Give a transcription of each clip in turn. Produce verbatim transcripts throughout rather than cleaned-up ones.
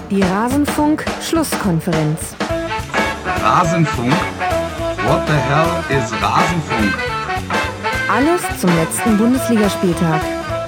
Die Rasenfunk-Schlusskonferenz. Rasenfunk? What the hell is Rasenfunk? Alles zum letzten Bundesligaspieltag.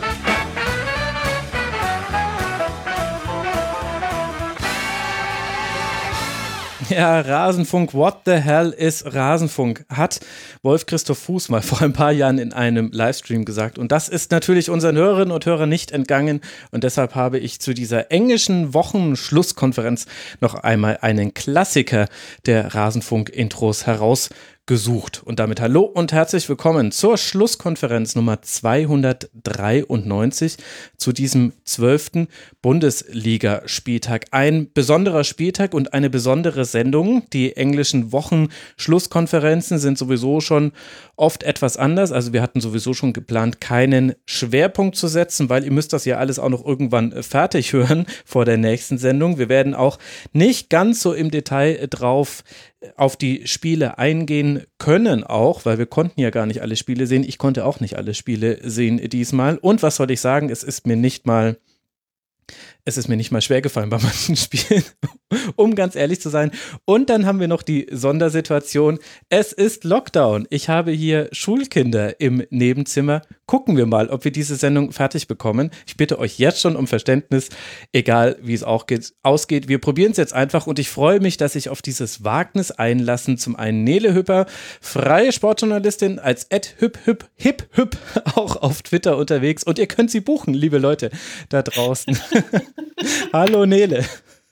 Ja, Rasenfunk, what the hell is Rasenfunk, hat Wolf-Christoph Fuß mal vor ein paar Jahren in einem Livestream gesagt. Und das ist natürlich unseren Hörerinnen und Hörern nicht entgangen. Und deshalb habe ich zu dieser englischen Wochenschlusskonferenz noch einmal einen Klassiker der Rasenfunk-Intros herausgesucht. Und damit hallo und herzlich willkommen zur Schlusskonferenz Nummer zweihundertdreiundneunzig zu diesem zwölften Bundesligaspieltag. Ein besonderer Spieltag und eine besondere Sendung. Die englischen Wochenschlusskonferenzen sind sowieso schon oft etwas anders. Also wir hatten sowieso schon geplant, keinen Schwerpunkt zu setzen, weil ihr müsst das ja alles auch noch irgendwann fertig hören vor der nächsten Sendung. Wir werden auch nicht ganz so im Detail drauf auf die Spiele eingehen können auch, weil wir konnten ja gar nicht alle Spiele sehen. Ich konnte auch nicht alle Spiele sehen diesmal. Und was soll ich sagen, es ist mir nicht mal Es ist mir nicht mal schwer gefallen bei manchen Spielen, um ganz ehrlich zu sein. Und dann haben wir noch die Sondersituation. Es ist Lockdown. Ich habe hier Schulkinder im Nebenzimmer. Gucken wir mal, ob wir diese Sendung fertig bekommen. Ich bitte euch jetzt schon um Verständnis, egal wie es auch geht, ausgeht. Wir probieren es jetzt einfach und ich freue mich, dass ich auf dieses Wagnis einlassen. Zum einen Nele Hüpper, freie Sportjournalistin als at hüp hüp hip hüp auch auf Twitter unterwegs. Und ihr könnt sie buchen, liebe Leute da draußen. Hallo Nele.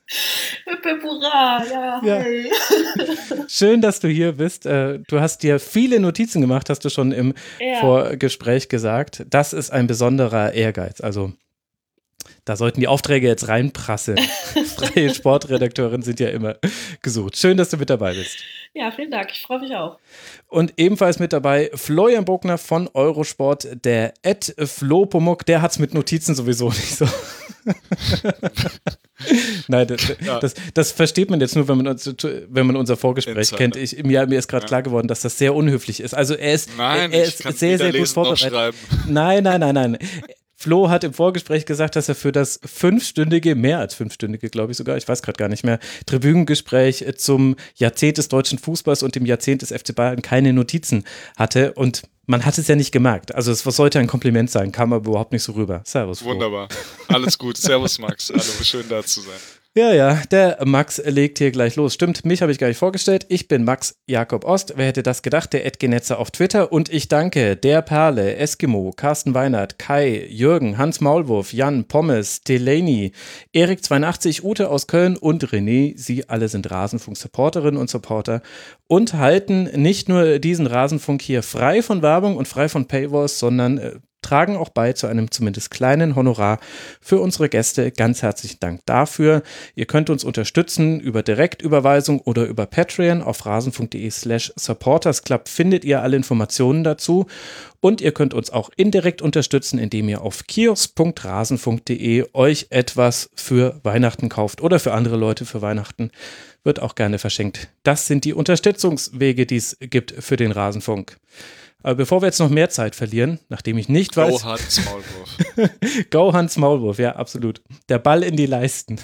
Hurra, ja, ja. Hey. Schön, dass du hier bist. Du hast dir viele Notizen gemacht, hast du schon im ja. Vorgespräch gesagt. Das ist ein besonderer Ehrgeiz. Also da sollten die Aufträge jetzt reinprasseln. Freie Sportredakteurin sind ja immer gesucht. Schön, dass du mit dabei bist. Ja, vielen Dank. Ich freue mich auch. Und ebenfalls mit dabei Florian Bogner von Eurosport, der at Flo Pomuk, der hat es mit Notizen sowieso nicht so. Nein, das, ja. das, das versteht man jetzt nur, wenn man, uns, wenn man unser Vorgespräch Insider. kennt. Ich, mir, mir ist gerade ja. klar geworden, dass das sehr unhöflich ist. Also er ist, nein, er ist sehr, sehr gut vorbereitet. Nein, nein, nein, nein. Flo hat im Vorgespräch gesagt, dass er für das fünfstündige, mehr als fünfstündige, glaube ich sogar, ich weiß gerade gar nicht mehr, Tribünengespräch zum Jahrzehnt des deutschen Fußballs und dem Jahrzehnt des F C Bayern keine Notizen hatte und man hat es ja nicht gemerkt. Also es sollte ein Kompliment sein, kam aber überhaupt nicht so rüber. Servus, Flo. Wunderbar. Alles gut. Servus, Max. Hallo, schön da zu sein. Ja, ja, der Max legt hier gleich los. Stimmt, mich habe ich gar nicht vorgestellt. Ich bin Max Jakob Ost. Wer hätte das gedacht? Der Ed Genetzer auf Twitter. Und ich danke der Perle, Eskimo, Carsten Weinert, Kai, Jürgen, Hans Maulwurf, Jan, Pommes, Delaney, Erik zweiundachtzig, Ute aus Köln und René. Sie alle sind Rasenfunk-Supporterinnen und Supporter und halten nicht nur diesen Rasenfunk hier frei von Werbung und frei von Paywalls, sondern äh, tragen auch bei zu einem zumindest kleinen Honorar für unsere Gäste. Ganz herzlichen Dank dafür. Ihr könnt uns unterstützen über Direktüberweisung oder über Patreon. Auf rasenfunk.de slash supportersclub findet ihr alle Informationen dazu. Und ihr könnt uns auch indirekt unterstützen, indem ihr auf kiosk punkt rasenfunk punkt de euch etwas für Weihnachten kauft oder für andere Leute für Weihnachten. Wird auch gerne verschenkt. Das sind die Unterstützungswege, die es gibt für den Rasenfunk. Aber bevor wir jetzt noch mehr Zeit verlieren, nachdem ich nicht weiß... Go Hans Maulwurf. Go Hans Maulwurf, ja, absolut. Der Ball in die Leisten.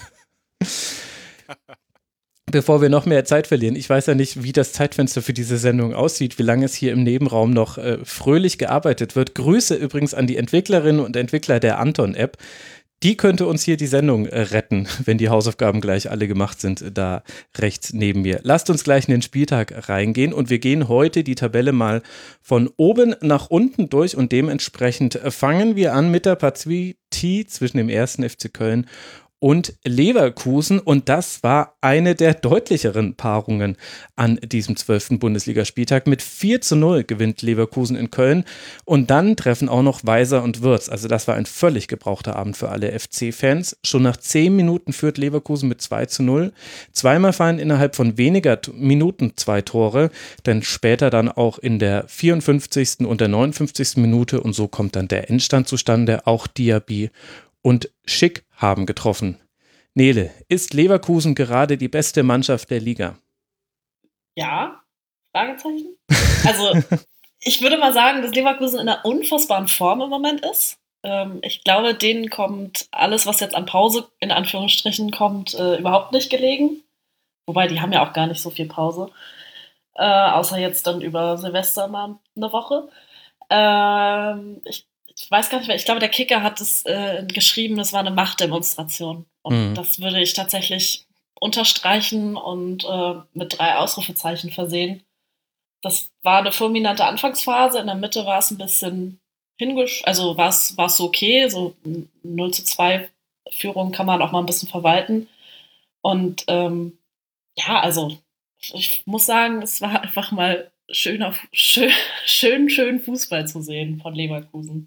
Bevor wir noch mehr Zeit verlieren, ich weiß ja nicht, wie das Zeitfenster für diese Sendung aussieht, wie lange es hier im Nebenraum noch äh, fröhlich gearbeitet wird. Grüße übrigens an die Entlerinnen und Entwickler der Anton-App. Die könnte uns hier die Sendung äh, retten, wenn die Hausaufgaben gleich alle gemacht sind, äh, da rechts neben mir. Lasst uns gleich in den Spieltag reingehen und wir gehen heute die Tabelle mal von oben nach unten durch und dementsprechend äh, fangen wir an mit der Partie zwischen dem ersten F C Köln und Leverkusen und das war eine der deutlicheren Paarungen an diesem zwölften Bundesligaspieltag. Mit vier zu null gewinnt Leverkusen in Köln und dann treffen auch noch Weiser und Wirtz. Also das war ein völlig gebrauchter Abend für alle F C-Fans. Schon nach zehn Minuten führt Leverkusen mit zwei zu null. Zweimal fallen innerhalb von weniger Minuten zwei Tore, denn später dann auch in der vierundfünfzigsten und der neunundfünfzigsten Minute und so kommt dann der Endstand zustande. Auch Diaby und Schick haben getroffen. Nele, ist Leverkusen gerade die beste Mannschaft der Liga? Ja, Fragezeichen. Also ich würde mal sagen, dass Leverkusen in einer unfassbaren Form im Moment ist. Ähm, ich glaube, denen kommt alles, was jetzt an Pause in Anführungsstrichen kommt, äh, überhaupt nicht gelegen. Wobei, die haben ja auch gar nicht so viel Pause. Äh, außer jetzt dann über Silvester mal eine Woche. Ähm, ich, ich weiß gar nicht mehr, ich glaube, der Kicker hat es äh, geschrieben, es war eine Machtdemonstration. Und Mhm. das würde ich tatsächlich unterstreichen und äh, mit drei Ausrufezeichen versehen. Das war eine fulminante Anfangsphase, in der Mitte war es ein bisschen hingesch... Also war es war es so okay, so null zu zwei Führung kann man auch mal ein bisschen verwalten. Und ähm, ja, also ich muss sagen, es war einfach mal schöner, schön, schön, schön Fußball zu sehen von Leverkusen.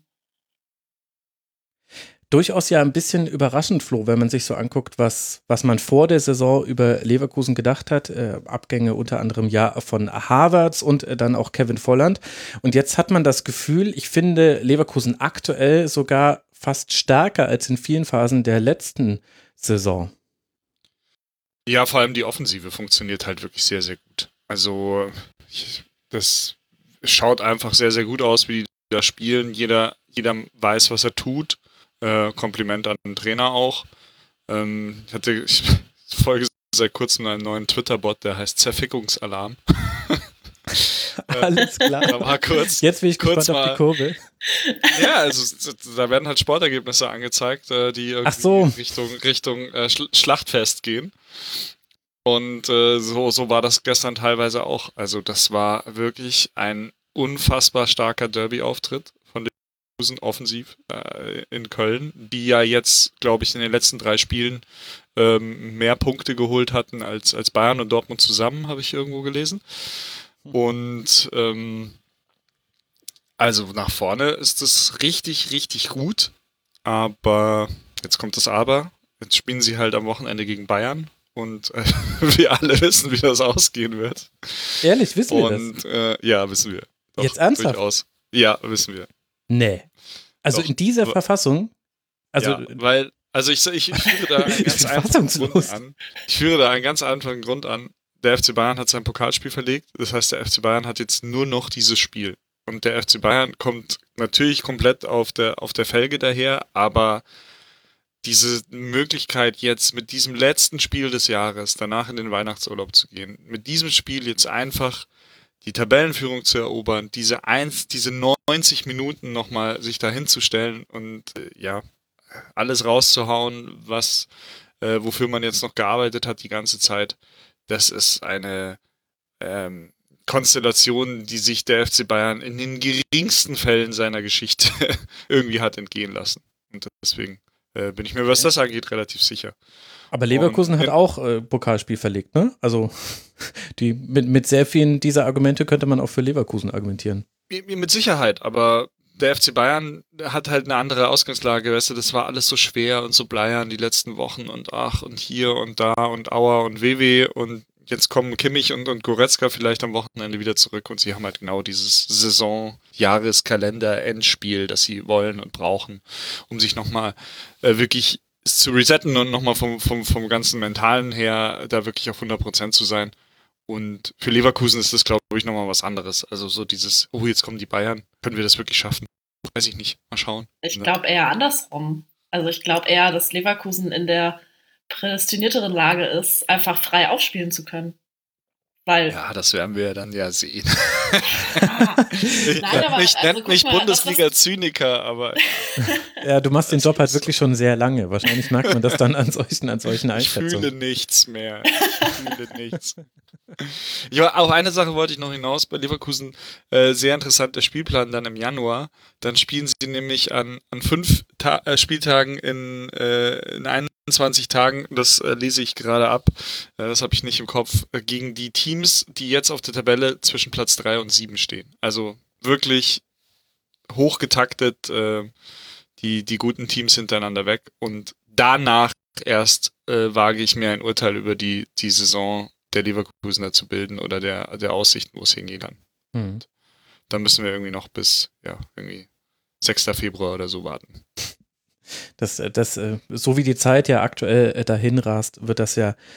Durchaus ja ein bisschen überraschend, Flo, wenn man sich so anguckt, was, was man vor der Saison über Leverkusen gedacht hat. Äh, Abgänge unter anderem ja von Havertz und äh, dann auch Kevin Volland. Und jetzt hat man das Gefühl, ich finde Leverkusen aktuell sogar fast stärker als in vielen Phasen der letzten Saison. Ja, vor allem die Offensive funktioniert halt wirklich sehr, sehr gut. Also ich, das schaut einfach sehr, sehr gut aus, wie die da spielen. Jeder, jeder weiß, was er tut. Äh, Kompliment an den Trainer auch. Ähm, ich hatte ich folge seit kurzem einen neuen Twitter-Bot, der heißt Zerfickungsalarm. Alles klar. Da war kurz, Jetzt bin ich kurz gespannt auf mal, die Kurve. Ja, also da werden halt Sportergebnisse angezeigt, äh, die irgendwie Ach so. Richtung, Richtung äh, Schl- Schlachtfest gehen. Und äh, so, so war das gestern teilweise auch. Also das war wirklich ein unfassbar starker Derby-Auftritt von Leverkusen offensiv äh, in Köln, die ja jetzt, glaube ich, in den letzten drei Spielen ähm, mehr Punkte geholt hatten als, als Bayern und Dortmund zusammen, habe ich irgendwo gelesen. Und ähm, also nach vorne ist es richtig, richtig gut. Aber jetzt kommt das Aber. Jetzt spielen sie halt am Wochenende gegen Bayern. Und äh, wir alle wissen, wie das ausgehen wird. Ehrlich, wissen wir das? Und äh, ja, wissen wir. Doch, Jetzt ernsthaft? Durchaus. Ja, wissen wir. Nee. Also Doch. in dieser Aber- Verfassung, also ja, weil, also ich, ich, ich führe da einen Ich ganz bin einfachen fassungslos. Grund an. Ich führe da einen ganz einfachen Grund an. Der F C Bayern hat sein Pokalspiel verlegt. Das heißt, der F C Bayern hat jetzt nur noch dieses Spiel. Und der F C Bayern kommt natürlich komplett auf der, auf der Felge daher, aber diese Möglichkeit jetzt mit diesem letzten Spiel des Jahres danach in den Weihnachtsurlaub zu gehen, mit diesem Spiel jetzt einfach die Tabellenführung zu erobern, diese eins, diese neunzig Minuten nochmal sich da hinzustellen und äh, ja, alles rauszuhauen, was, äh, wofür man jetzt noch gearbeitet hat die ganze Zeit, das ist eine ähm, Konstellation, die sich der F C Bayern in den geringsten Fällen seiner Geschichte irgendwie hat entgehen lassen. Und deswegen äh, bin ich mir, was das angeht, relativ sicher. aber Leverkusen Und- hat auch äh, Pokalspiel verlegt, ne? Also die, mit, mit sehr vielen dieser Argumente könnte man auch für Leverkusen argumentieren. Mit Sicherheit, aber der F C Bayern hat halt eine andere Ausgangslage, weißt du, das war alles so schwer und so bleiern die letzten Wochen und ach und hier und da und Aua und W W und jetzt kommen Kimmich und, und Goretzka vielleicht am Wochenende wieder zurück und sie haben halt genau dieses Saison-Jahreskalender-Endspiel, das sie wollen und brauchen, um sich nochmal äh, wirklich zu resetten und nochmal vom, vom, vom ganzen Mentalen her da wirklich auf hundert Prozent zu sein. Und für Leverkusen ist das, glaube ich, nochmal was anderes. Also so dieses, oh, jetzt kommen die Bayern. Können wir das wirklich schaffen? Weiß ich nicht. Mal schauen. Ich glaube eher andersrum. Also ich glaube eher, dass Leverkusen in der prädestinierteren Lage ist, einfach frei aufspielen zu können. Weil Ja, das werden wir dann ja sehen. Nein, ich aber, ich also, nenne guck mich mal, was Bundesliga-Zyniker, aber Ja, du machst den Das Job halt ist wirklich schon sehr lange. Wahrscheinlich merkt man das dann an solchen, an solchen ich Einschätzungen. fühle nichts mehr. Ich fühle nichts. Ja, auf eine Sache wollte ich noch hinaus. Bei Leverkusen äh, sehr interessant der Spielplan dann im Januar. Dann spielen sie nämlich an, an fünf Ta- äh, Spieltagen in, äh, in einundzwanzig Tagen, das äh, lese ich gerade ab, äh, das habe ich nicht im Kopf, äh, gegen die Teams, die jetzt auf der Tabelle zwischen Platz drei und sieben stehen. Also wirklich hochgetaktet, äh, die, die guten Teams hintereinander weg. Und danach erst äh, wage ich mir ein Urteil über die, die Saison der Leverkusener zu bilden oder der, der Aussichten, wo es hingehen kann. Hm. Dann müssen wir irgendwie noch bis, ja, irgendwie sechster Februar oder so warten. Das, das, äh, so wie die Zeit ja aktuell äh, dahin rast, wird das ja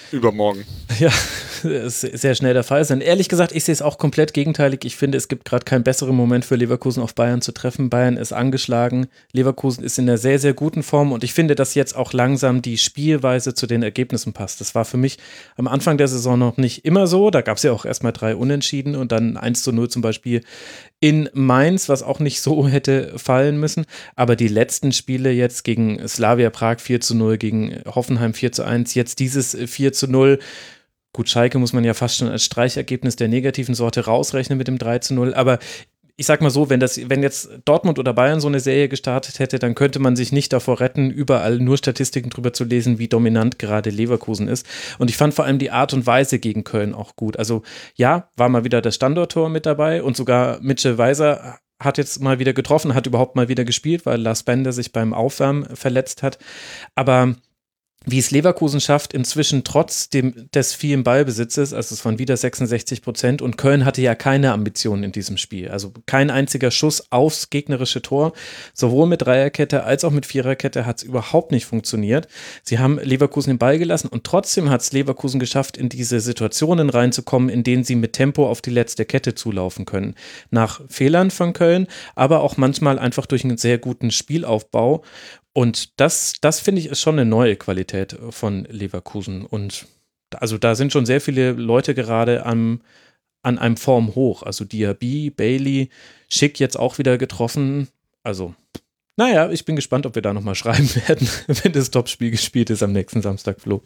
übermorgen. Ja, ist sehr schnell der Fall sein. Ehrlich gesagt, ich sehe es auch komplett gegenteilig. Ich finde, es gibt gerade keinen besseren Moment für Leverkusen auf Bayern zu treffen. Bayern ist angeschlagen, Leverkusen ist in einer sehr, sehr guten Form und ich finde, dass jetzt auch langsam die Spielweise zu den Ergebnissen passt. Das war für mich am Anfang der Saison noch nicht immer so. Da gab es ja auch erstmal drei Unentschieden und dann eins zu null zum Beispiel in Mainz, was auch nicht so hätte fallen müssen. Aber die letzten Spiele jetzt gegen Slavia Prag vier zu null, gegen Hoffenheim vier zu eins, jetzt dieses vier zu null. Gut, Schalke muss man ja fast schon als Streichergebnis der negativen Sorte rausrechnen mit dem drei zu null. Aber ich sag mal so, wenn das, wenn jetzt Dortmund oder Bayern so eine Serie gestartet hätte, dann könnte man sich nicht davor retten, überall nur Statistiken drüber zu lesen, wie dominant gerade Leverkusen ist. Und ich fand vor allem die Art und Weise gegen Köln auch gut. Also ja, war mal wieder das Standorttor mit dabei und sogar Mitchell Weiser hat jetzt mal wieder getroffen, hat überhaupt mal wieder gespielt, weil Lars Bender sich beim Aufwärmen verletzt hat. Aber wie es Leverkusen schafft, inzwischen trotz dem, des vielen Ballbesitzes, also es waren wieder sechsundsechzig Prozent und Köln hatte ja keine Ambitionen in diesem Spiel, also kein einziger Schuss aufs gegnerische Tor, sowohl mit Dreierkette als auch mit Viererkette hat es überhaupt nicht funktioniert. Sie haben Leverkusen den Ball gelassen und trotzdem hat es Leverkusen geschafft, in diese Situationen reinzukommen, in denen sie mit Tempo auf die letzte Kette zulaufen können. Nach Fehlern von Köln, aber auch manchmal einfach durch einen sehr guten Spielaufbau. Und das, das finde ich, ist schon eine neue Qualität von Leverkusen. Und also da sind schon sehr viele Leute gerade am, an einem Form hoch. Also Diaby, Bailey, Schick jetzt auch wieder getroffen. Also, naja, ich bin gespannt, ob wir da nochmal schreiben werden, wenn das Topspiel gespielt ist am nächsten Samstag, Flo.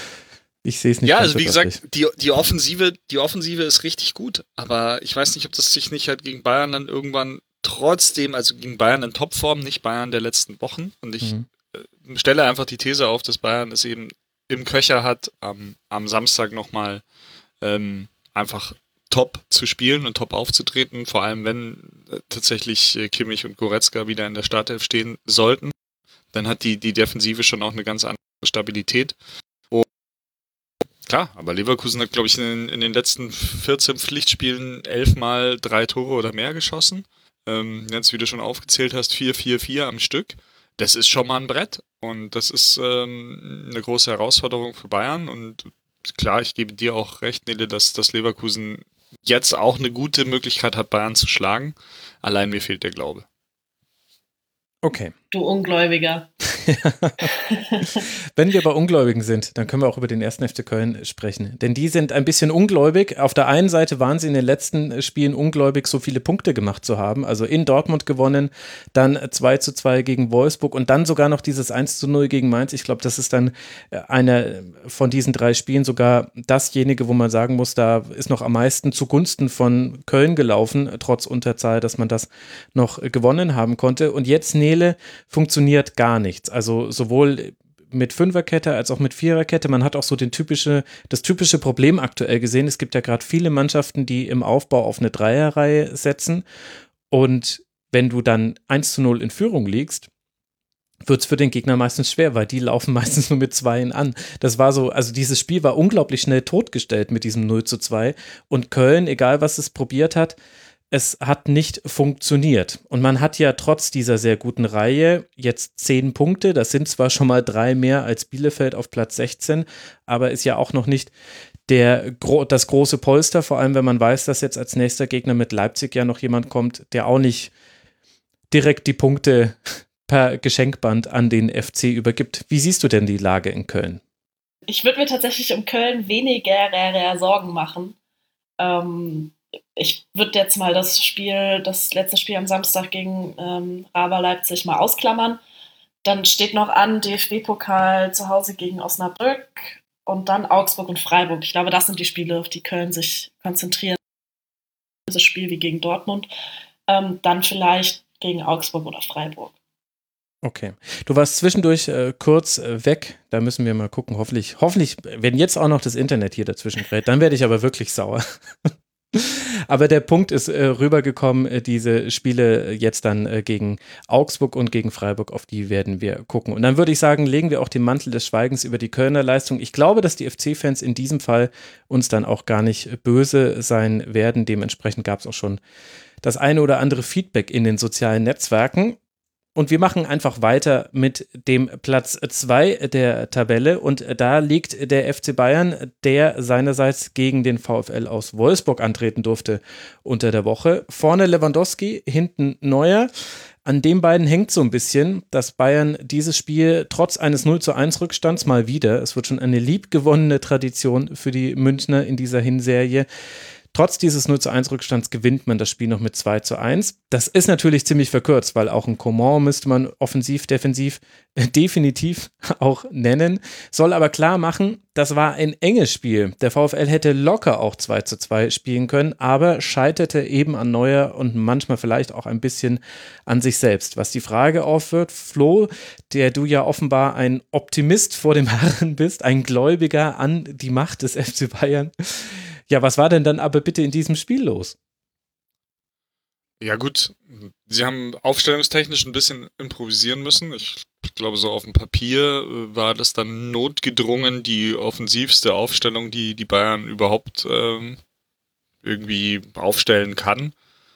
Ich sehe es nicht. Ja, also wie gesagt, die, die Offensive, die Offensive ist richtig gut. Aber ich weiß nicht, ob das sich nicht halt gegen Bayern dann irgendwann trotzdem, also gegen Bayern in Topform, nicht Bayern der letzten Wochen. Und ich mhm. äh, stelle einfach die These auf, dass Bayern es eben im Köcher hat, am, am Samstag nochmal ähm, einfach top zu spielen und top aufzutreten. Vor allem, wenn äh, tatsächlich äh, Kimmich und Goretzka wieder in der Startelf stehen sollten. Dann hat die, die Defensive schon auch eine ganz andere Stabilität. Und klar, aber Leverkusen hat, glaube ich, in, in den letzten vierzehn Pflichtspielen elfmal drei Tore oder mehr geschossen. Ähm, jetzt, wie du schon aufgezählt hast, vier vier vier am Stück. Das ist schon mal ein Brett und das ist ähm, eine große Herausforderung für Bayern und klar, ich gebe dir auch recht, Nele, dass, dass Leverkusen jetzt auch eine gute Möglichkeit hat, Bayern zu schlagen. Allein mir fehlt der Glaube. Okay. Du Ungläubiger. Wenn wir bei Ungläubigen sind, dann können wir auch über den ersten F C Köln sprechen. Denn die sind ein bisschen ungläubig. Auf der einen Seite waren sie in den letzten Spielen ungläubig, so viele Punkte gemacht zu haben. Also in Dortmund gewonnen, dann zwei zu zwei gegen Wolfsburg und dann sogar noch dieses eins zu null gegen Mainz. Ich glaube, das ist dann einer von diesen drei Spielen sogar dasjenige, wo man sagen muss, da ist noch am meisten zugunsten von Köln gelaufen, trotz Unterzahl, dass man das noch gewonnen haben konnte. Und jetzt, Nele, funktioniert gar nichts. Also sowohl mit Fünferkette als auch mit Viererkette. Man hat auch so den typische, das typische Problem aktuell gesehen. Es gibt ja gerade viele Mannschaften, die im Aufbau auf eine Dreierreihe setzen. Und wenn du dann eins zu null in Führung liegst, wird es für den Gegner meistens schwer, weil die laufen meistens nur mit Zweien an. Das war so, also dieses Spiel war unglaublich schnell totgestellt mit diesem null zu zwei. Und Köln, egal was es probiert hat, es hat nicht funktioniert. Und man hat ja trotz dieser sehr guten Reihe jetzt zehn Punkte. Das sind zwar schon mal drei mehr als Bielefeld auf Platz sechzehn, aber ist ja auch noch nicht der, das große Polster, vor allem wenn man weiß, dass jetzt als nächster Gegner mit Leipzig ja noch jemand kommt, der auch nicht direkt die Punkte per Geschenkband an den F C übergibt. Wie siehst du denn die Lage in Köln? Ich würde mir tatsächlich um Köln weniger Sorgen machen. Ähm, Ich würde jetzt mal das Spiel, das letzte Spiel am Samstag gegen ähm, Raba Leipzig mal ausklammern. Dann steht noch an D F B-Pokal zu Hause gegen Osnabrück und dann Augsburg und Freiburg. Ich glaube, das sind die Spiele, auf die Köln sich konzentrieren. Das Spiel wie gegen Dortmund. Ähm, dann vielleicht gegen Augsburg oder Freiburg. Okay. Du warst zwischendurch äh, kurz äh, weg. Da müssen wir mal gucken. Hoffentlich, hoffentlich, wenn jetzt auch noch das Internet hier dazwischen gerät, dann werde ich aber wirklich sauer. Aber der Punkt ist äh, rübergekommen, äh, diese Spiele jetzt dann äh, gegen Augsburg und gegen Freiburg, auf die werden wir gucken. Und dann würde ich sagen, legen wir auch den Mantel des Schweigens über die Kölner Leistung. Ich glaube, dass die F C-Fans in diesem Fall uns dann auch gar nicht böse sein werden. Dementsprechend gab es auch schon das eine oder andere Feedback in den sozialen Netzwerken. Und wir machen einfach weiter mit dem Platz zwei der Tabelle und da liegt der F C Bayern, der seinerseits gegen den VfL aus Wolfsburg antreten durfte unter der Woche. Vorne Lewandowski, hinten Neuer. An den beiden hängt so ein bisschen, dass Bayern dieses Spiel trotz eines null zu eins Rückstands mal wieder, es wird schon eine liebgewonnene Tradition für die Münchner in dieser Hinserie, trotz dieses null zu eins Rückstands gewinnt man das Spiel noch mit zwei zu eins. Das ist natürlich ziemlich verkürzt, weil auch ein Coman müsste man offensiv, defensiv äh, definitiv auch nennen. Soll aber klar machen, das war ein enges Spiel. Der VfL hätte locker auch zwei zu zwei spielen können, aber scheiterte eben an Neuer und manchmal vielleicht auch ein bisschen an sich selbst. Was die Frage aufwirft, Flo, der du ja offenbar ein Optimist vor dem Herren bist, ein Gläubiger an die Macht des F C Bayern. Ja, was war denn dann aber bitte in diesem Spiel los? Ja gut, sie haben aufstellungstechnisch ein bisschen improvisieren müssen. Ich glaube, so auf dem Papier war das dann notgedrungen die offensivste Aufstellung, die die Bayern überhaupt ähm, irgendwie aufstellen kann.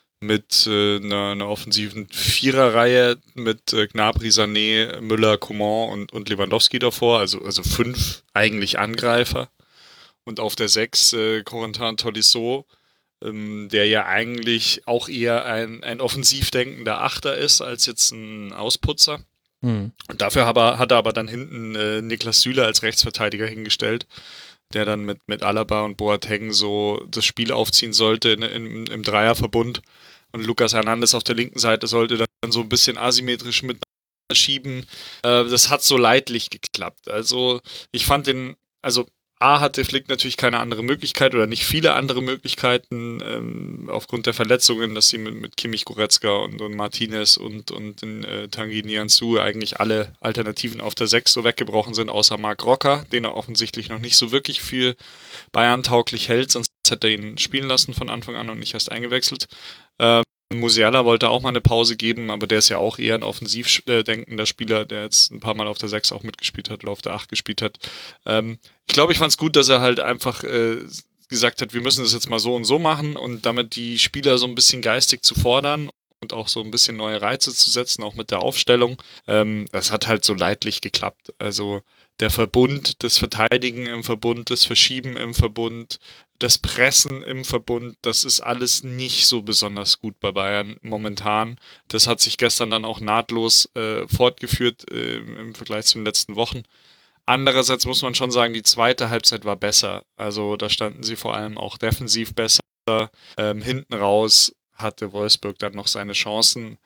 Mit äh, einer, einer offensiven Viererreihe mit äh, Gnabry, Sané, Müller, Coman und, und Lewandowski davor. Also, also fünf eigentlich Angreifer. Und auf der sechs äh, Corentin Tolisso, ähm, der ja eigentlich auch eher ein, ein offensiv denkender Achter ist, als jetzt ein Ausputzer. Mhm. Und dafür aber, hat er aber dann hinten äh, Niklas Süle als Rechtsverteidiger hingestellt, der dann mit, mit Alaba und Boateng so das Spiel aufziehen sollte in, in, im Dreierverbund. Und Lucas Hernandez auf der linken Seite sollte dann so ein bisschen asymmetrisch mit schieben. Äh, das hat so leidlich geklappt. Also ich fand den, also A hatte Flick natürlich keine andere Möglichkeit oder nicht viele andere Möglichkeiten ähm, aufgrund der Verletzungen, dass sie mit, mit Kimmich, Goretzka und, und Martinez und, und den, äh, Tanguy Nianzou eigentlich alle Alternativen auf der sechs so weggebrochen sind, außer Marc Rocker, den er offensichtlich noch nicht so wirklich für Bayern tauglich hält, sonst hätte er ihn spielen lassen von Anfang an und nicht erst eingewechselt. Ähm, Musiala wollte auch mal eine Pause geben, aber der ist ja auch eher ein offensiv denkender Spieler, der jetzt ein paar Mal auf der sechs auch mitgespielt hat oder auf der acht gespielt hat. Ähm, ich glaube, ich fand es gut, dass er halt einfach äh, gesagt hat, wir müssen das jetzt mal so und so machen und damit die Spieler so ein bisschen geistig zu fordern und auch so ein bisschen neue Reize zu setzen, auch mit der Aufstellung. Ähm, das hat halt so leidlich geklappt. Also der Verbund, das Verteidigen im Verbund, das Verschieben im Verbund, das Pressen im Verbund, das ist alles nicht so besonders gut bei Bayern momentan. Das hat sich gestern dann auch nahtlos äh, fortgeführt äh, im Vergleich zu den letzten Wochen. Andererseits muss man schon sagen, die zweite Halbzeit war besser. Also da standen sie vor allem auch defensiv besser. Ähm, hinten raus hatte Wolfsburg dann noch seine Chancen,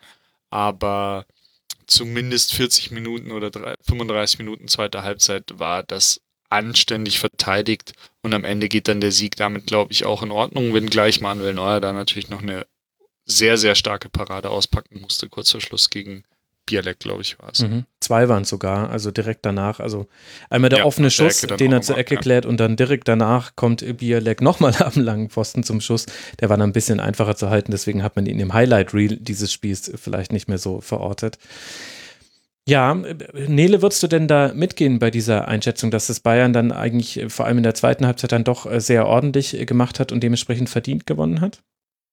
aber zumindest vierzig Minuten oder fünfunddreißig Minuten zweiter Halbzeit war das anständig verteidigt und am Ende geht dann der Sieg damit, glaube ich, auch in Ordnung, wenngleich Manuel Neuer da natürlich noch eine sehr, sehr starke Parade auspacken musste, kurz vor Schluss gegen Bialek, glaube ich, war es. Mhm. Zwei waren es sogar, also direkt danach. Also einmal der ja, offene Schuss, den er zur mal, Ecke ja. klärt und dann direkt danach kommt Bialek nochmal am langen Pfosten zum Schuss. Der war dann ein bisschen einfacher zu halten, deswegen hat man ihn im Highlight-Reel dieses Spiels vielleicht nicht mehr so verortet. Ja, Nele, würdest du denn da mitgehen bei dieser Einschätzung, dass das Bayern dann eigentlich vor allem in der zweiten Halbzeit dann doch sehr ordentlich gemacht hat und dementsprechend verdient gewonnen hat?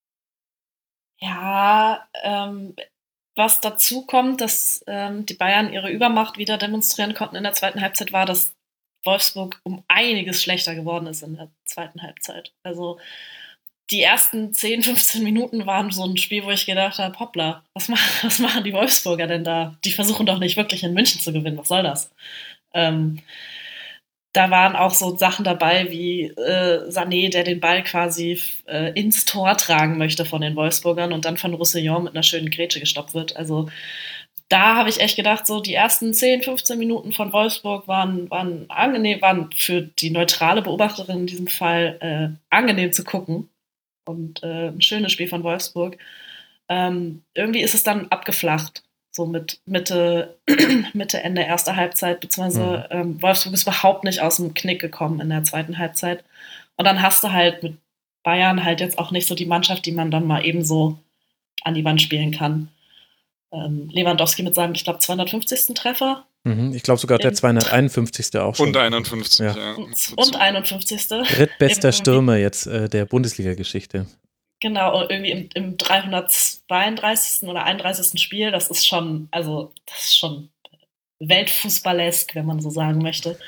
Ja, ähm, was dazu kommt, dass ähm, die Bayern ihre Übermacht wieder demonstrieren konnten in der zweiten Halbzeit, war, dass Wolfsburg um einiges schlechter geworden ist in der zweiten Halbzeit. Also die ersten zehn, fünfzehn Minuten waren so ein Spiel, wo ich gedacht habe, hoppla, was machen, was machen die Wolfsburger denn da? Die versuchen doch nicht wirklich in München zu gewinnen, was soll das? Ähm, da waren auch so Sachen dabei wie äh, Sané, der den Ball quasi äh, ins Tor tragen möchte von den Wolfsburgern und dann von Roussillon mit einer schönen Grätsche gestoppt wird. Also da habe ich echt gedacht, so die ersten zehn, fünfzehn Minuten von Wolfsburg waren, waren angenehm, waren für die neutrale Beobachterin in diesem Fall äh, angenehm zu gucken. Und äh, ein schönes Spiel von Wolfsburg. Ähm, irgendwie ist es dann abgeflacht, so mit Mitte, Mitte Ende erster Halbzeit, beziehungsweise mhm. ähm, Wolfsburg ist überhaupt nicht aus dem Knick gekommen in der zweiten Halbzeit. Und dann hast du halt mit Bayern halt jetzt auch nicht so die Mannschaft, die man dann mal eben so an die Wand spielen kann. Ähm, Lewandowski mit seinem, ich glaube, zweihundertfünfzigsten Treffer. Mhm, ich glaube sogar der zweihunderteinundfünfzigste auch schon. Und einundfünfzig, ja. ja. Und, und einundfünfzigste Drittbester Stürmer jetzt äh, der Bundesliga-Geschichte. Genau, und irgendwie im, im dreihundertzweiunddreißigsten oder einunddreißigsten Spiel, das ist schon, also das ist schon weltfußballesk, wenn man so sagen möchte.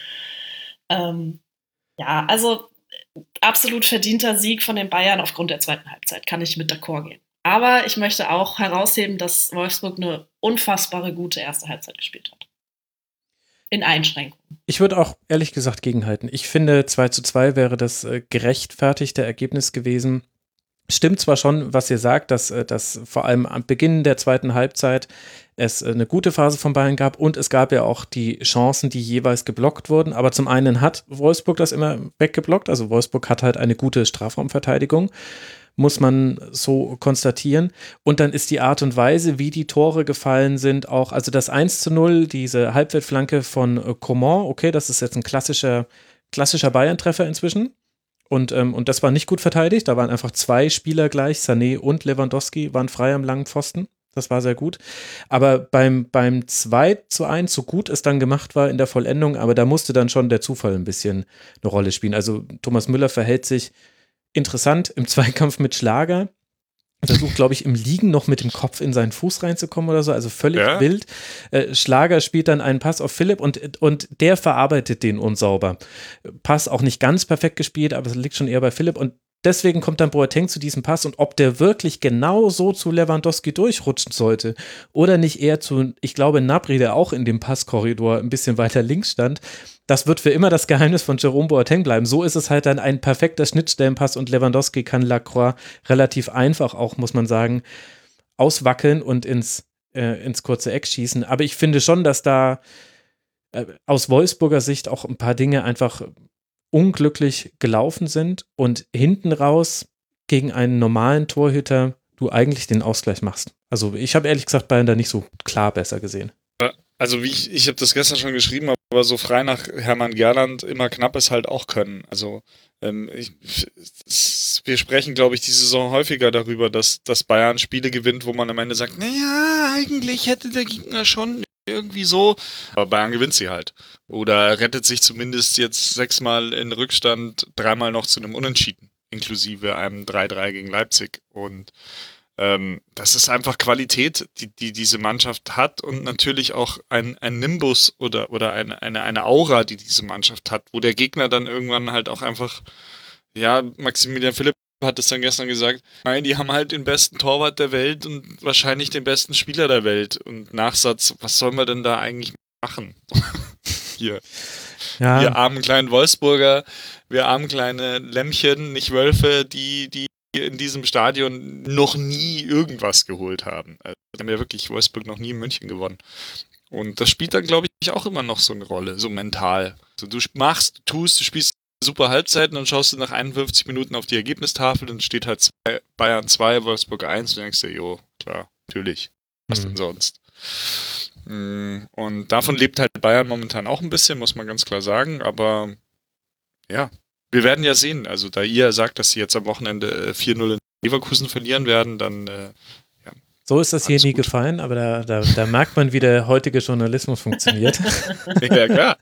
Ähm, ja, also absolut verdienter Sieg von den Bayern aufgrund der zweiten Halbzeit, kann ich mit d'accord gehen. Aber ich möchte auch herausheben, dass Wolfsburg eine unfassbare gute erste Halbzeit gespielt hat. In Einschränkungen. Ich würde auch ehrlich gesagt gegenhalten. Ich finde, zwei zu zwei wäre das äh, gerechtfertigte Ergebnis gewesen. Stimmt zwar schon, was ihr sagt, dass, dass vor allem am Beginn der zweiten Halbzeit es eine gute Phase von Bayern gab und es gab ja auch die Chancen, die jeweils geblockt wurden, aber zum einen hat Wolfsburg das immer weggeblockt, also Wolfsburg hat halt eine gute Strafraumverteidigung, muss man so konstatieren, und dann ist die Art und Weise, wie die Tore gefallen sind, auch, also das eins zu null, diese Halbfeldflanke von Coman, okay, das ist jetzt ein klassischer, klassischer Bayern-Treffer inzwischen. Und, ähm, und das war nicht gut verteidigt. Da waren einfach zwei Spieler gleich, Sané und Lewandowski, waren frei am langen Pfosten. Das war sehr gut. Aber beim, beim zwei zu eins, so gut es dann gemacht war in der Vollendung, aber da musste dann schon der Zufall ein bisschen eine Rolle spielen. Also Thomas Müller verhält sich interessant im Zweikampf mit Schlager. Versucht, glaube ich, im Liegen noch mit dem Kopf in seinen Fuß reinzukommen oder so, also völlig ja. wild. Äh, Schlager spielt dann einen Pass auf Philipp und, und der verarbeitet den unsauber. Pass auch nicht ganz perfekt gespielt, aber es liegt schon eher bei Philipp und deswegen kommt dann Boateng zu diesem Pass und ob der wirklich genau so zu Lewandowski durchrutschen sollte oder nicht eher zu, ich glaube, Gnabry, der auch in dem Passkorridor ein bisschen weiter links stand, das wird für immer das Geheimnis von Jerome Boateng bleiben. So ist es halt dann ein perfekter Schnittstellenpass und Lewandowski kann Lacroix relativ einfach auch, muss man sagen, auswackeln und ins, äh, ins kurze Eck schießen. Aber ich finde schon, dass da äh, aus Wolfsburger Sicht auch ein paar Dinge einfach unglücklich gelaufen sind und hinten raus gegen einen normalen Torhüter du eigentlich den Ausgleich machst. Also ich habe ehrlich gesagt Bayern da nicht so klar besser gesehen. Also wie ich, ich habe das gestern schon geschrieben, aber so frei nach Hermann Gerland immer knapp es halt auch können. Also ähm, ich, wir sprechen, glaube ich, die Saison häufiger darüber, dass, dass Bayern Spiele gewinnt, wo man am Ende sagt, naja, eigentlich hätte der Gegner schon irgendwie so, aber Bayern gewinnt sie halt. Oder rettet sich zumindest jetzt sechsmal in Rückstand, dreimal noch zu einem Unentschieden, inklusive einem drei drei gegen Leipzig. Und ähm, das ist einfach Qualität, die, die diese Mannschaft hat und natürlich auch ein, ein Nimbus oder, oder eine, eine, eine Aura, die diese Mannschaft hat, wo der Gegner dann irgendwann halt auch einfach, ja, Maximilian Philipp hat es dann gestern gesagt, nein, die haben halt den besten Torwart der Welt und wahrscheinlich den besten Spieler der Welt. Und Nachsatz, was sollen wir denn da eigentlich machen? Hier. Ja. Wir armen kleinen Wolfsburger, wir armen kleine Lämmchen, nicht Wölfe, die, die in diesem Stadion noch nie irgendwas geholt haben. Also, wir haben ja wirklich Wolfsburg noch nie in München gewonnen. Und das spielt dann, glaube ich, auch immer noch so eine Rolle, so mental. Also du machst, du tust, du spielst super Halbzeit und dann schaust du nach einundfünfzig Minuten auf die Ergebnistafel und steht halt zwei, Bayern zwei, Wolfsburg eins und du denkst dir, jo, klar, natürlich, was mhm. denn sonst? Und davon lebt halt Bayern momentan auch ein bisschen, muss man ganz klar sagen, aber ja, wir werden ja sehen, also da ihr sagt, dass sie jetzt am Wochenende vier null in Leverkusen verlieren werden, dann äh, ja. So ist das hier nie gut gefallen, aber da, da, da merkt man, wie der heutige Journalismus funktioniert. Ja, klar.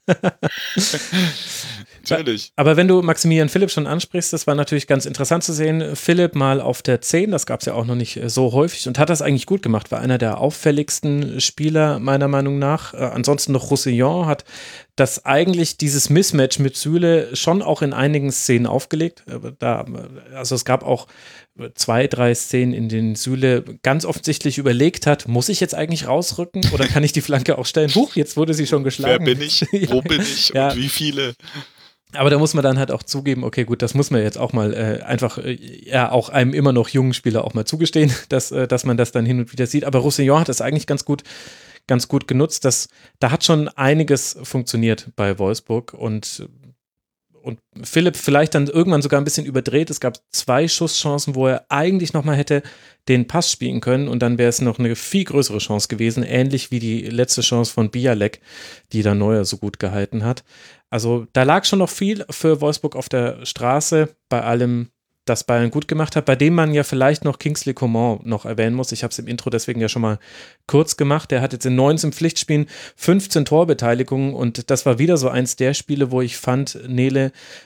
Natürlich. Aber wenn du Maximilian Philipp schon ansprichst, das war natürlich ganz interessant zu sehen. Philipp mal auf der zehn, das gab es ja auch noch nicht so häufig und hat das eigentlich gut gemacht, war einer der auffälligsten Spieler meiner Meinung nach. Äh, ansonsten noch Roussillon hat das eigentlich dieses Mismatch mit Süle schon auch in einigen Szenen aufgelegt. Da, also es gab auch zwei, drei Szenen, in denen Süle ganz offensichtlich überlegt hat, muss ich jetzt eigentlich rausrücken oder kann ich die Flanke auch stellen? Huch, jetzt wurde sie schon geschlagen. Wer bin ich? Wo bin ich? Ja. Und wie viele? Aber da muss man dann halt auch zugeben, okay, gut, das muss man jetzt auch mal äh, einfach, äh, ja, auch einem immer noch jungen Spieler auch mal zugestehen, dass, äh, dass man das dann hin und wieder sieht. Aber Roussillon hat das eigentlich ganz gut, ganz gut genutzt. Das, da hat schon einiges funktioniert bei Wolfsburg und, und Philipp vielleicht dann irgendwann sogar ein bisschen überdreht. Es gab zwei Schusschancen, wo er eigentlich nochmal hätte den Pass spielen können und dann wäre es noch eine viel größere Chance gewesen, ähnlich wie die letzte Chance von Bialek, die da Neuer so gut gehalten hat. Also da lag schon noch viel für Wolfsburg auf der Straße, bei allem, das Bayern gut gemacht hat, bei dem man ja vielleicht noch Kingsley Coman noch erwähnen muss. Ich habe es im Intro deswegen ja schon mal kurz gemacht. Der hat jetzt in neunzehn Pflichtspielen fünfzehn Torbeteiligungen und das war wieder so eins der Spiele, wo ich fand, Nele,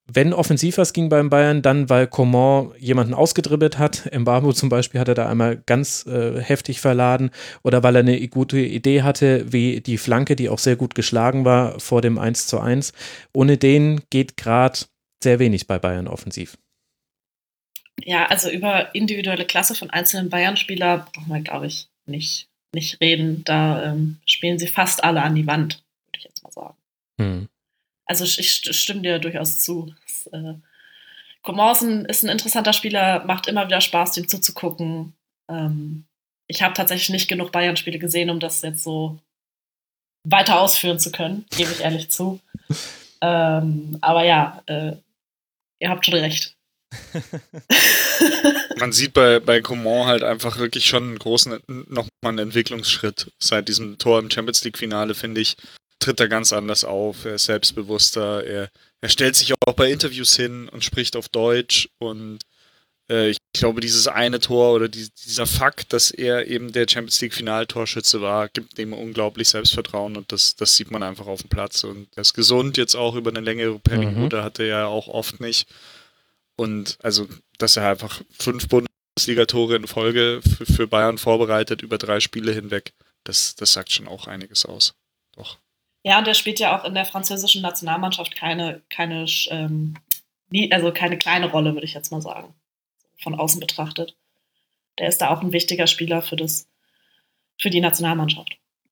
wenn offensiv was ging beim Bayern, dann weil Coman jemanden ausgedribbelt hat. Mbabo zum Beispiel hat er da einmal ganz äh, heftig verladen oder weil er eine gute Idee hatte, wie die Flanke, die auch sehr gut geschlagen war vor dem eins zu eins. Ohne den geht gerade sehr wenig bei Bayern offensiv. Ja, also über individuelle Klasse von einzelnen Bayern-Spielern brauchen wir, glaube ich, nicht, nicht reden. Da ähm, spielen sie fast alle an die Wand, würde ich jetzt mal sagen. Hm. Also ich, ich stimme dir durchaus zu. Das, äh, Coman ist ein interessanter Spieler, macht immer wieder Spaß, dem zuzugucken. Ähm, ich habe tatsächlich nicht genug Bayern-Spiele gesehen, um das jetzt so weiter ausführen zu können, gebe ich ehrlich zu. ähm, aber ja, äh, ihr habt schon recht. Man sieht bei, bei Coman halt einfach wirklich schon einen großen, nochmal einen Entwicklungsschritt. Seit diesem Tor im Champions League-Finale, finde ich, tritt er ganz anders auf, er ist selbstbewusster, er, er stellt sich auch bei Interviews hin und spricht auf Deutsch und äh, ich glaube, dieses eine Tor oder die, dieser Fakt, dass er eben der Champions League-Finaltorschütze war, gibt ihm unglaublich Selbstvertrauen und das, das sieht man einfach auf dem Platz und er ist gesund jetzt auch über eine längere Periode, mhm. hatte er ja auch oft nicht und also, dass er einfach fünf Bundesliga-Tore in Folge für, für Bayern vorbereitet über drei Spiele hinweg, das, das sagt schon auch einiges aus. Doch. Ja, und der spielt ja auch in der französischen Nationalmannschaft keine, keine, ähm, nie, also keine kleine Rolle, würde ich jetzt mal sagen, von außen betrachtet. Der ist da auch ein wichtiger Spieler für, das, für die Nationalmannschaft.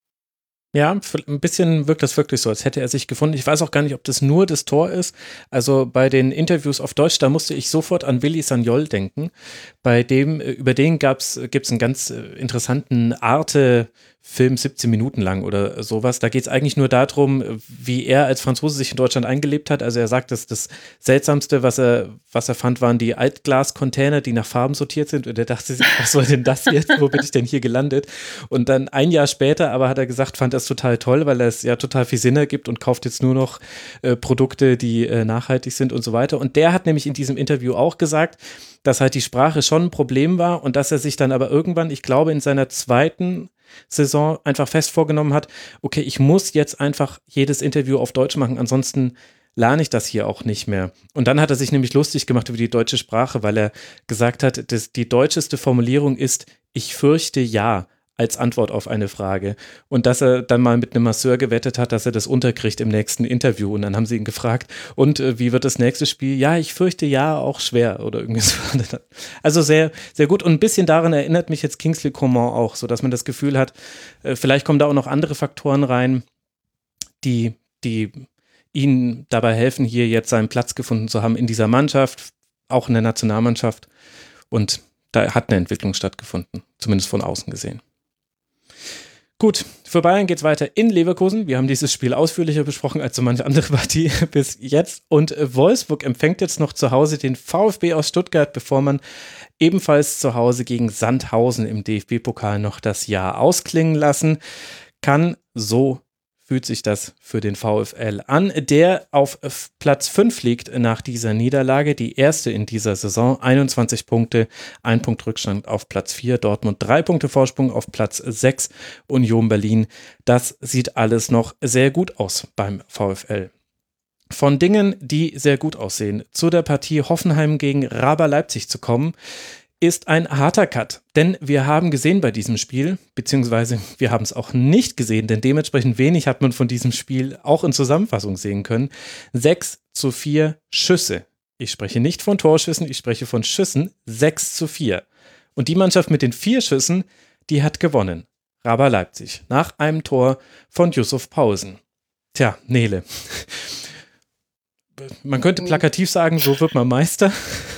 Ja, ein bisschen wirkt das wirklich so, als hätte er sich gefunden. Ich weiß auch gar nicht, ob das nur das Tor ist. Also bei den Interviews auf Deutsch, da musste ich sofort an Willi Sagnol denken. Bei dem, über den gab's, gibt's einen ganz interessanten Arte-Film, siebzehn Minuten lang oder sowas. Da geht es eigentlich nur darum, wie er als Franzose sich in Deutschland eingelebt hat. Also er sagt, dass das Seltsamste, was er, was er fand, waren die Altglas-Container, die nach Farben sortiert sind. Und er dachte sich, was soll denn das jetzt? Wo bin ich denn hier gelandet? Und dann ein Jahr später aber hat er gesagt, fand das total toll, weil es ja total viel Sinn ergibt und kauft jetzt nur noch äh, Produkte, die äh, nachhaltig sind und so weiter. Und der hat nämlich in diesem Interview auch gesagt, dass halt die Sprache schon ein Problem war und dass er sich dann aber irgendwann, ich glaube in seiner zweiten Saison einfach fest vorgenommen hat, okay, ich muss jetzt einfach jedes Interview auf Deutsch machen, ansonsten lerne ich das hier auch nicht mehr. Und dann hat er sich nämlich lustig gemacht über die deutsche Sprache, weil er gesagt hat, dass die deutscheste Formulierung ist, ich fürchte ja, als Antwort auf eine Frage. Und dass er dann mal mit einem Masseur gewettet hat, dass er das unterkriegt im nächsten Interview. Und dann haben sie ihn gefragt, und äh, wie wird das nächste Spiel? Ja, ich fürchte ja, auch schwer oder irgendwie so. Also sehr, sehr gut. Und ein bisschen daran erinnert mich jetzt Kingsley Coman auch, so dass man das Gefühl hat, äh, vielleicht kommen da auch noch andere Faktoren rein, die, die ihnen dabei helfen, hier jetzt seinen Platz gefunden zu haben in dieser Mannschaft, auch in der Nationalmannschaft. Und da hat eine Entwicklung stattgefunden, zumindest von außen gesehen. Gut, für Bayern geht's weiter in Leverkusen. Wir haben dieses Spiel ausführlicher besprochen als so manche andere Partie bis jetzt. Und Wolfsburg empfängt jetzt noch zu Hause den VfB aus Stuttgart, bevor man ebenfalls zu Hause gegen Sandhausen im D F B-Pokal noch das Jahr ausklingen lassen kann. So fühlt sich das für den VfL an, der auf Platz fünf liegt nach dieser Niederlage, die erste in dieser Saison, einundzwanzig Punkte, ein Punkt Rückstand auf Platz vier, Dortmund drei Punkte Vorsprung auf Platz sechs, Union Berlin. Das sieht alles noch sehr gut aus beim VfL. Von Dingen, die sehr gut aussehen, zu der Partie Hoffenheim gegen Raber Leipzig zu kommen, ist ein harter Cut, denn wir haben gesehen bei diesem Spiel, beziehungsweise wir haben es auch nicht gesehen, denn dementsprechend wenig hat man von diesem Spiel auch in Zusammenfassung sehen können. sechs zu vier Schüsse. Ich spreche nicht von Torschüssen, ich spreche von Schüssen. sechs zu vier. Und die Mannschaft mit den vier Schüssen, die hat gewonnen. Raber Leipzig. Nach einem Tor von Yusuf Pausen. Tja, Nele. Man könnte plakativ sagen, so wird man Meister.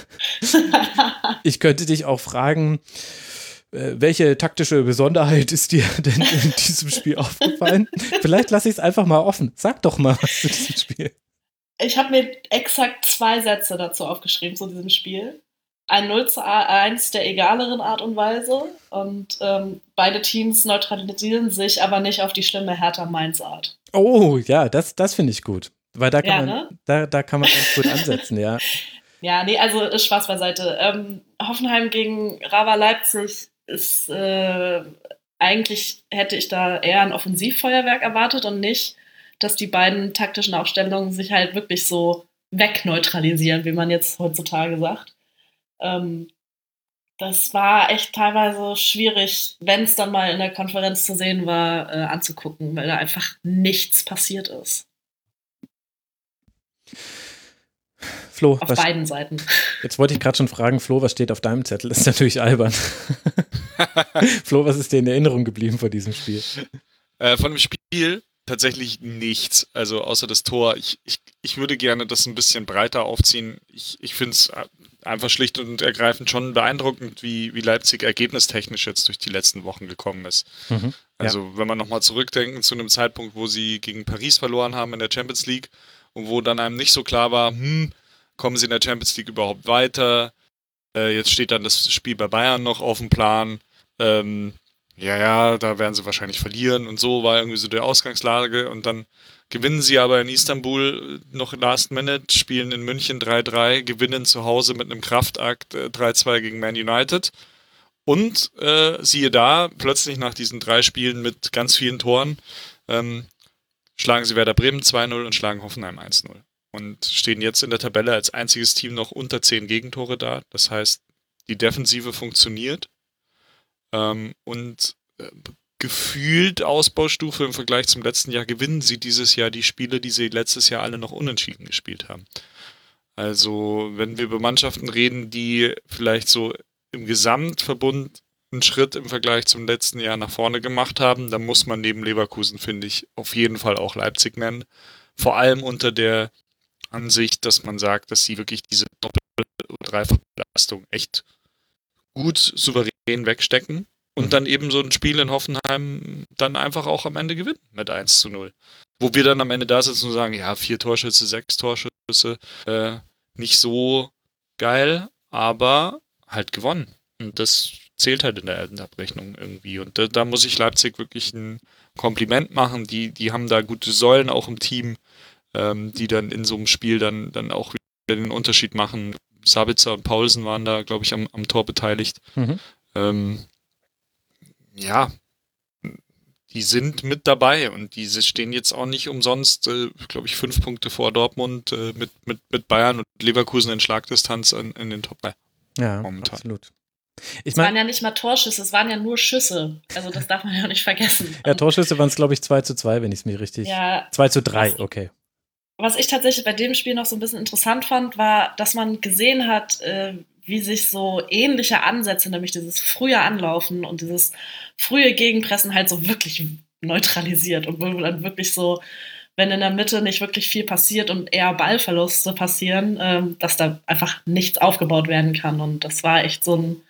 Ich könnte dich auch fragen, welche taktische Besonderheit ist dir denn in diesem Spiel aufgefallen? Vielleicht lasse ich es einfach mal offen. Sag doch mal was zu diesem Spiel. Ich habe mir exakt zwei Sätze dazu aufgeschrieben zu diesem Spiel. Ein null zu eins der egaleren Art und Weise und ähm, beide Teams neutralisieren sich, aber nicht auf die schlimme Hertha-Mainz-Art. Oh, ja, das, das finde ich gut. Weil da kann, ja, man, ne? da, da kann man ganz gut ansetzen, ja. Ja, nee, also Spaß beiseite. Ähm, Hoffenheim gegen Raber Leipzig ist, äh, eigentlich hätte ich da eher ein Offensivfeuerwerk erwartet und nicht, dass die beiden taktischen Aufstellungen sich halt wirklich so wegneutralisieren, wie man jetzt heutzutage sagt. Ähm, das war echt teilweise schwierig, wenn es dann mal in der Konferenz zu sehen war, äh, anzugucken, weil da einfach nichts passiert ist. Flo, auf was, beiden Seiten. Jetzt wollte ich gerade schon fragen, Flo, was steht auf deinem Zettel? Das ist natürlich albern. Flo, was ist dir in Erinnerung geblieben vor diesem Spiel? Äh, von dem Spiel tatsächlich nichts, also außer das Tor. Ich, ich, ich würde gerne das ein bisschen breiter aufziehen. Ich, ich finde es einfach schlicht und ergreifend schon beeindruckend, wie, wie Leipzig ergebnistechnisch jetzt durch die letzten Wochen gekommen ist. Mhm, also ja. Wenn man nochmal zurückdenken zu einem Zeitpunkt, wo sie gegen Paris verloren haben in der Champions League und wo dann einem nicht so klar war, hm, kommen sie in der Champions League überhaupt weiter? Äh, jetzt steht dann das Spiel bei Bayern noch auf dem Plan. Ähm, ja, ja, da werden sie wahrscheinlich verlieren und so war irgendwie so die Ausgangslage und dann gewinnen sie aber in Istanbul noch Last Minute, spielen in München drei drei, gewinnen zu Hause mit einem Kraftakt äh, drei zwei gegen Man United und äh, siehe da, plötzlich nach diesen drei Spielen mit ganz vielen Toren ähm, schlagen sie Werder Bremen zwei null und schlagen Hoffenheim eins null und stehen jetzt in der Tabelle als einziges Team noch unter zehn Gegentore da. Das heißt, die Defensive funktioniert. Ähm, und äh, gefühlt Ausbaustufe im Vergleich zum letzten Jahr gewinnen sie dieses Jahr die Spiele, die sie letztes Jahr alle noch unentschieden gespielt haben. Also wenn wir über Mannschaften reden, die vielleicht so im Gesamtverbund einen Schritt im Vergleich zum letzten Jahr nach vorne gemacht haben, dann muss man neben Leverkusen, finde ich, auf jeden Fall auch Leipzig nennen. Vor allem unter der Ansicht, dass man sagt, dass sie wirklich diese Doppel- oder Dreifachbelastung echt gut souverän wegstecken und mhm. dann eben so ein Spiel in Hoffenheim dann einfach auch am Ende gewinnen mit eins zu null. Wo wir dann am Ende da sitzen und sagen, ja, vier Torschüsse, sechs Torschüsse, äh, nicht so geil, aber halt gewonnen. Und das zählt halt in der Endabrechnung irgendwie. Und da, da muss ich Leipzig wirklich ein Kompliment machen. Die, die haben da gute Säulen auch im Team, ähm, die dann in so einem Spiel dann, dann auch wieder den Unterschied machen. Sabitzer und Paulsen waren da, glaube ich, am, am Tor beteiligt. Mhm. Ähm, ja, die sind mit dabei und die stehen jetzt auch nicht umsonst, äh, glaube ich, fünf Punkte vor Dortmund äh, mit, mit, mit Bayern und Leverkusen in Schlagdistanz in, in den Top drei. Ja, momentan. Absolut. Ich mein, es waren ja nicht mal Torschüsse, es waren ja nur Schüsse. Also das darf man ja auch nicht vergessen. Ja, Torschüsse waren es, glaube ich, zwei zu zwei, wenn ich es mir richtig... Ja, zwei zu drei, okay. Was ich tatsächlich bei dem Spiel noch so ein bisschen interessant fand, war, dass man gesehen hat, äh, wie sich so ähnliche Ansätze, nämlich dieses frühe Anlaufen und dieses frühe Gegenpressen halt so wirklich neutralisiert und wo dann wirklich so, wenn in der Mitte nicht wirklich viel passiert und eher Ballverluste passieren, äh, dass da einfach nichts aufgebaut werden kann. Und das war echt so ein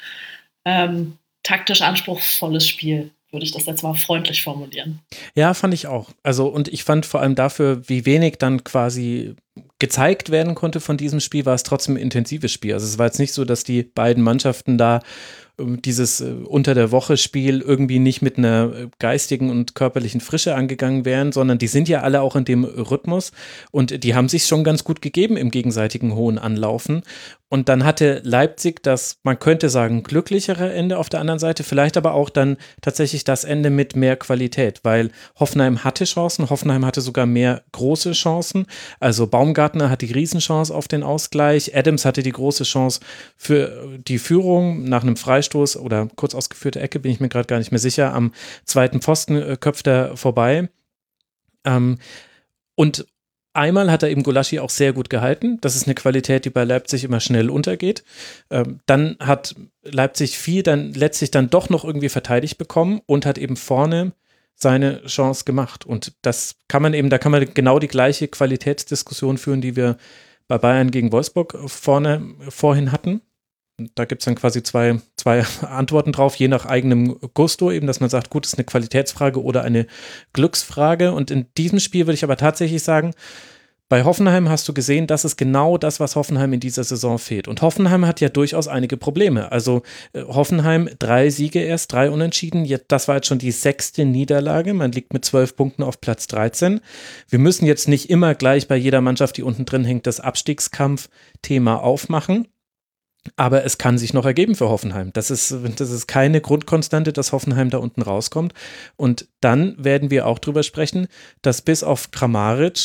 ähm, taktisch anspruchsvolles Spiel, würde ich das jetzt mal freundlich formulieren. Ja, fand ich auch. Also, und ich fand vor allem dafür, wie wenig dann quasi gezeigt werden konnte von diesem Spiel, war es trotzdem ein intensives Spiel. Also es war jetzt nicht so, dass die beiden Mannschaften da dieses äh, unter der Woche Spiel irgendwie nicht mit einer geistigen und körperlichen Frische angegangen wären, sondern die sind ja alle auch in dem Rhythmus und die haben sich schon ganz gut gegeben im gegenseitigen hohen Anlaufen. Und dann hatte Leipzig das, man könnte sagen, glücklichere Ende auf der anderen Seite, vielleicht aber auch dann tatsächlich das Ende mit mehr Qualität, weil Hoffenheim hatte Chancen, Hoffenheim hatte sogar mehr große Chancen. Also Baumgartner hat die Riesenchance auf den Ausgleich, Adams hatte die große Chance für die Führung nach einem Freistoß oder kurz ausgeführte Ecke, bin ich mir gerade gar nicht mehr sicher, am zweiten Pfosten äh, köpft er vorbei. Ähm, und Einmal hat er eben Gulaschi auch sehr gut gehalten. Das ist eine Qualität, die bei Leipzig immer schnell untergeht. Ähm, dann hat Leipzig viel dann letztlich dann doch noch irgendwie verteidigt bekommen und hat eben vorne seine Chance gemacht. Und das kann man eben, da kann man genau die gleiche Qualitätsdiskussion führen, die wir bei Bayern gegen Wolfsburg vorne vorhin hatten. Da gibt es dann quasi zwei, zwei Antworten drauf, je nach eigenem Gusto, eben, dass man sagt, gut, das ist eine Qualitätsfrage oder eine Glücksfrage. Und in diesem Spiel würde ich aber tatsächlich sagen, bei Hoffenheim hast du gesehen, das ist genau das, was Hoffenheim in dieser Saison fehlt. Und Hoffenheim hat ja durchaus einige Probleme. Also äh, Hoffenheim, drei Siege erst, drei Unentschieden. Jetzt, das war jetzt schon die sechste Niederlage. Man liegt mit zwölf Punkten auf Platz dreizehn. Wir müssen jetzt nicht immer gleich bei jeder Mannschaft, die unten drin hängt, das Abstiegskampf-Thema aufmachen. Aber es kann sich noch ergeben für Hoffenheim. Das ist, das ist keine Grundkonstante, dass Hoffenheim da unten rauskommt. Und dann werden wir auch drüber sprechen, dass bis auf Kramaric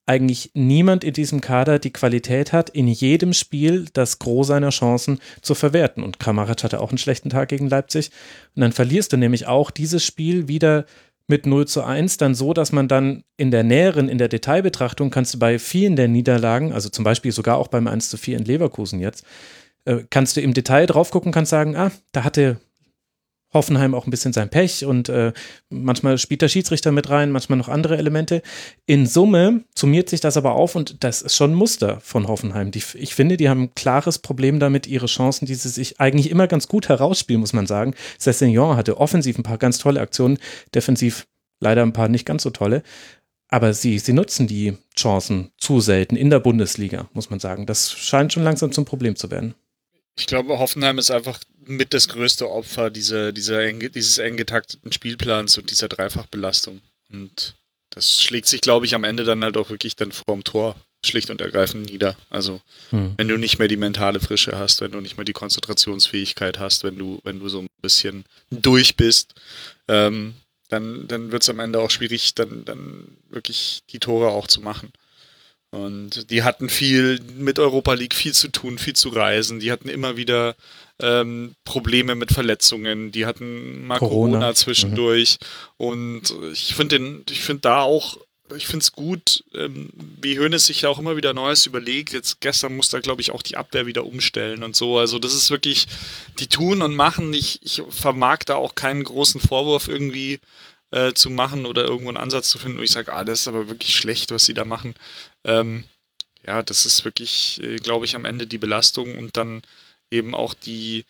eigentlich niemand in diesem Kader die Qualität hat, in jedem Spiel das Gros seiner Chancen zu verwerten. Und Kramaric hatte auch einen schlechten Tag gegen Leipzig. Und dann verlierst du nämlich auch dieses Spiel wieder mit null zu eins, dann so, dass man dann in der näheren, in der Detailbetrachtung kannst du bei vielen der Niederlagen, also zum Beispiel sogar auch beim eins zu vier in Leverkusen jetzt, äh, kannst du im Detail drauf gucken, kannst sagen, ah, da hatte Hoffenheim auch ein bisschen sein Pech und äh, manchmal spielt der Schiedsrichter mit rein, manchmal noch andere Elemente. In Summe summiert sich das aber auf und das ist schon ein Muster von Hoffenheim. Die, ich finde, die haben ein klares Problem damit, ihre Chancen, die sie sich eigentlich immer ganz gut herausspielen, muss man sagen. Sessegnon hatte offensiv ein paar ganz tolle Aktionen, defensiv leider ein paar nicht ganz so tolle. Aber sie, sie nutzen die Chancen zu selten in der Bundesliga, muss man sagen. Das scheint schon langsam zum Problem zu werden. Ich glaube, Hoffenheim ist einfach mit das größte Opfer dieser, dieser eng, dieses eng getakteten Spielplans und dieser Dreifachbelastung. Und das schlägt sich, glaube ich, am Ende dann halt auch wirklich dann vorm Tor schlicht und ergreifend nieder. Also hm. wenn du nicht mehr die mentale Frische hast, wenn du nicht mehr die Konzentrationsfähigkeit hast, wenn du, wenn du so ein bisschen durch bist, ähm, dann, dann wird es am Ende auch schwierig, dann, dann wirklich die Tore auch zu machen. Und die hatten viel mit Europa League viel zu tun, viel zu reisen. Die hatten immer wieder ähm, Probleme mit Verletzungen. Die hatten mal Corona, Corona zwischendurch. Mhm. Und ich finde den, ich finde da auch, ich finde es gut, ähm, wie Hoeneß sich da auch immer wieder Neues überlegt. Jetzt gestern musste er, glaube ich, auch die Abwehr wieder umstellen und so. Also das ist wirklich, die tun und machen. Ich, ich vermag da auch keinen großen Vorwurf irgendwie äh, zu machen oder irgendwo einen Ansatz zu finden, wo ich sage, ah, das ist aber wirklich schlecht, was sie da machen. Ähm, ja, das ist wirklich, äh, glaube ich, am Ende die Belastung und dann eben auch die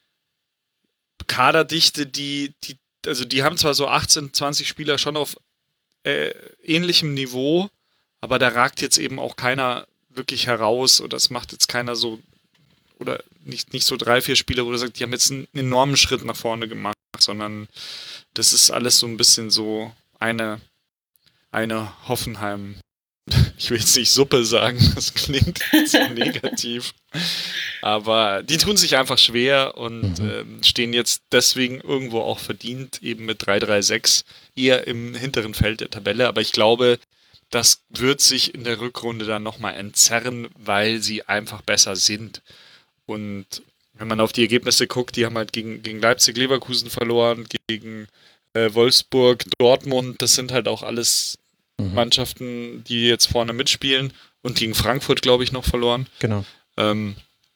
Kaderdichte, die, die, also die haben zwar so achtzehn, zwanzig Spieler schon auf äh, ähnlichem Niveau, aber da ragt jetzt eben auch keiner wirklich heraus oder es macht jetzt keiner so, oder nicht, nicht so drei, vier Spieler, wo du sagst, die haben jetzt einen enormen Schritt nach vorne gemacht, sondern das ist alles so ein bisschen so eine, eine Hoffenheim. Ich will jetzt nicht Suppe sagen, das klingt so negativ. Aber die tun sich einfach schwer und mhm. ähm, stehen jetzt deswegen irgendwo auch verdient, eben mit drei drei sechs eher im hinteren Feld der Tabelle. Aber ich glaube, das wird sich in der Rückrunde dann nochmal entzerren, weil sie einfach besser sind. Und wenn man auf die Ergebnisse guckt, die haben halt gegen, gegen Leipzig, Leverkusen verloren, gegen äh, Wolfsburg, Dortmund, das sind halt auch alles Mannschaften, die jetzt vorne mitspielen und gegen Frankfurt, glaube ich, noch verloren. Genau. Ähm,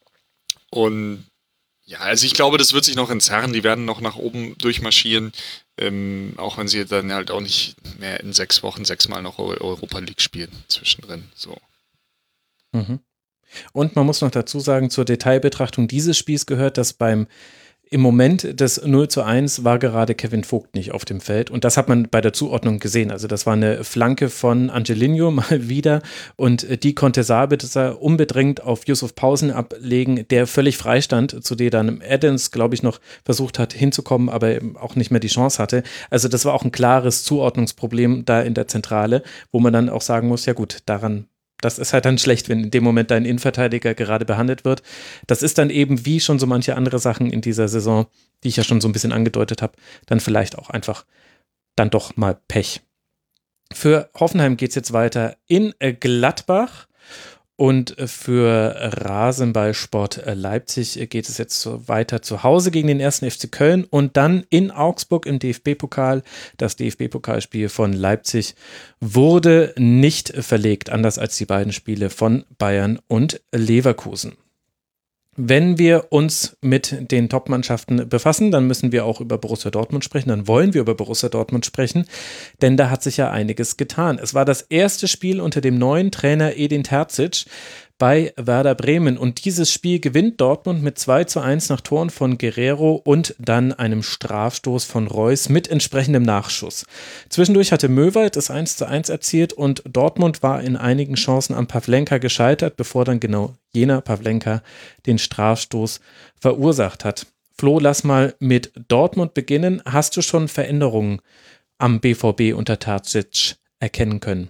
und ja, also ich glaube, das wird sich noch entzerren. Die werden noch nach oben durchmarschieren, ähm, auch wenn sie dann halt auch nicht mehr in sechs Wochen sechsmal noch Europa League spielen zwischendrin. So. Mhm. Und man muss noch dazu sagen, zur Detailbetrachtung dieses Spiels gehört, dass beim im Moment des null zu eins war gerade Kevin Vogt nicht auf dem Feld und das hat man bei der Zuordnung gesehen. Also das war eine Flanke von Angelino mal wieder und die konnte Sabitzer unbedingt auf Yusuf Pausen ablegen, der völlig frei stand, zu der dann Adams, glaube ich, noch versucht hat hinzukommen, aber auch nicht mehr die Chance hatte. Also das war auch ein klares Zuordnungsproblem da in der Zentrale, wo man dann auch sagen muss, ja gut, daran das ist halt dann schlecht, wenn in dem Moment dein Innenverteidiger gerade behandelt wird. Das ist dann eben wie schon so manche andere Sachen in dieser Saison, die ich ja schon so ein bisschen angedeutet habe, dann vielleicht auch einfach dann doch mal Pech. Für Hoffenheim geht es jetzt weiter in Gladbach und für Rasenballsport Leipzig geht es jetzt so weiter zu Hause gegen den ersten F C Köln und dann in Augsburg im D F B-Pokal. Das D F B-Pokalspiel von Leipzig wurde nicht verlegt, anders als die beiden Spiele von Bayern und Leverkusen. Wenn wir uns mit den Top-Mannschaften befassen, dann müssen wir auch über Borussia Dortmund sprechen, dann wollen wir über Borussia Dortmund sprechen, denn da hat sich ja einiges getan. Es war das erste Spiel unter dem neuen Trainer Edin Terzic bei Werder Bremen und dieses Spiel gewinnt Dortmund mit zwei zu eins nach Toren von Guerrero und dann einem Strafstoß von Reus mit entsprechendem Nachschuss. Zwischendurch hatte Möwald das eins zu eins erzielt und Dortmund war in einigen Chancen an Pavlenka gescheitert, bevor dann genau jener Pavlenka den Strafstoß verursacht hat. Flo, lass mal mit Dortmund beginnen. Hast du schon Veränderungen am B V B unter Terzic erkennen können?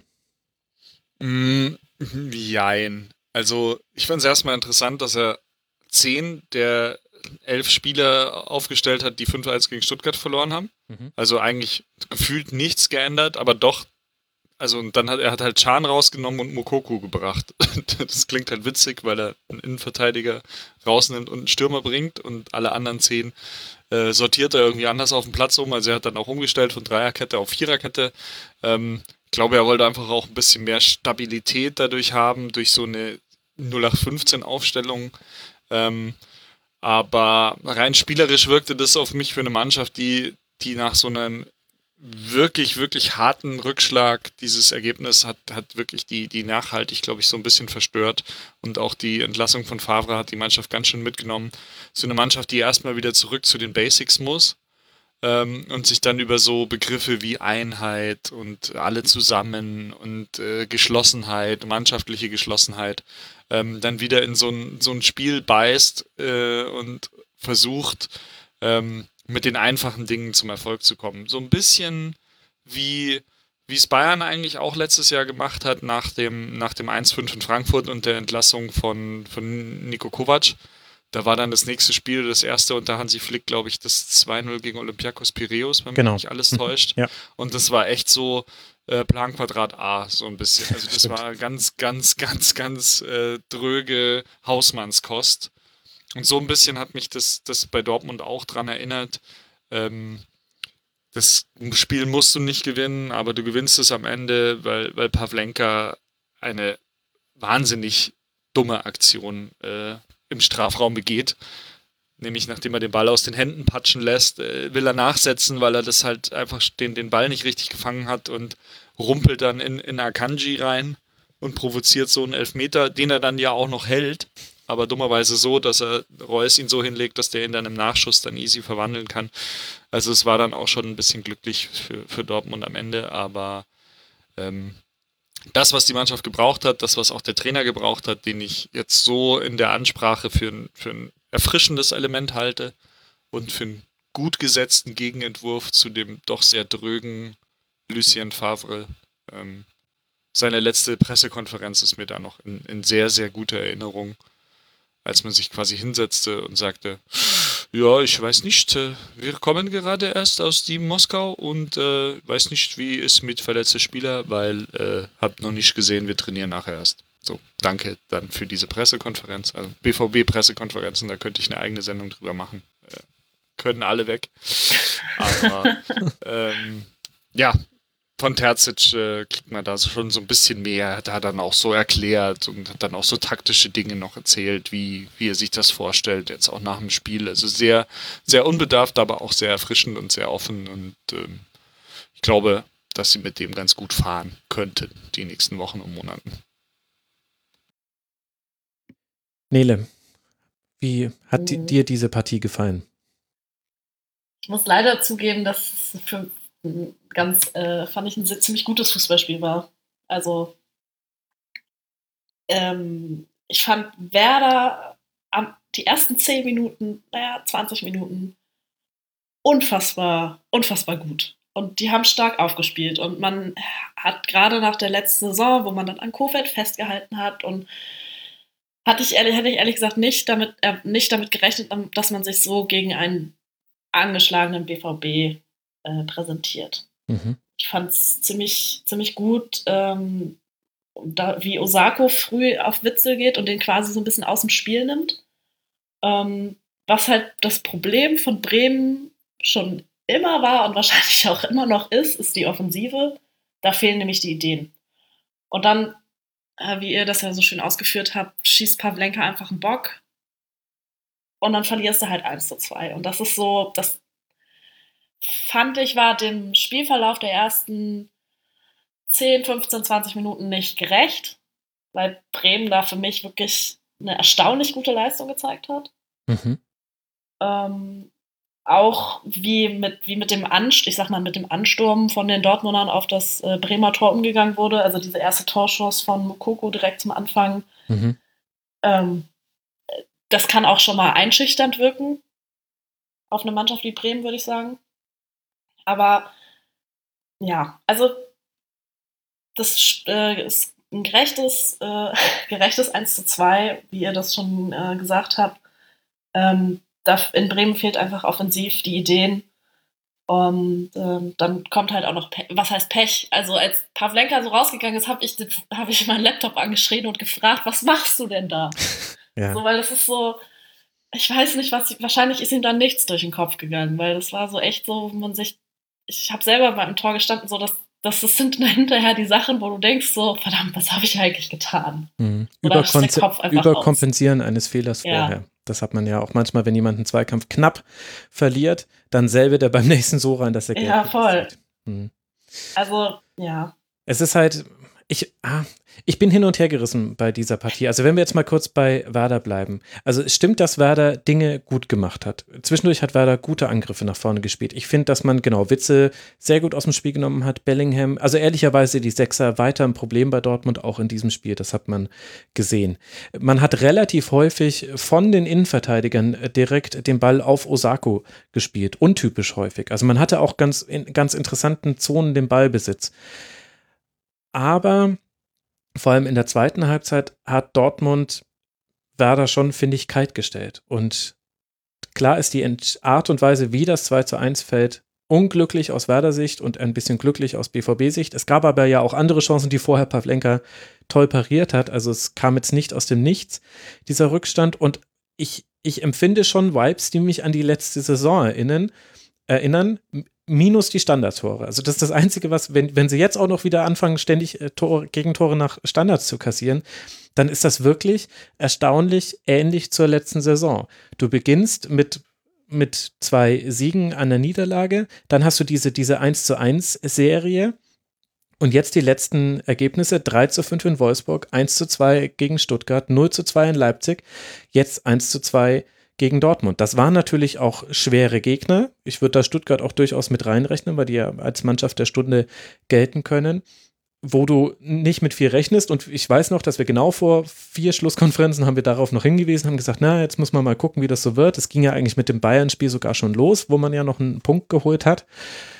Mm, jein. Also ich fand es erstmal interessant, dass er zehn der elf Spieler aufgestellt hat, die fünf eins gegen Stuttgart verloren haben. Mhm. Also eigentlich gefühlt nichts geändert, aber doch also und dann hat er hat halt Can rausgenommen und Moukoko gebracht. Das klingt halt witzig, weil er einen Innenverteidiger rausnimmt und einen Stürmer bringt und alle anderen zehn äh, sortiert er irgendwie anders auf dem Platz um. Also er hat dann auch umgestellt von Dreierkette auf Viererkette. Ähm, ich glaube, er wollte einfach auch ein bisschen mehr Stabilität dadurch haben, durch so eine null acht fünfzehn Aufstellung. Ähm, aber rein spielerisch wirkte das auf mich für eine Mannschaft, die, die nach so einem wirklich, wirklich harten Rückschlag, dieses Ergebnis hat, hat wirklich die, die nachhaltig, glaube ich, so ein bisschen verstört. Und auch die Entlassung von Favre hat die Mannschaft ganz schön mitgenommen. So eine Mannschaft, die erstmal wieder zurück zu den Basics muss. Ähm, und sich dann über so Begriffe wie Einheit und alle zusammen und äh, Geschlossenheit, mannschaftliche Geschlossenheit, ähm, dann wieder in so ein, so ein Spiel beißt äh, und versucht, ähm, mit den einfachen Dingen zum Erfolg zu kommen. So ein bisschen wie wie es Bayern eigentlich auch letztes Jahr gemacht hat nach dem, nach dem eins fünf in Frankfurt und der Entlassung von, von Niko Kovac. Da war dann das nächste Spiel, das erste unter Hansi Flick, glaube ich, das zwei null gegen Olympiakos Piräus, wenn genau. mich nicht alles täuscht. Ja. Und das war echt so äh, Plan Quadrat A, so ein bisschen. Also das war ganz, ganz, ganz, ganz äh, dröge Hausmannskost. Und so ein bisschen hat mich das, das bei Dortmund auch dran erinnert. Ähm, das Spiel musst du nicht gewinnen, aber du gewinnst es am Ende, weil, weil Pavlenka eine wahnsinnig dumme Aktion äh, im Strafraum begeht. Nämlich nachdem er den Ball aus den Händen patschen lässt, äh, will er nachsetzen, weil er das halt einfach den, den Ball nicht richtig gefangen hat und rumpelt dann in, in Akanji rein und provoziert so einen Elfmeter, den er dann ja auch noch hält, aber dummerweise so, dass er Reus ihn so hinlegt, dass der ihn dann im Nachschuss dann easy verwandeln kann. Also es war dann auch schon ein bisschen glücklich für, für Dortmund am Ende, aber ähm, das, was die Mannschaft gebraucht hat, das, was auch der Trainer gebraucht hat, den ich jetzt so in der Ansprache für ein, für ein erfrischendes Element halte und für einen gut gesetzten Gegenentwurf zu dem doch sehr drögen Lucien Favre. Ähm, seine letzte Pressekonferenz ist mir da noch in, in sehr, sehr guter Erinnerung, als man sich quasi hinsetzte und sagte, ja, ich weiß nicht, äh, wir kommen gerade erst aus dem Moskau und äh, weiß nicht, wie es mit verletzten Spielern, weil äh, hab noch nicht gesehen, wir trainieren nachher erst. So, danke dann für diese Pressekonferenz, also B V B-Pressekonferenzen, da könnte ich eine eigene Sendung drüber machen. Äh, können alle weg. Aber ähm, ja, von Terzic äh, kriegt man da schon so ein bisschen mehr, hat er dann auch so erklärt und hat dann auch so taktische Dinge noch erzählt, wie, wie er sich das vorstellt, jetzt auch nach dem Spiel. Also sehr, sehr unbedarft, aber auch sehr erfrischend und sehr offen und ähm, ich glaube, dass sie mit dem ganz gut fahren könnten, die nächsten Wochen und Monaten. Nele, wie hat mhm. dir diese Partie gefallen? Ich muss leider zugeben, dass es für ganz, äh, fand ich ein ziemlich gutes Fußballspiel war. Also ähm, ich fand Werder am, die ersten zehn Minuten, naja, zwanzig Minuten unfassbar, unfassbar gut. Und die haben stark aufgespielt. Und man hat gerade nach der letzten Saison, wo man dann an Kofeld festgehalten hat und hatte ich ehrlich, hätte ich ehrlich gesagt nicht damit, äh, nicht damit gerechnet, dass man sich so gegen einen angeschlagenen B V B äh, präsentiert. Mhm. Ich fand es ziemlich, ziemlich gut, ähm, da, wie Osako früh auf Witzel geht und den quasi so ein bisschen aus dem Spiel nimmt. Ähm, was halt das Problem von Bremen schon immer war und wahrscheinlich auch immer noch ist, ist die Offensive. Da fehlen nämlich die Ideen. Und dann, äh, wie ihr das ja so schön ausgeführt habt, schießt Pavlenka einfach einen Bock und dann verlierst du halt eins zu zwei. Und das ist so, das fand ich, war dem Spielverlauf der ersten zehn, fünfzehn, zwanzig Minuten nicht gerecht, weil Bremen da für mich wirklich eine erstaunlich gute Leistung gezeigt hat. Mhm. Ähm, auch wie mit, wie mit dem Ansturm, ich sag mal, mit dem Ansturm von den Dortmundern auf das äh, Bremer Tor umgegangen wurde, also diese erste Torschuss von Moukoko direkt zum Anfang. Mhm. Ähm, das kann auch schon mal einschüchternd wirken auf eine Mannschaft wie Bremen, würde ich sagen. Aber ja, also das äh, ist ein gerechtes, äh, gerechtes eins zu zwei, wie ihr das schon äh, gesagt habt. Ähm, da in Bremen fehlt einfach offensiv die Ideen. Und ähm, dann kommt halt auch noch, Pe- was heißt Pech? Also als Pavlenka so rausgegangen ist, habe ich, hab ich meinen Laptop angeschrien und gefragt, was machst du denn da? Ja. So, weil das ist so, ich weiß nicht, was, wahrscheinlich ist ihm dann nichts durch den Kopf gegangen, weil das war so echt so, wo man sich, ich habe selber beim Tor gestanden, so dass das, das sind dann hinterher die Sachen, wo du denkst so, verdammt, was habe ich eigentlich getan? Mhm. Oder ist der Kopf einfach Überkompensieren eines Fehlers Ja. vorher. Das hat man ja auch manchmal, wenn jemand einen Zweikampf knapp verliert, dann selber der beim nächsten so rein, dass er Ja, Geld voll. zieht. Mhm. Also, ja. Es ist halt, ich, ah, ich bin hin und her gerissen bei dieser Partie. Also wenn wir jetzt mal kurz bei Werder bleiben. Also es stimmt, dass Werder Dinge gut gemacht hat. Zwischendurch hat Werder gute Angriffe nach vorne gespielt. Ich finde, dass man, genau, Witzel sehr gut aus dem Spiel genommen hat, Bellingham, also ehrlicherweise die Sechser weiter ein Problem bei Dortmund, auch in diesem Spiel, das hat man gesehen. Man hat relativ häufig von den Innenverteidigern direkt den Ball auf Osako gespielt, untypisch häufig. Also man hatte auch ganz, in ganz interessanten Zonen den Ballbesitz. Aber vor allem in der zweiten Halbzeit hat Dortmund Werder schon, finde ich, kalt gestellt. Und klar ist die Art und Weise, wie das zwei zu eins fällt, unglücklich aus Werder-Sicht und ein bisschen glücklich aus B V B-Sicht. Es gab aber ja auch andere Chancen, die vorher Pavlenka toll pariert hat. Also es kam jetzt nicht aus dem Nichts, dieser Rückstand. Und ich, ich empfinde schon Vibes, die mich an die letzte Saison erinnern, erinnern, minus die Standardtore. Also das ist das Einzige, was, wenn, wenn sie jetzt auch noch wieder anfangen, ständig äh, Tore, Gegentore nach Standards zu kassieren, dann ist das wirklich erstaunlich ähnlich zur letzten Saison. Du beginnst mit, mit zwei Siegen an der Niederlage, dann hast du diese, diese eins zu eins Serie und jetzt die letzten Ergebnisse, drei zu fünf in Wolfsburg, eins zu zwei gegen Stuttgart, null zu zwei in Leipzig, jetzt eins zu zwei gegen Dortmund. Das waren natürlich auch schwere Gegner. Ich würde da Stuttgart auch durchaus mit reinrechnen, weil die ja als Mannschaft der Stunde gelten können, wo du nicht mit viel rechnest. Und ich weiß noch, dass wir genau vor vier Schlusskonferenzen haben wir darauf noch hingewiesen, haben gesagt, na, jetzt muss man mal gucken, wie das so wird. Es ging ja eigentlich mit dem Bayern-Spiel sogar schon los, wo man ja noch einen Punkt geholt hat.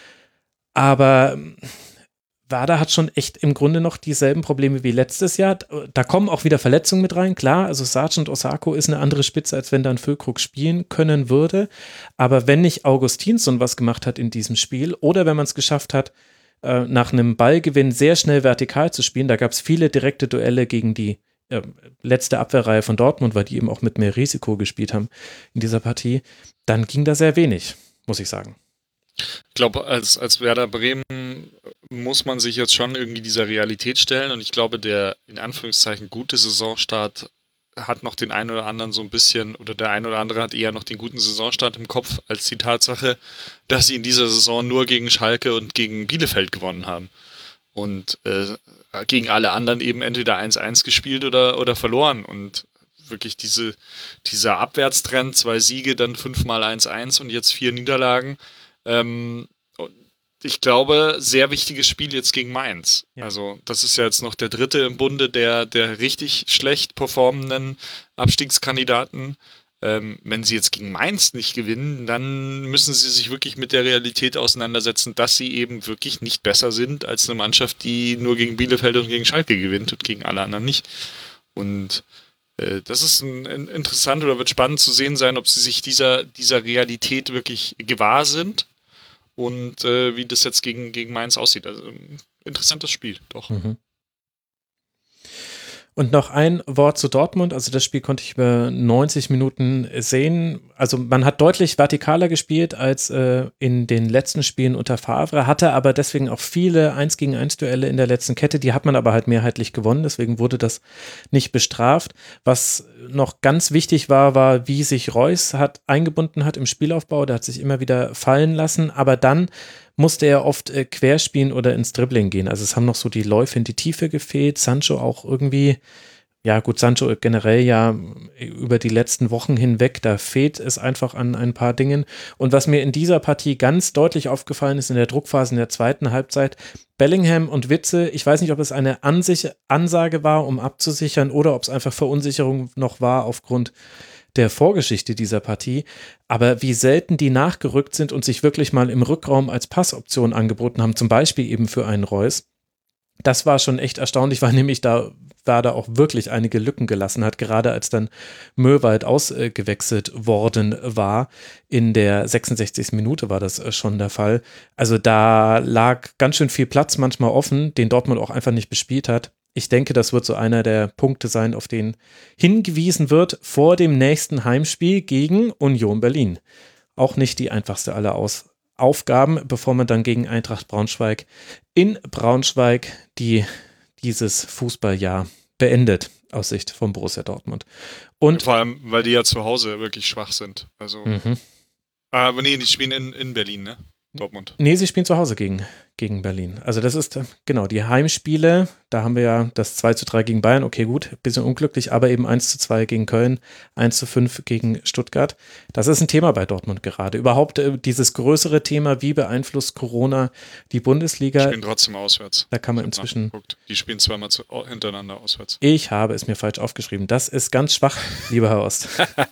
Aber Werder hat schon echt im Grunde noch dieselben Probleme wie letztes Jahr. Da kommen auch wieder Verletzungen mit rein, klar. Also Sargent Osako ist eine andere Spitze, als wenn dann Füllkrug spielen können würde. Aber wenn nicht Augustinsson was gemacht hat in diesem Spiel oder wenn man es geschafft hat, nach einem Ballgewinn sehr schnell vertikal zu spielen, da gab es viele direkte Duelle gegen die äh, letzte Abwehrreihe von Dortmund, weil die eben auch mit mehr Risiko gespielt haben in dieser Partie, dann ging da sehr wenig, muss ich sagen. Ich glaube, als, als Werder Bremen muss man sich jetzt schon irgendwie dieser Realität stellen und ich glaube, der in Anführungszeichen gute Saisonstart hat noch den einen oder anderen so ein bisschen, oder der ein oder andere hat eher noch den guten Saisonstart im Kopf, als die Tatsache, dass sie in dieser Saison nur gegen Schalke und gegen Bielefeld gewonnen haben. Und äh, gegen alle anderen eben entweder eins eins gespielt oder, oder verloren. Und wirklich diese, dieser Abwärtstrend, zwei Siege, dann fünfmal eins eins und jetzt vier Niederlagen. Ähm, ich glaube, sehr wichtiges Spiel jetzt gegen Mainz. Ja. Also das ist ja jetzt noch der dritte im Bunde der, der richtig schlecht performenden Abstiegskandidaten. Ähm, wenn sie jetzt gegen Mainz nicht gewinnen, dann müssen sie sich wirklich mit der Realität auseinandersetzen, dass sie eben wirklich nicht besser sind als eine Mannschaft, die nur gegen Bielefeld und gegen Schalke gewinnt und gegen alle anderen nicht. Und äh, das ist ein, ein interessant oder wird spannend zu sehen sein, ob sie sich dieser, dieser Realität wirklich gewahr sind. Und äh, wie das jetzt gegen, gegen Mainz aussieht. Also ein interessantes Spiel, doch. Mhm. Und noch ein Wort zu Dortmund. Also das Spiel konnte ich über neunzig Minuten sehen. Also man hat deutlich vertikaler gespielt als äh, in den letzten Spielen unter Favre, hatte aber deswegen auch viele eins gegen eins Duelle in der letzten Kette. Die hat man aber halt mehrheitlich gewonnen, deswegen wurde das nicht bestraft. Was noch ganz wichtig war, war, wie sich Reus hat eingebunden hat im Spielaufbau. Der hat sich immer wieder fallen lassen, aber dann musste er oft äh, querspielen oder ins Dribbling gehen. Also es haben noch so die Läufe in die Tiefe gefehlt. Sancho auch irgendwie, ja gut, Sancho generell ja über die letzten Wochen hinweg, da fehlt es einfach an ein paar Dingen. Und was mir in dieser Partie ganz deutlich aufgefallen ist, in der Druckphase in der zweiten Halbzeit, Bellingham und Witzel, ich weiß nicht, ob es eine Ansich- Ansage war, um abzusichern oder ob es einfach Verunsicherung noch war aufgrund der Vorgeschichte dieser Partie, aber wie selten die nachgerückt sind und sich wirklich mal im Rückraum als Passoption angeboten haben, zum Beispiel eben für einen Reus. Das war schon echt erstaunlich, weil nämlich da Werder auch wirklich einige Lücken gelassen hat, gerade als dann Möwald ausgewechselt worden war. In der sechsundsechzigsten Minute war das schon der Fall. Also da lag ganz schön viel Platz manchmal offen, den Dortmund auch einfach nicht bespielt hat. Ich denke, das wird so einer der Punkte sein, auf den hingewiesen wird vor dem nächsten Heimspiel gegen Union Berlin. Auch nicht die einfachste aller Aus- Aufgaben, bevor man dann gegen Eintracht Braunschweig in Braunschweig die dieses Fußballjahr beendet, aus Sicht von Borussia Dortmund. Und vor allem, weil die ja zu Hause wirklich schwach sind. Also, mhm. aber nee, die spielen in, in Berlin, ne? Dortmund. Nee, sie spielen zu Hause gegen, gegen Berlin. Also das ist, genau, die Heimspiele, da haben wir ja das zwei zu drei gegen Bayern, okay gut, bisschen unglücklich, aber eben eins zu zwei gegen Köln, eins zu fünf gegen Stuttgart. Das ist ein Thema bei Dortmund gerade. Überhaupt äh, dieses größere Thema, wie beeinflusst Corona die Bundesliga? Die spielen trotzdem auswärts. Da kann man inzwischen... Die spielen zweimal zu, hintereinander auswärts. Ich habe es mir falsch aufgeschrieben. Das ist ganz schwach, lieber Herr Ost.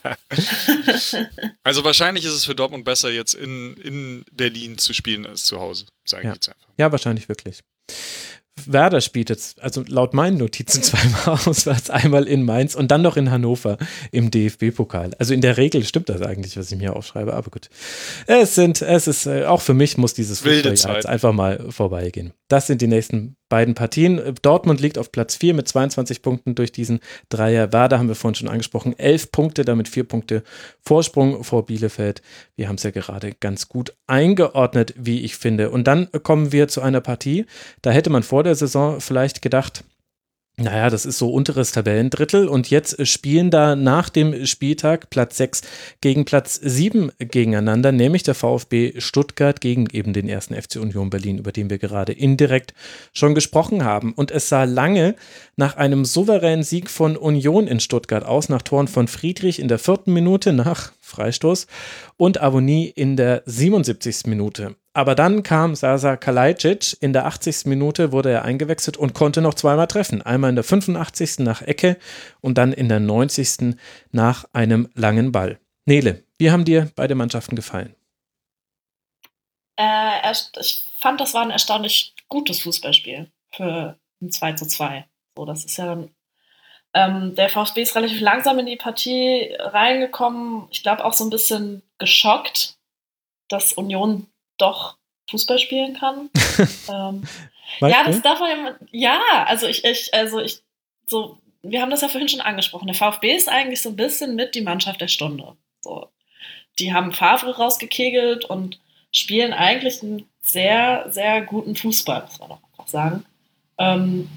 Also wahrscheinlich ist es für Dortmund besser, jetzt in, in Berlin zu spielen als zu Hause, sage ich ja. jetzt einfach. Ja, wahrscheinlich wirklich. Werder spielt jetzt, also laut meinen Notizen zweimal auswärts, einmal in Mainz und dann noch in Hannover im D F B-Pokal. Also in der Regel stimmt das eigentlich, was ich mir aufschreibe, aber gut. Es sind, es ist, auch für mich muss dieses Fußballjahr jetzt einfach mal vorbeigehen. Das sind die nächsten beiden Partien. Dortmund liegt auf Platz vier mit zweiundzwanzig Punkten durch diesen Dreier. Werder haben wir vorhin schon angesprochen, elf Punkte, damit vier Punkte Vorsprung vor Bielefeld. Wir haben es ja gerade ganz gut eingeordnet, wie ich finde. Und dann kommen wir zu einer Partie, da hätte man vor der Saison vielleicht gedacht, naja, das ist so unteres Tabellendrittel und jetzt spielen da nach dem Spieltag Platz sechs gegen Platz sieben gegeneinander, nämlich der VfB Stuttgart gegen eben den ersten F C Union Berlin, über den wir gerade indirekt schon gesprochen haben. Und es sah lange nach einem souveränen Sieg von Union in Stuttgart aus, nach Toren von Friedrich in der vierten Minute nach Freistoß und Avoni in der siebenundsiebzigsten Minute. Aber dann kam Sasa Kalajdzic, in der achtzigsten Minute wurde er eingewechselt und konnte noch zweimal treffen. Einmal in der fünfundachtzigsten nach Ecke und dann in der neunzigsten nach einem langen Ball. Nele, wie haben dir beide Mannschaften gefallen? Äh, ich fand, das war ein erstaunlich gutes Fußballspiel für ein zwei zu zwei. So, das ist ja dann, ähm, der VfB ist relativ langsam in die Partie reingekommen. Ich glaube auch so ein bisschen geschockt, dass Union doch Fußball spielen kann. ähm, ja, das darf man ja, ja, also ich, ich, also ich, so, wir haben das ja vorhin schon angesprochen. Der VfB ist eigentlich so ein bisschen mit die Mannschaft der Stunde. So, die haben Favre rausgekegelt und spielen eigentlich einen sehr, sehr guten Fußball, muss man doch einfach sagen. Ähm,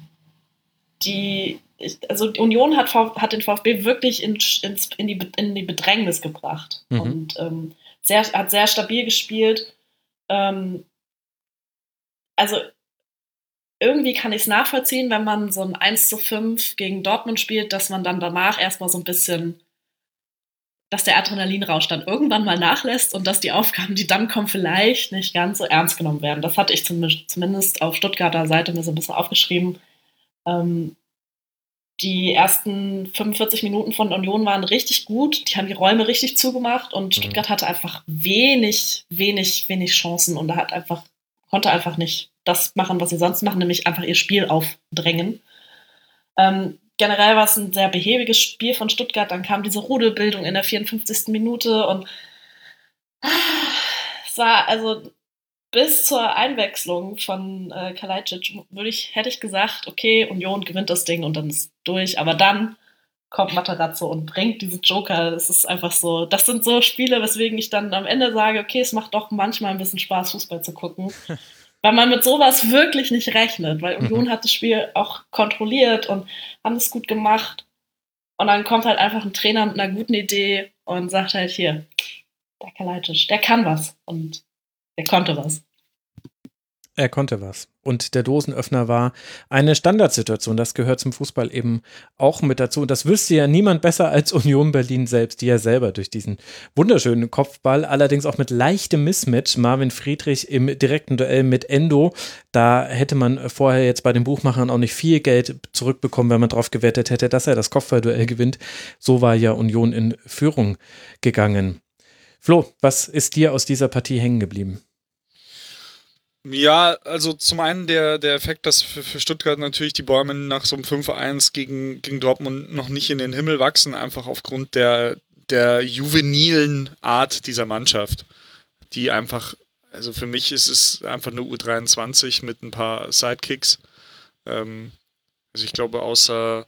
die, also die Union hat, hat den VfB wirklich in, ins, in, die, in die Bedrängnis gebracht mhm. und ähm, sehr, hat sehr stabil gespielt. Ähm, also irgendwie kann ich es nachvollziehen, wenn man so ein eins zu fünf gegen Dortmund spielt, dass man dann danach erstmal so ein bisschen, dass der Adrenalinrausch dann irgendwann mal nachlässt und dass die Aufgaben, die dann kommen, vielleicht nicht ganz so ernst genommen werden. Das hatte ich zumindest auf Stuttgarter Seite mir so ein bisschen aufgeschrieben. Ähm, die ersten fünfundvierzig Minuten von Union waren richtig gut. Die haben die Räume richtig zugemacht und mhm. Stuttgart hatte einfach wenig, wenig, wenig Chancen und hat einfach, konnte einfach nicht das machen, was sie sonst machen, nämlich einfach ihr Spiel aufdrängen. Ähm, generell war es ein sehr behäbiges Spiel von Stuttgart. Dann kam diese Rudelbildung in der vierundfünfzigsten Minute und ah, es war also bis zur Einwechslung von äh, Kalajdzic würde ich, hätte ich gesagt, okay, Union gewinnt das Ding und dann ist durch. Aber dann kommt Materazzo und bringt diesen Joker. Das ist einfach so, das sind so Spiele, weswegen ich dann am Ende sage, okay, es macht doch manchmal ein bisschen Spaß, Fußball zu gucken. Weil man mit sowas wirklich nicht rechnet. Weil Union mhm. hat das Spiel auch kontrolliert und haben es gut gemacht. Und dann kommt halt einfach ein Trainer mit einer guten Idee und sagt halt hier, der Kalajdzic, der kann was. Und er konnte was. Er konnte was. Und der Dosenöffner war eine Standardsituation. Das gehört zum Fußball eben auch mit dazu. Und das wüsste ja niemand besser als Union Berlin selbst, die ja selber durch diesen wunderschönen Kopfball, allerdings auch mit leichtem Mismatch, Marvin Friedrich im direkten Duell mit Endo. Da hätte man vorher jetzt bei den Buchmachern auch nicht viel Geld zurückbekommen, wenn man darauf gewettet hätte, dass er das Kopfballduell gewinnt. So war ja Union in Führung gegangen. Flo, was ist dir aus dieser Partie hängen geblieben? Ja, also zum einen der, der Effekt, dass für, für Stuttgart natürlich die Bäume nach so einem fünf eins gegen, gegen Dortmund noch nicht in den Himmel wachsen, einfach aufgrund der, der juvenilen Art dieser Mannschaft, die einfach, also für mich ist es einfach eine U dreiundzwanzig mit ein paar Sidekicks. Ähm, also ich glaube, außer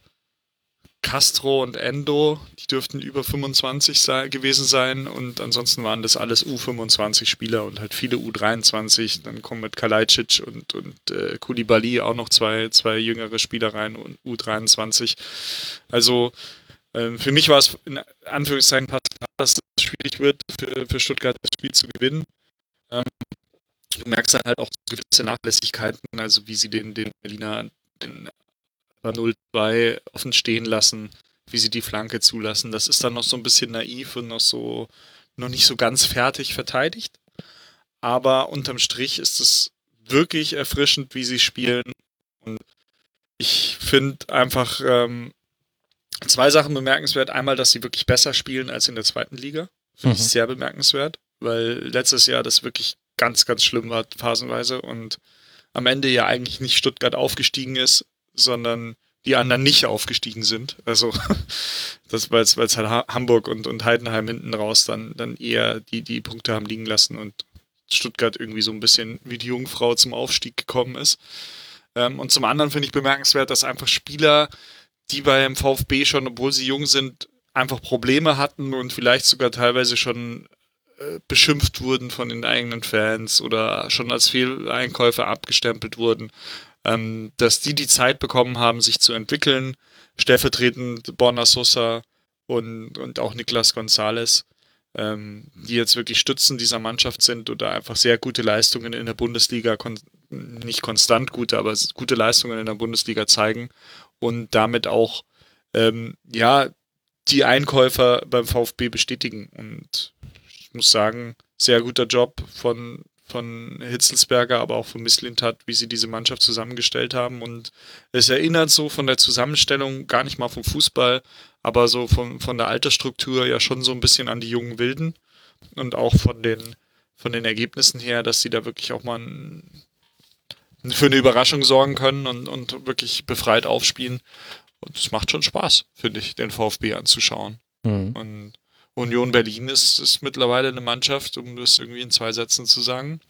Castro und Endo, die dürften über fünfundzwanzig sei, gewesen sein und ansonsten waren das alles U fünfundzwanzig Spieler und halt viele U dreiundzwanzig, dann kommen mit Kalajdzic und, und äh, Koulibaly auch noch zwei, zwei jüngere Spieler rein und U dreiundzwanzig. Also ähm, für mich war es in Anführungszeichen klar, dass es schwierig wird für, für Stuttgart das Spiel zu gewinnen. Ähm, du merkst dann halt auch gewisse Nachlässigkeiten, also wie sie den, den Berliner den null zwei offen stehen lassen, wie sie die Flanke zulassen. Das ist dann noch so ein bisschen naiv und noch so noch nicht so ganz fertig verteidigt. Aber unterm Strich ist es wirklich erfrischend, wie sie spielen. Und ich finde einfach ähm, zwei Sachen bemerkenswert. Einmal, dass sie wirklich besser spielen als in der zweiten Liga. Finde ich Mhm. sehr bemerkenswert, weil letztes Jahr das wirklich ganz, ganz schlimm war, phasenweise. Und am Ende ja eigentlich nicht Stuttgart aufgestiegen ist, sondern die anderen nicht aufgestiegen sind. Also das, weil es halt Ha- Hamburg und, und Heidenheim hinten raus dann, dann eher die, die Punkte haben liegen lassen und Stuttgart irgendwie so ein bisschen wie die Jungfrau zum Aufstieg gekommen ist. Ähm, und zum anderen finde ich bemerkenswert, dass einfach Spieler, die beim VfB schon, obwohl sie jung sind, einfach Probleme hatten und vielleicht sogar teilweise schon äh, beschimpft wurden von den eigenen Fans oder schon als Fehleinkäufe abgestempelt wurden, ähm, dass die die Zeit bekommen haben, sich zu entwickeln. Stellvertretend Borna Sosa und, und auch Nicolas Gonzalez, ähm, die jetzt wirklich Stützen dieser Mannschaft sind oder einfach sehr gute Leistungen in der Bundesliga, kon- nicht konstant gute, aber gute Leistungen in der Bundesliga zeigen und damit auch ähm, ja, die Einkäufer beim VfB bestätigen. Und ich muss sagen, sehr guter Job von von Hitzelsberger, aber auch von Mislintat, wie sie diese Mannschaft zusammengestellt haben. Und es erinnert so von der Zusammenstellung gar nicht mal vom Fußball, aber so von, von der Altersstruktur ja schon so ein bisschen an die jungen Wilden und auch von den, von den Ergebnissen her, dass sie da wirklich auch mal ein, für eine Überraschung sorgen können und, und wirklich befreit aufspielen. Und es macht schon Spaß, finde ich, den VfB anzuschauen. Mhm. Und Union Berlin ist, ist mittlerweile eine Mannschaft, um das irgendwie in zwei Sätzen zu sagen,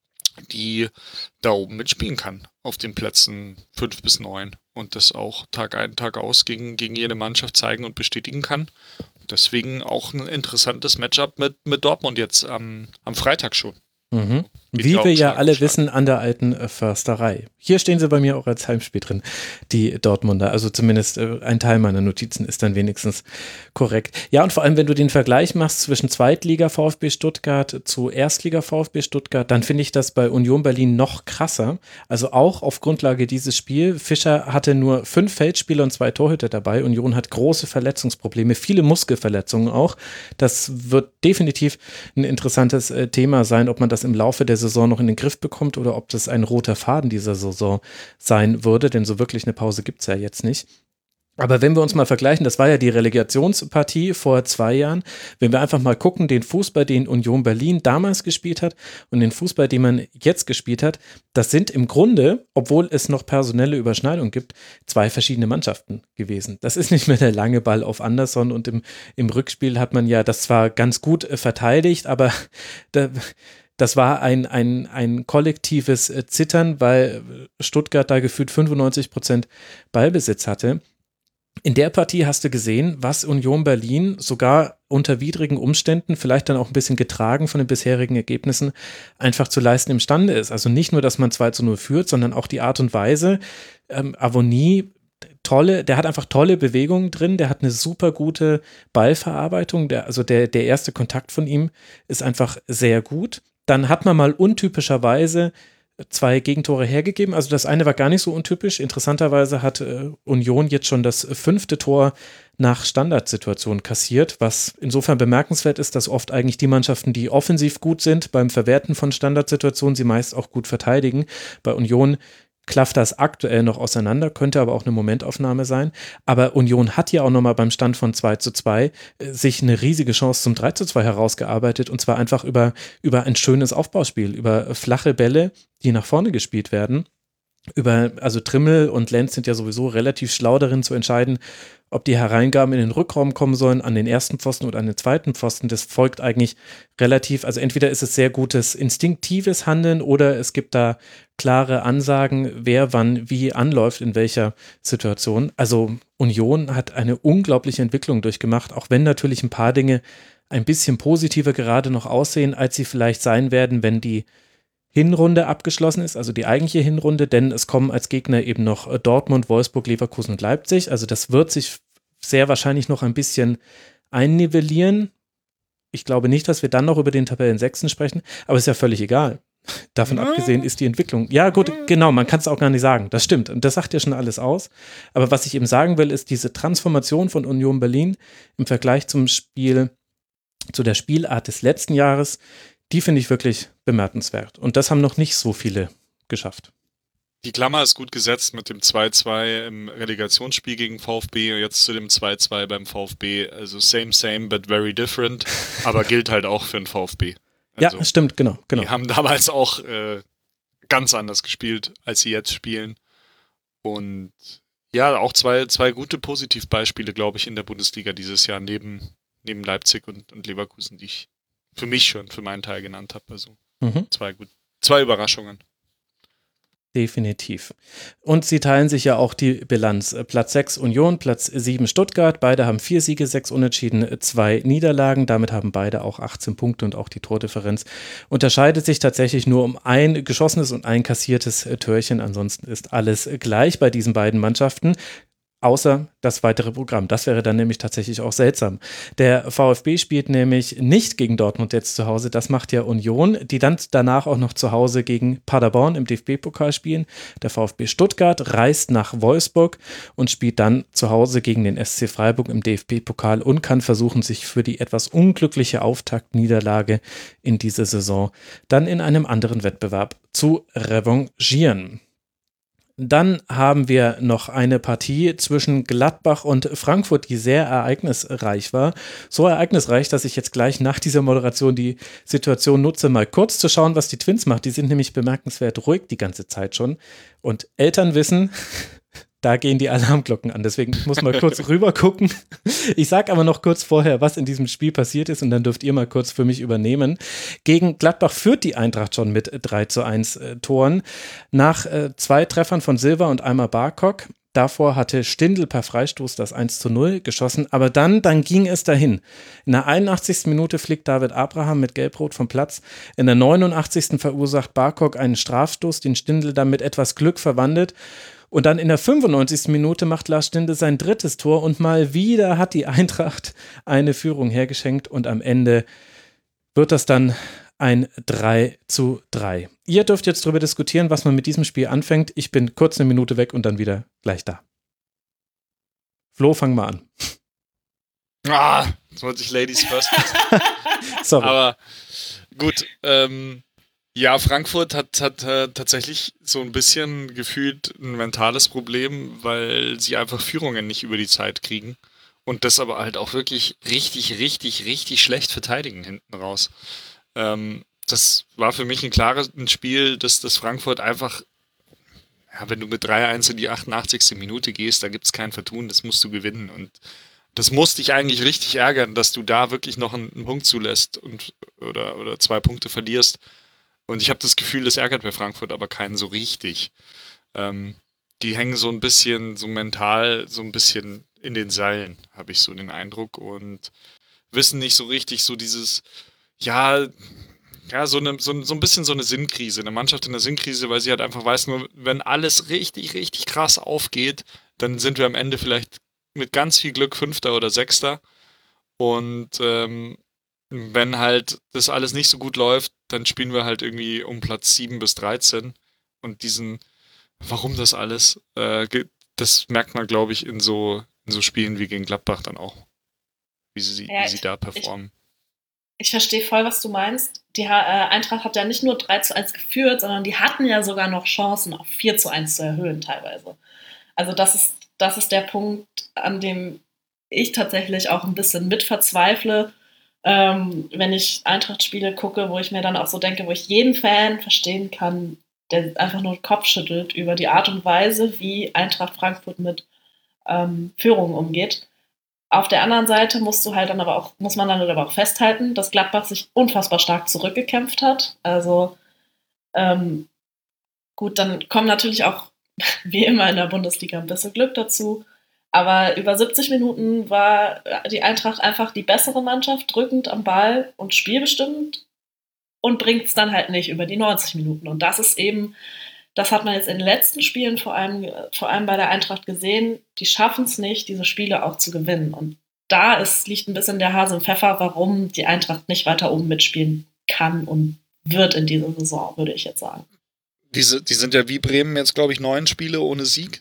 die da oben mitspielen kann, auf den Plätzen fünf bis neun und das auch Tag ein, Tag aus gegen, gegen jede Mannschaft zeigen und bestätigen kann. Deswegen auch ein interessantes Matchup mit, mit Dortmund jetzt am, am Freitag schon. Mhm. Geht Wie ja auch wir ja stark alle auf wissen, an der alten äh, Försterei. Hier stehen sie bei mir auch als Heimspiel drin, die Dortmunder. Also zumindest äh, ein Teil meiner Notizen ist dann wenigstens korrekt. Ja, und vor allem, wenn du den Vergleich machst zwischen Zweitliga VfB Stuttgart zu Erstliga VfB Stuttgart, dann finde ich das bei Union Berlin noch krasser. Also auch auf Grundlage dieses Spiels. Fischer hatte nur fünf Feldspieler und zwei Torhüter dabei. Union hat große Verletzungsprobleme, viele Muskelverletzungen auch. Das wird definitiv ein interessantes äh, Thema sein, ob man das im Laufe der Saison noch in den Griff bekommt oder ob das ein roter Faden dieser Saison sein würde, denn so wirklich eine Pause gibt es ja jetzt nicht. Aber wenn wir uns mal vergleichen, das war ja die Relegationspartie vor zwei Jahren, wenn wir einfach mal gucken, den Fußball, den Union Berlin damals gespielt hat und den Fußball, den man jetzt gespielt hat, das sind im Grunde, obwohl es noch personelle Überschneidungen gibt, zwei verschiedene Mannschaften gewesen. Das ist nicht mehr der lange Ball auf Anderson und im, im Rückspiel hat man ja das zwar ganz gut äh, verteidigt, aber da Das war ein, ein, ein kollektives Zittern, weil Stuttgart da gefühlt fünfundneunzig Prozent Ballbesitz hatte. In der Partie hast du gesehen, was Union Berlin sogar unter widrigen Umständen, vielleicht dann auch ein bisschen getragen von den bisherigen Ergebnissen, einfach zu leisten imstande ist. Also nicht nur, dass man zwei zu null führt, sondern auch die Art und Weise. Ähm, Avoni, tolle, der hat einfach tolle Bewegungen drin, der hat eine super gute Ballverarbeitung, der, also der, der erste Kontakt von ihm ist einfach sehr gut. Dann hat man mal untypischerweise zwei Gegentore hergegeben. Also das eine war gar nicht so untypisch. Interessanterweise hat äh, Union jetzt schon das fünfte Tor nach Standardsituation kassiert, was insofern bemerkenswert ist, dass oft eigentlich die Mannschaften, die offensiv gut sind, beim Verwerten von Standardsituationen sie meist auch gut verteidigen. Bei Union klafft das aktuell noch auseinander, könnte aber auch eine Momentaufnahme sein. Aber Union hat ja auch nochmal beim Stand von zwei zu zwei äh, sich eine riesige Chance zum drei zu zwei herausgearbeitet und zwar einfach über, über ein schönes Aufbauspiel, über flache Bälle, die nach vorne gespielt werden. Über, also Trimmel und Lenz sind ja sowieso relativ schlau darin zu entscheiden, ob die Hereingaben in den Rückraum kommen sollen, an den ersten Pfosten oder an den zweiten Pfosten. Das folgt eigentlich relativ, also entweder ist es sehr gutes instinktives Handeln oder es gibt da klare Ansagen, wer wann wie anläuft, in welcher Situation. Also Union hat eine unglaubliche Entwicklung durchgemacht, auch wenn natürlich ein paar Dinge ein bisschen positiver gerade noch aussehen, als sie vielleicht sein werden, wenn die Hinrunde abgeschlossen ist, also die eigentliche Hinrunde, denn es kommen als Gegner eben noch Dortmund, Wolfsburg, Leverkusen und Leipzig. Also das wird sich sehr wahrscheinlich noch ein bisschen einnivellieren. Ich glaube nicht, dass wir dann noch über den Tabellensechsten sprechen, aber ist ja völlig egal. Davon ja. abgesehen ist die Entwicklung. Ja gut, genau, man kann es auch gar nicht sagen. Das stimmt und das sagt ja schon alles aus. Aber was ich eben sagen will, ist diese Transformation von Union Berlin im Vergleich zum Spiel, zu der Spielart des letzten Jahres, die finde ich wirklich bemerkenswert. Und das haben noch nicht so viele geschafft. Die Klammer ist gut gesetzt mit dem zwei zwei im Relegationsspiel gegen VfB und jetzt zu dem zwei zwei beim VfB. Also same, same, but very different. Aber gilt halt auch für den VfB. Also, ja, stimmt, genau, genau. Die haben damals auch äh, ganz anders gespielt, als sie jetzt spielen. Und ja, auch zwei, zwei gute Positivbeispiele, glaube ich, in der Bundesliga dieses Jahr, neben, neben Leipzig und, und Leverkusen, die ich für mich schon, für meinen Teil genannt habe. Also mhm. zwei, gut, zwei Überraschungen. Definitiv. Und sie teilen sich ja auch die Bilanz. Platz sechs Union, Platz sieben Stuttgart. Beide haben vier Siege, sechs Unentschieden, zwei Niederlagen. Damit haben beide auch achtzehn Punkte und auch die Tordifferenz unterscheidet sich tatsächlich nur um ein geschossenes und ein kassiertes Törchen. Ansonsten ist alles gleich bei diesen beiden Mannschaften. Außer das weitere Programm. Das wäre dann nämlich tatsächlich auch seltsam. Der VfB spielt nämlich nicht gegen Dortmund jetzt zu Hause. Das macht ja Union, die dann danach auch noch zu Hause gegen Paderborn im D F B-Pokal spielen. Der VfB Stuttgart reist nach Wolfsburg und spielt dann zu Hause gegen den S C Freiburg im D F B-Pokal und kann versuchen, sich für die etwas unglückliche Auftaktniederlage in dieser Saison dann in einem anderen Wettbewerb zu revanchieren. Dann haben wir noch eine Partie zwischen Gladbach und Frankfurt, die sehr ereignisreich war. So ereignisreich, dass ich jetzt gleich nach dieser Moderation die Situation nutze, mal kurz zu schauen, was die Twins macht. Die sind nämlich bemerkenswert ruhig die ganze Zeit schon. Und Eltern wissen, da gehen die Alarmglocken an. Deswegen, ich muss mal kurz rüber gucken. Ich sage aber noch kurz vorher, was in diesem Spiel passiert ist und dann dürft ihr mal kurz für mich übernehmen. Gegen Gladbach führt die Eintracht schon mit drei zu eins äh, Toren. Nach äh, zwei Treffern von Silva und einmal Barkok. Davor hatte Stindl per Freistoß das eins zu null geschossen. Aber dann, dann ging es dahin. In der einundachtzigsten Minute fliegt David Abraham mit Gelbrot vom Platz. In der neunundachtzigsten verursacht Barkok einen Strafstoß, den Stindl dann mit etwas Glück verwandelt. Und dann in der fünfundneunzigsten Minute macht Lars Stindl sein drittes Tor und mal wieder hat die Eintracht eine Führung hergeschenkt und am Ende wird das dann ein drei zu drei. Ihr dürft jetzt darüber diskutieren, was man mit diesem Spiel anfängt. Ich bin kurz eine Minute weg und dann wieder gleich da. Flo, fang mal an. Ah, jetzt wollte ich Ladies first. Sorry. Aber gut, ähm, ja, Frankfurt hat, hat äh, tatsächlich so ein bisschen gefühlt ein mentales Problem, weil sie einfach Führungen nicht über die Zeit kriegen und das aber halt auch wirklich richtig, richtig, richtig schlecht verteidigen hinten raus. Ähm, das war für mich ein klares ein Spiel, dass das Frankfurt einfach, ja, wenn du mit drei eins in die achtundachtzigste Minute gehst, da gibt es kein Vertun, das musst du gewinnen und das muss dich eigentlich richtig ärgern, dass du da wirklich noch einen, einen Punkt zulässt und oder, oder zwei Punkte verlierst. Und ich habe das Gefühl, das ärgert bei Frankfurt aber keinen so richtig. Ähm, die hängen so ein bisschen, so mental, so ein bisschen in den Seilen, habe ich so den Eindruck. Und wissen nicht so richtig, so dieses, ja, ja, so, eine, so, so ein bisschen so eine Sinnkrise, eine Mannschaft in der Sinnkrise, weil sie halt einfach weiß, nur wenn alles richtig, richtig krass aufgeht, dann sind wir am Ende vielleicht mit ganz viel Glück Fünfter oder Sechster. Und ähm, wenn halt das alles nicht so gut läuft, dann spielen wir halt irgendwie um Platz sieben bis dreizehn. Und diesen, warum das alles, äh, das merkt man, glaube ich, in so, in so Spielen wie gegen Gladbach dann auch, wie sie, ja, wie sie da performen. Ich verstehe voll, was du meinst. Die ha- äh, Eintracht hat ja nicht nur drei zu eins geführt, sondern die hatten ja sogar noch Chancen, auf vier zu eins zu erhöhen teilweise. Also das ist, das ist der Punkt, an dem ich tatsächlich auch ein bisschen mit verzweifle, ähm, wenn ich Eintracht-Spiele gucke, wo ich mir dann auch so denke, wo ich jeden Fan verstehen kann, der einfach nur den Kopf schüttelt über die Art und Weise, wie Eintracht Frankfurt mit ähm, Führung umgeht. Auf der anderen Seite musst du halt dann aber auch, muss man dann aber auch festhalten, dass Gladbach sich unfassbar stark zurückgekämpft hat. Also ähm, gut, dann kommen natürlich auch wie immer in der Bundesliga ein bisschen Glück dazu. Aber über siebzig Minuten war die Eintracht einfach die bessere Mannschaft, drückend am Ball und spielbestimmt und bringt es dann halt nicht über die neunzig Minuten. Und das ist eben, das hat man jetzt in den letzten Spielen vor allem, vor allem bei der Eintracht gesehen, die schaffen es nicht, diese Spiele auch zu gewinnen. Und da ist, liegt ein bisschen der Hase im Pfeffer, warum die Eintracht nicht weiter oben mitspielen kann und wird in dieser Saison, würde ich jetzt sagen. Diese, die sind ja wie Bremen jetzt, glaube ich, neun Spiele ohne Sieg.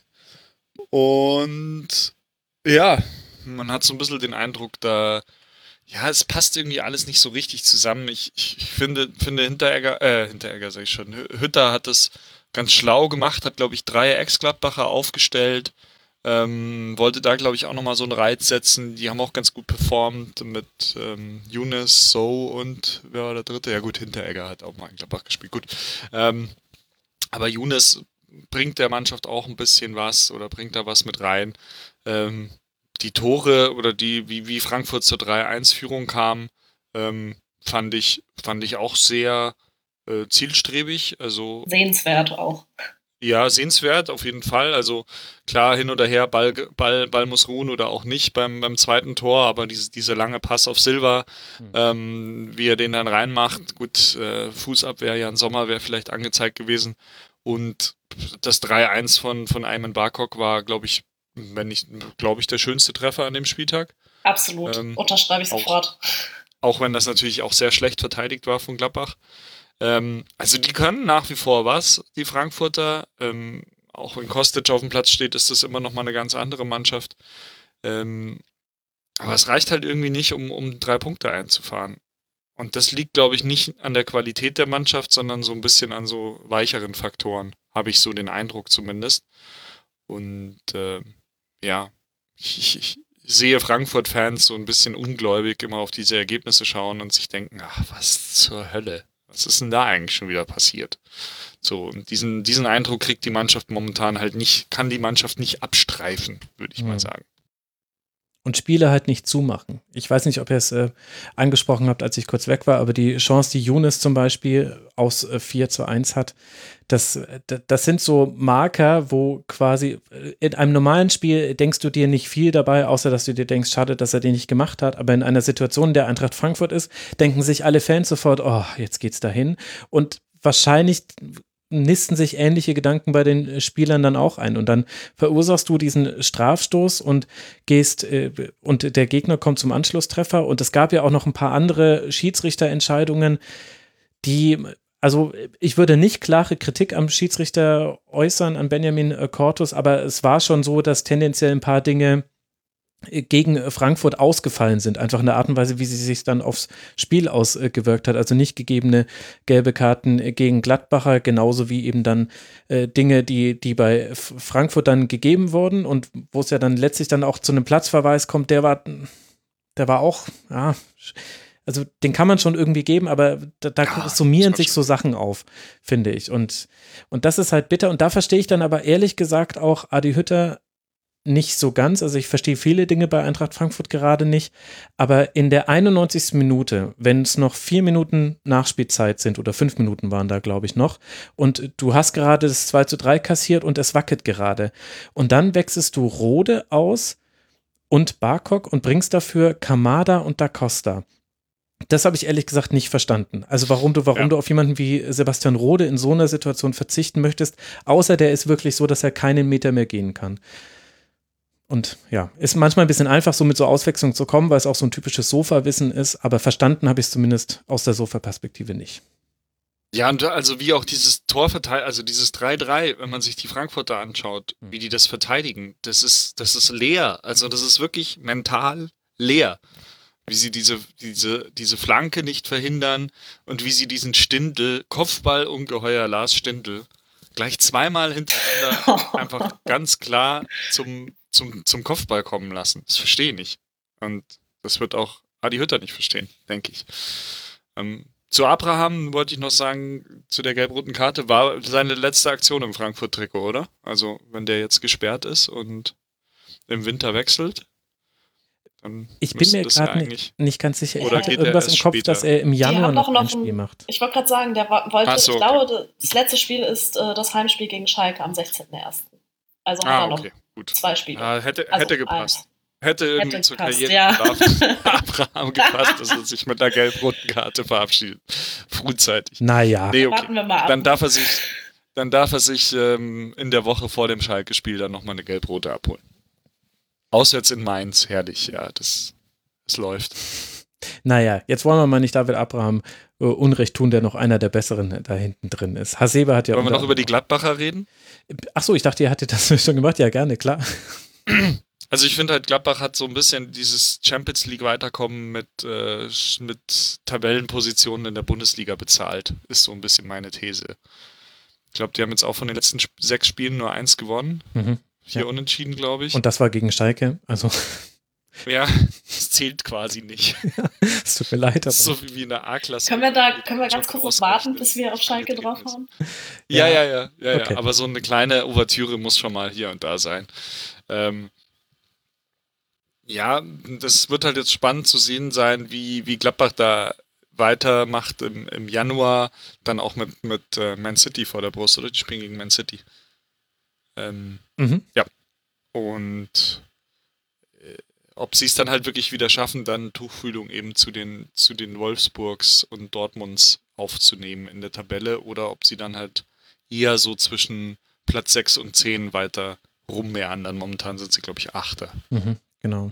Und ja, man hat so ein bisschen den Eindruck, da, ja, es passt irgendwie alles nicht so richtig zusammen. Ich, ich, ich finde, finde Hinteregger, äh, Hinteregger sag ich schon, Hütter hat das ganz schlau gemacht, hat, glaube ich, drei Ex-Gladbacher aufgestellt, ähm, wollte da, glaube ich, auch nochmal so einen Reiz setzen. Die haben auch ganz gut performt mit ähm, Younes, So und wer war der dritte? Ja gut, Hinteregger hat auch mal in Gladbach gespielt, gut. Ähm, aber Younes bringt der Mannschaft auch ein bisschen was oder bringt da was mit rein. Ähm, die Tore oder die, wie, wie Frankfurt zur drei eins Führung kam, ähm, fand ich, fand ich auch sehr äh, zielstrebig. Also, Sehenswert auch. ja, sehenswert auf jeden Fall. Also klar, hin oder her, Ball, Ball, Ball muss ruhen oder auch nicht beim, beim zweiten Tor, aber diese, diese lange Pass auf Silva, mhm. ähm, wie er den dann reinmacht, gut, äh, Fußabwehr, Jan Sommer wäre vielleicht angezeigt gewesen. Und das drei eins von, von Ayman Barkok war, glaube ich, wenn nicht, glaube ich, der schönste Treffer an dem Spieltag. Absolut, ähm, unterschreibe ich sofort. Auch, auch wenn das natürlich auch sehr schlecht verteidigt war von Gladbach. Ähm, also die können nach wie vor was, die Frankfurter. Ähm, auch wenn Kostic auf dem Platz steht, ist das immer noch mal eine ganz andere Mannschaft. Ähm, aber es reicht halt irgendwie nicht, um, um drei Punkte einzufahren. Und das liegt, glaube ich, nicht an der Qualität der Mannschaft, sondern so ein bisschen an so weicheren Faktoren, habe ich so den Eindruck zumindest. Und äh, ja, ich, ich sehe Frankfurt-Fans so ein bisschen ungläubig immer auf diese Ergebnisse schauen und sich denken, ach, was zur Hölle, was ist denn da eigentlich schon wieder passiert? So, und diesen, diesen Eindruck kriegt die Mannschaft momentan halt nicht, kann die Mannschaft nicht abstreifen, würde ich mhm. mal sagen. Und Spiele halt nicht zumachen. Ich weiß nicht, ob ihr es äh, angesprochen habt, als ich kurz weg war, aber die Chance, die Younes zum Beispiel aus äh, vier zu eins hat, das, das sind so Marker, wo quasi in einem normalen Spiel denkst du dir nicht viel dabei, außer dass du dir denkst, schade, dass er den nicht gemacht hat, aber in einer Situation, in der Eintracht Frankfurt ist, denken sich alle Fans sofort, oh, jetzt geht's dahin. Und wahrscheinlich nisten sich ähnliche Gedanken bei den Spielern dann auch ein und dann verursachst du diesen Strafstoß und gehst äh, und der Gegner kommt zum Anschlusstreffer und es gab ja auch noch ein paar andere Schiedsrichterentscheidungen, die, also ich würde nicht klare Kritik am Schiedsrichter äußern, an Benjamin Cortus, aber es war schon so, dass tendenziell ein paar Dinge gegen Frankfurt ausgefallen sind, einfach in der Art und Weise, wie sie sich dann aufs Spiel ausgewirkt hat, also nicht gegebene gelbe Karten gegen Gladbacher, genauso wie eben dann äh, Dinge, die, die bei Frankfurt dann gegeben wurden und wo es ja dann letztlich dann auch zu einem Platzverweis kommt, der war, der war auch, ja, also den kann man schon irgendwie geben, aber da, da ja, summieren sich so Sachen auf, finde ich, und, und das ist halt bitter und da verstehe ich dann aber ehrlich gesagt auch Adi Hütter nicht so ganz, also ich verstehe viele Dinge bei Eintracht Frankfurt gerade nicht, aber in der einundneunzigsten Minute, wenn es noch vier Minuten Nachspielzeit sind oder fünf Minuten waren da, glaube ich, noch und du hast gerade das zwei zu drei kassiert und es wackelt gerade und dann wechselst du Rode aus und Barkok und bringst dafür Kamada und Da Costa. Das habe ich ehrlich gesagt nicht verstanden. Also warum du, warum ja. du auf jemanden wie Sebastian Rode in so einer Situation verzichten möchtest, außer der ist wirklich so, dass er keinen Meter mehr gehen kann. Und ja, ist manchmal ein bisschen einfach, so mit so Auswechslung zu kommen, weil es auch so ein typisches Sofa-Wissen ist, aber verstanden habe ich es zumindest aus der Sofa-Perspektive nicht. Ja, und also wie auch dieses Tor verteidigt, also dieses drei drei, wenn man sich die Frankfurter anschaut, wie die das verteidigen, das ist, das ist leer. Also das ist wirklich mental leer. Wie sie diese, diese, diese Flanke nicht verhindern und wie sie diesen Stindl, Kopfballungeheuer Lars Stindl, gleich zweimal hintereinander einfach ganz klar zum, zum, zum Kopfball kommen lassen. Das verstehe ich nicht. Und das wird auch Adi Hütter nicht verstehen, denke ich. Ähm, zu Abraham wollte ich noch sagen, zu der gelb-roten Karte, war seine letzte Aktion im Frankfurt-Trikot, oder? Also, wenn der jetzt gesperrt ist und im Winter wechselt, dann Ich bin mir müsste das ja gerade eigentlich- nicht, nicht ganz sicher. Ich Oder hatte geht der irgendwas erst im Kopf, später? dass er im Die Januar haben noch doch noch ein Spiel ein, macht. Ich wollte gerade sagen, der wa- wollte, Ach so, ich glaube, das letzte Spiel ist äh, das Heimspiel gegen Schalke am sechzehnten ersten Also hat Ah, er noch okay, gut. zwei Spiele. Ah, hätte, Also hätte gepasst. eins. Hätte irgendwie Hätte zur gepasst, Karriere ja. von Abraham gepasst, dass er sich mit einer gelb-roten Karte verabschiedet. Frühzeitig. Naja, Nee, okay. Warten wir mal ab. Dann darf er sich, dann darf er sich ähm, in der Woche vor dem Schalke-Spiel dann nochmal eine gelb-rote abholen. Auswärts in Mainz, herrlich, ja, das, das läuft. naja, jetzt wollen wir mal nicht David Abraham äh, Unrecht tun, der noch einer der Besseren da hinten drin ist. Hasebe hat ja Wollen wir unter- noch über die Gladbacher reden? Ach so, ich dachte, ihr hattet das schon gemacht. Ja, gerne, klar. Also ich finde halt, Gladbach hat so ein bisschen dieses Champions League Weiterkommen mit, äh, mit Tabellenpositionen in der Bundesliga bezahlt, ist so ein bisschen meine These. Ich glaube, die haben jetzt auch von den letzten sp- sechs Spielen nur eins gewonnen. Mhm. Vier Ja. Unentschieden, glaube ich. Und das war gegen Schalke. Also, ja, das zählt quasi nicht. es tut mir leid, aber Das ist so wie in der A-Klasse. Können wir da können wir ganz Schon kurz noch warten, ausgerechnet, bis wir auf Schalke angetreten ist. draufhauen? Ja, ja, ja, ja, Okay. ja. Aber so eine kleine Ouvertüre muss schon mal hier und da sein. Ähm, ja, das wird halt jetzt spannend zu sehen sein, wie, wie Gladbach da weitermacht im, im Januar, dann auch mit, mit äh, Man City vor der Brust, oder? Die spielen gegen Man City. Ähm, mhm. und äh, ob sie es dann halt wirklich wieder schaffen, dann Tuchfühlung eben zu den, zu den Wolfsburgs und Dortmunds aufzunehmen in der Tabelle, oder ob sie dann halt eher so zwischen Platz sechs und zehn weiter rummeandern. Momentan sind sie, glaube ich, Achter. Mhm. Genau.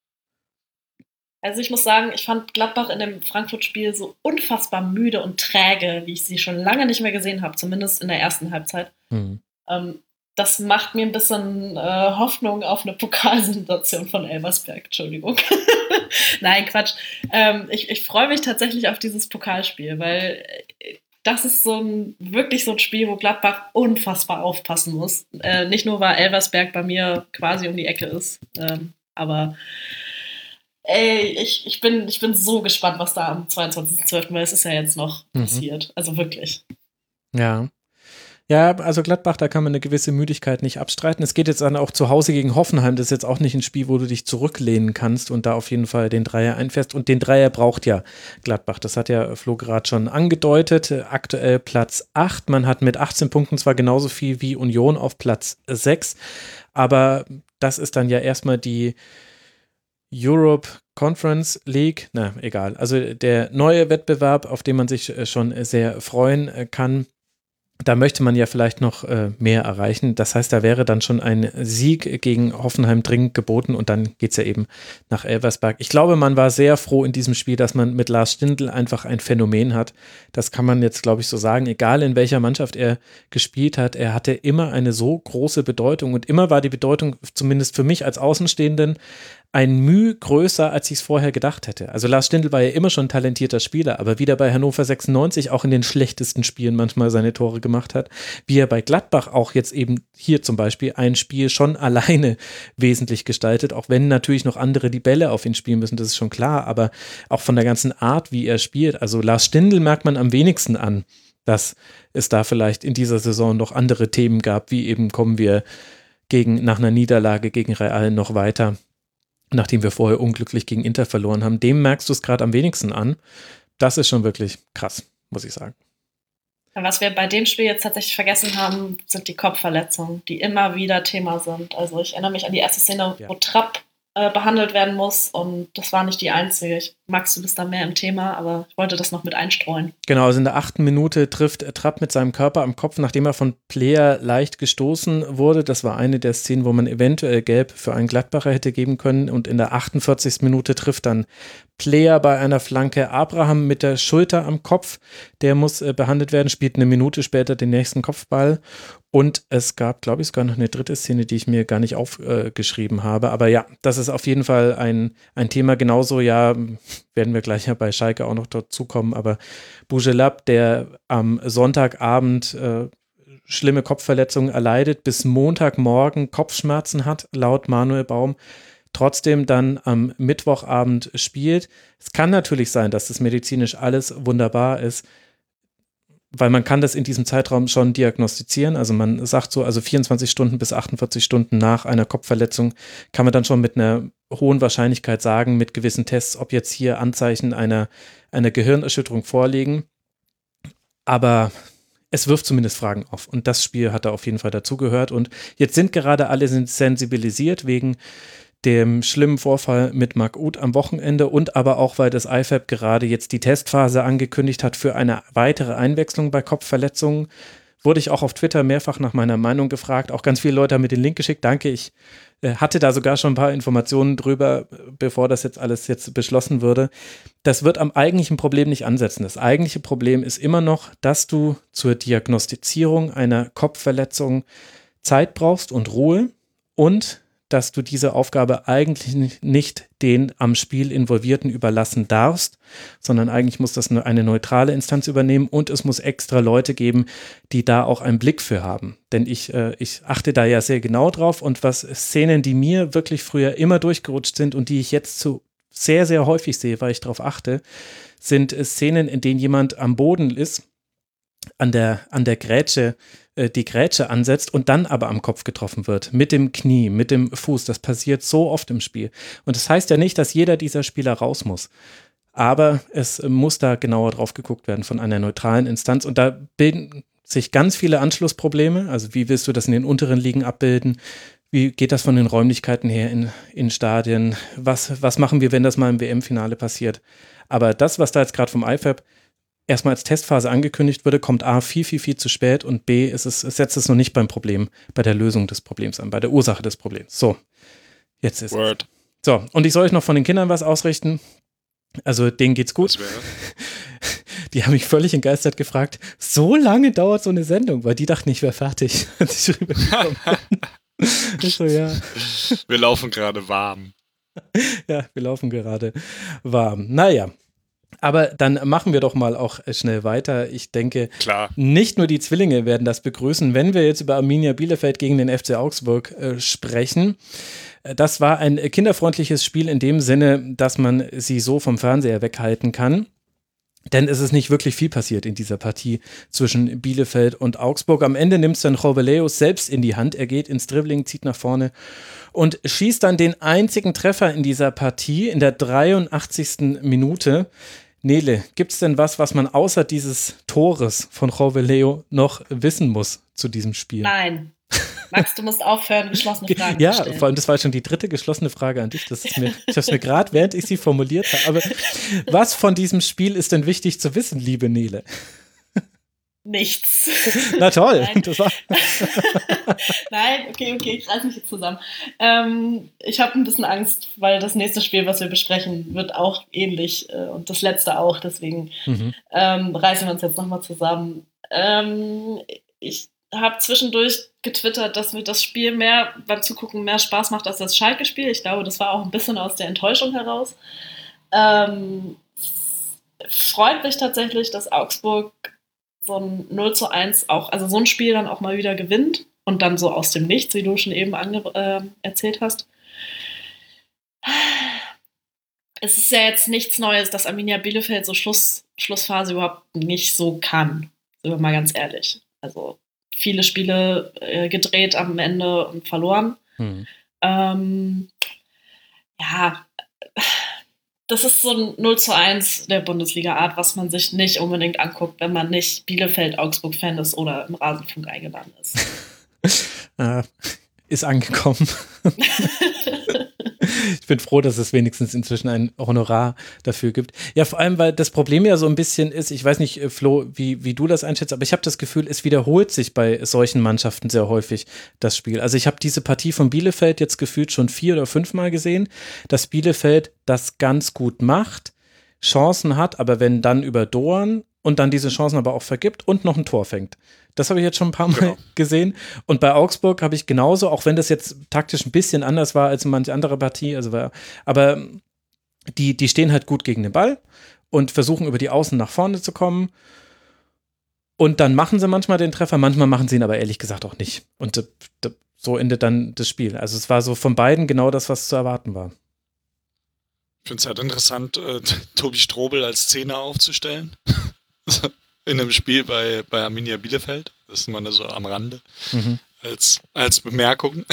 Also ich muss sagen, ich fand Gladbach in dem Frankfurt-Spiel so unfassbar müde und träge, wie ich sie schon lange nicht mehr gesehen habe, zumindest in der ersten Halbzeit. Mhm. Ähm, das macht mir ein bisschen äh, Hoffnung auf eine Pokalsensation von Elversberg, Entschuldigung. Nein, Quatsch. Ähm, ich ich freue mich tatsächlich auf dieses Pokalspiel, weil äh, das ist so ein, wirklich so ein Spiel, wo Gladbach unfassbar aufpassen muss. Äh, nicht nur, weil Elversberg bei mir quasi um die Ecke ist, ähm, aber ey, ich, ich, bin, ich bin so gespannt, was da am zweiundzwanzigsten zwölften weil es ist ja jetzt noch Mhm. passiert. Also wirklich. Ja. Ja, also Gladbach, da kann man eine gewisse Müdigkeit nicht abstreiten. Es geht jetzt dann auch zu Hause gegen Hoffenheim. Das ist jetzt auch nicht ein Spiel, wo du dich zurücklehnen kannst und da auf jeden Fall den Dreier einfährst. Und den Dreier braucht ja Gladbach. Das hat ja Flo gerade schon angedeutet. Aktuell Platz acht. Man hat mit achtzehn Punkten zwar genauso viel wie Union auf Platz sechs, aber das ist dann ja erstmal die Europe Conference League, na egal, also der neue Wettbewerb, auf den man sich äh, schon sehr freuen äh, kann. Da möchte man ja vielleicht noch äh, mehr erreichen. Das heißt, da wäre dann schon ein Sieg gegen Hoffenheim dringend geboten und dann geht es ja eben nach Elversberg. Ich glaube, man war sehr froh in diesem Spiel, dass man mit Lars Stindl einfach ein Phänomen hat. Das kann man jetzt, glaube ich, so sagen. Egal in welcher Mannschaft er gespielt hat, er hatte immer eine so große Bedeutung und immer war die Bedeutung, zumindest für mich als Außenstehenden, ein Mühe größer, als ich es vorher gedacht hätte. Also Lars Stindl war ja immer schon ein talentierter Spieler, aber wie er bei Hannover sechsundneunzig auch in den schlechtesten Spielen manchmal seine Tore gemacht hat, wie er bei Gladbach auch jetzt eben hier zum Beispiel ein Spiel schon alleine wesentlich gestaltet, auch wenn natürlich noch andere die Bälle auf ihn spielen müssen, das ist schon klar, aber auch von der ganzen Art, wie er spielt. Also Lars Stindl merkt man am wenigsten an, dass es da vielleicht in dieser Saison noch andere Themen gab, wie eben kommen wir gegen, nach einer Niederlage gegen Real noch weiter, nachdem wir vorher unglücklich gegen Inter verloren haben. Dem merkst du es gerade am wenigsten an. Das ist schon wirklich krass, muss ich sagen. Was wir bei dem Spiel jetzt tatsächlich vergessen haben, sind die Kopfverletzungen, die immer wieder Thema sind. Also ich erinnere mich an die erste Szene, Ja. wo Trapp äh, behandelt werden muss und das war nicht die einzige. Ich, Max, du bist da mehr im Thema, aber ich wollte das noch mit einstreuen. Genau, also in der achten Minute trifft Trapp mit seinem Körper am Kopf, nachdem er von Player leicht gestoßen wurde. Das war eine der Szenen, wo man eventuell gelb für einen Gladbacher hätte geben können. Und in der achtundvierzigsten Minute trifft dann Player bei einer Flanke Abraham mit der Schulter am Kopf. Der muss äh, behandelt werden, spielt eine Minute später den nächsten Kopfball. Und es gab, glaube ich, sogar noch eine dritte Szene, die ich mir gar nicht aufgeschrieben äh, habe. Aber ja, das ist auf jeden Fall ein, ein Thema. Genauso, ja, werden wir gleich ja bei Schalke auch noch dazu kommen. Aber Bougelab, der am Sonntagabend äh, schlimme Kopfverletzungen erleidet, bis Montagmorgen Kopfschmerzen hat, laut Manuel Baum, trotzdem dann am Mittwochabend spielt. Es kann natürlich sein, dass das medizinisch alles wunderbar ist, weil man kann das in diesem Zeitraum schon diagnostizieren. Also man sagt so, also vierundzwanzig Stunden bis achtundvierzig Stunden nach einer Kopfverletzung kann man dann schon mit einer hohen Wahrscheinlichkeit sagen, mit gewissen Tests, ob jetzt hier Anzeichen einer, einer Gehirnerschütterung vorliegen. Aber es wirft zumindest Fragen auf. Und das Spiel hat da auf jeden Fall dazugehört. Und jetzt sind gerade alle sensibilisiert wegen dem schlimmen Vorfall mit Marc Uth am Wochenende und aber auch, weil das I F A B gerade jetzt die Testphase angekündigt hat für eine weitere Einwechslung bei Kopfverletzungen, wurde ich auch auf Twitter mehrfach nach meiner Meinung gefragt. Auch ganz viele Leute haben mir den Link geschickt. Danke, ich äh, hatte da sogar schon ein paar Informationen drüber, bevor das jetzt alles jetzt beschlossen würde. Das wird am eigentlichen Problem nicht ansetzen. Das eigentliche Problem ist immer noch, dass du zur Diagnostizierung einer Kopfverletzung Zeit brauchst und Ruhe und dass du diese Aufgabe eigentlich nicht den am Spiel Involvierten überlassen darfst, sondern eigentlich muss das eine neutrale Instanz übernehmen und es muss extra Leute geben, die da auch einen Blick für haben. Denn ich, äh, ich achte da ja sehr genau drauf und was Szenen, die mir wirklich früher immer durchgerutscht sind und die ich jetzt zu sehr, sehr häufig sehe, weil ich darauf achte, sind Szenen, in denen jemand am Boden ist, an der, an der Grätsche, die Grätsche ansetzt und dann aber am Kopf getroffen wird, mit dem Knie, mit dem Fuß. Das passiert so oft im Spiel. Und das heißt ja nicht, dass jeder dieser Spieler raus muss. Aber es muss da genauer drauf geguckt werden von einer neutralen Instanz. Und da bilden sich ganz viele Anschlussprobleme. Also wie willst du das in den unteren Ligen abbilden? Wie geht das von den Räumlichkeiten her in, in Stadien? Was, was machen wir, wenn das mal im W M-Finale passiert? Aber das, was da jetzt gerade vom I F A B erstmal als Testphase angekündigt wurde, kommt A, viel, viel, viel zu spät und B, ist es, es setzt es noch nicht beim Problem, bei der Lösung des Problems an, bei der Ursache des Problems. So, jetzt ist Word. es. So, und ich soll euch noch von den Kindern was ausrichten. Also, denen geht's gut. Die haben mich völlig entgeistert gefragt, so lange dauert so eine Sendung, weil die dachten, ich wäre fertig. Als ich rübergekommen bin. Ich so, ja. Wir laufen gerade warm. Ja, wir laufen gerade warm. Naja. Aber dann machen wir doch mal auch schnell weiter. Ich denke, Klar. Nicht nur die Zwillinge werden das begrüßen, wenn wir jetzt über Arminia Bielefeld gegen den F C Augsburg äh, sprechen. Das war ein kinderfreundliches Spiel in dem Sinne, dass man sie so vom Fernseher weghalten kann. Denn es ist nicht wirklich viel passiert in dieser Partie zwischen Bielefeld und Augsburg. Am Ende nimmt es dann Robeleus selbst in die Hand. Er geht ins Dribbling, zieht nach vorne und schießt dann den einzigen Treffer in dieser Partie in der dreiundachtzigsten Minute. Nele, gibt es denn was, was man außer dieses Tores von Roveleo noch wissen muss zu diesem Spiel? Nein. Max, du musst aufhören, geschlossene Fragen ja, zu stellen. Ja, vor allem, das war schon die dritte geschlossene Frage an dich. Das ist mir, ich habe es mir gerade, während ich sie formuliert habe. Aber was von diesem Spiel ist denn wichtig zu wissen, liebe Nele? Nichts. Na toll. Nein. Das war Nein, okay, okay, ich reiß mich jetzt zusammen. Ähm, ich habe ein bisschen Angst, weil das nächste Spiel, was wir besprechen, wird auch ähnlich äh, und das letzte auch. Deswegen mhm. ähm, reißen wir uns jetzt nochmal zusammen. Ähm, ich habe zwischendurch getwittert, dass mir das Spiel mehr beim Zugucken mehr Spaß macht als das Schalke-Spiel. Ich glaube, das war auch ein bisschen aus der Enttäuschung heraus. Ähm, freut mich tatsächlich, dass Augsburg so ein null zu eins auch, also so ein Spiel dann auch mal wieder gewinnt und dann so aus dem Nichts, wie du schon eben ange- äh, erzählt hast. Es ist ja jetzt nichts Neues, dass Arminia Bielefeld so Schluss, Schlussphase überhaupt nicht so kann. Sind wir mal ganz ehrlich. Also viele Spiele äh, gedreht am Ende und verloren. hm. Ähm, ja, das ist so ein null zu eins der Bundesliga-Art, was man sich nicht unbedingt anguckt, wenn man nicht Bielefeld-Augsburg-Fan ist oder im Rasenfunk eingeladen ist. äh, ist angekommen. Ich bin froh, dass es wenigstens inzwischen ein Honorar dafür gibt. Ja, vor allem, weil das Problem ja so ein bisschen ist, ich weiß nicht, Flo, wie, wie du das einschätzt, aber ich habe das Gefühl, es wiederholt sich bei solchen Mannschaften sehr häufig, das Spiel. Also ich habe diese Partie von Bielefeld jetzt gefühlt schon vier oder fünfmal gesehen, dass Bielefeld das ganz gut macht, Chancen hat, aber wenn dann über Doan und dann diese Chancen aber auch vergibt und noch ein Tor fängt. Das habe ich jetzt schon ein paar Mal genau. gesehen. Und bei Augsburg habe ich genauso, auch wenn das jetzt taktisch ein bisschen anders war als in manch anderer Partie, also war, aber die, die stehen halt gut gegen den Ball und versuchen über die Außen nach vorne zu kommen. Und dann machen sie manchmal den Treffer, manchmal machen sie ihn aber ehrlich gesagt auch nicht. Und d- d- so endet dann das Spiel. Also es war so von beiden genau das, was zu erwarten war. Ich finde es halt interessant, äh, Tobi Strobel als Zehner aufzustellen. In einem Spiel bei, bei Arminia Bielefeld. Das ist mal so am Rande. Mhm. Als, als Bemerkung.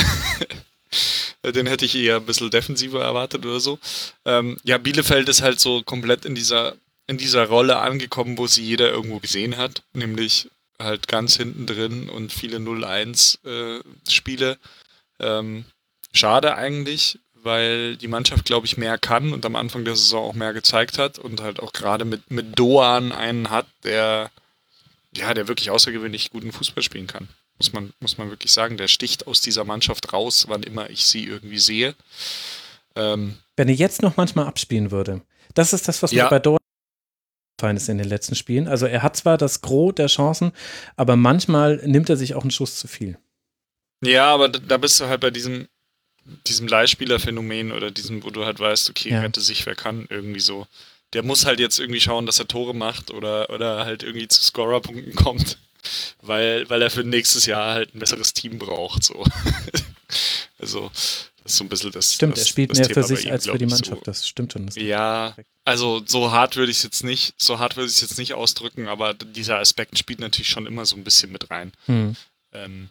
Den hätte ich eher ein bisschen defensiver erwartet oder so. Ähm, ja, Bielefeld ist halt so komplett in dieser, in dieser Rolle angekommen, wo sie jeder irgendwo gesehen hat. Nämlich halt ganz hinten drin und viele null eins äh, Spiele. Ähm, schade eigentlich, weil die Mannschaft, glaube ich, mehr kann und am Anfang der Saison auch mehr gezeigt hat und halt auch gerade mit, mit Doan einen hat, der ja, der wirklich außergewöhnlich guten Fußball spielen kann. Muss man, muss man wirklich sagen. Der sticht aus dieser Mannschaft raus, wann immer ich sie irgendwie sehe. Ähm, Wenn er jetzt noch manchmal abspielen würde, das ist das, was ja. mir bei Doan gefallen ist in den letzten Spielen. Also er hat zwar das Gros der Chancen, aber manchmal nimmt er sich auch einen Schuss zu viel. Ja, aber da bist du halt bei diesem diesem Leihspielerphänomen oder diesem, wo du halt weißt, okay, ja. rette sich, wer kann, irgendwie so. Der muss halt jetzt irgendwie schauen, dass er Tore macht oder, oder halt irgendwie zu Scorerpunkten kommt, weil, weil er für nächstes Jahr halt ein besseres Team braucht, so. Also, das ist so ein bisschen das Stimmt, das, er spielt das mehr Thema für sich ihm, als für die Mannschaft, so. Das stimmt schon. Das ja, also so hart würde ich es jetzt nicht, so hart würde ich es jetzt nicht ausdrücken, aber dieser Aspekt spielt natürlich schon immer so ein bisschen mit rein. Hm. Ähm,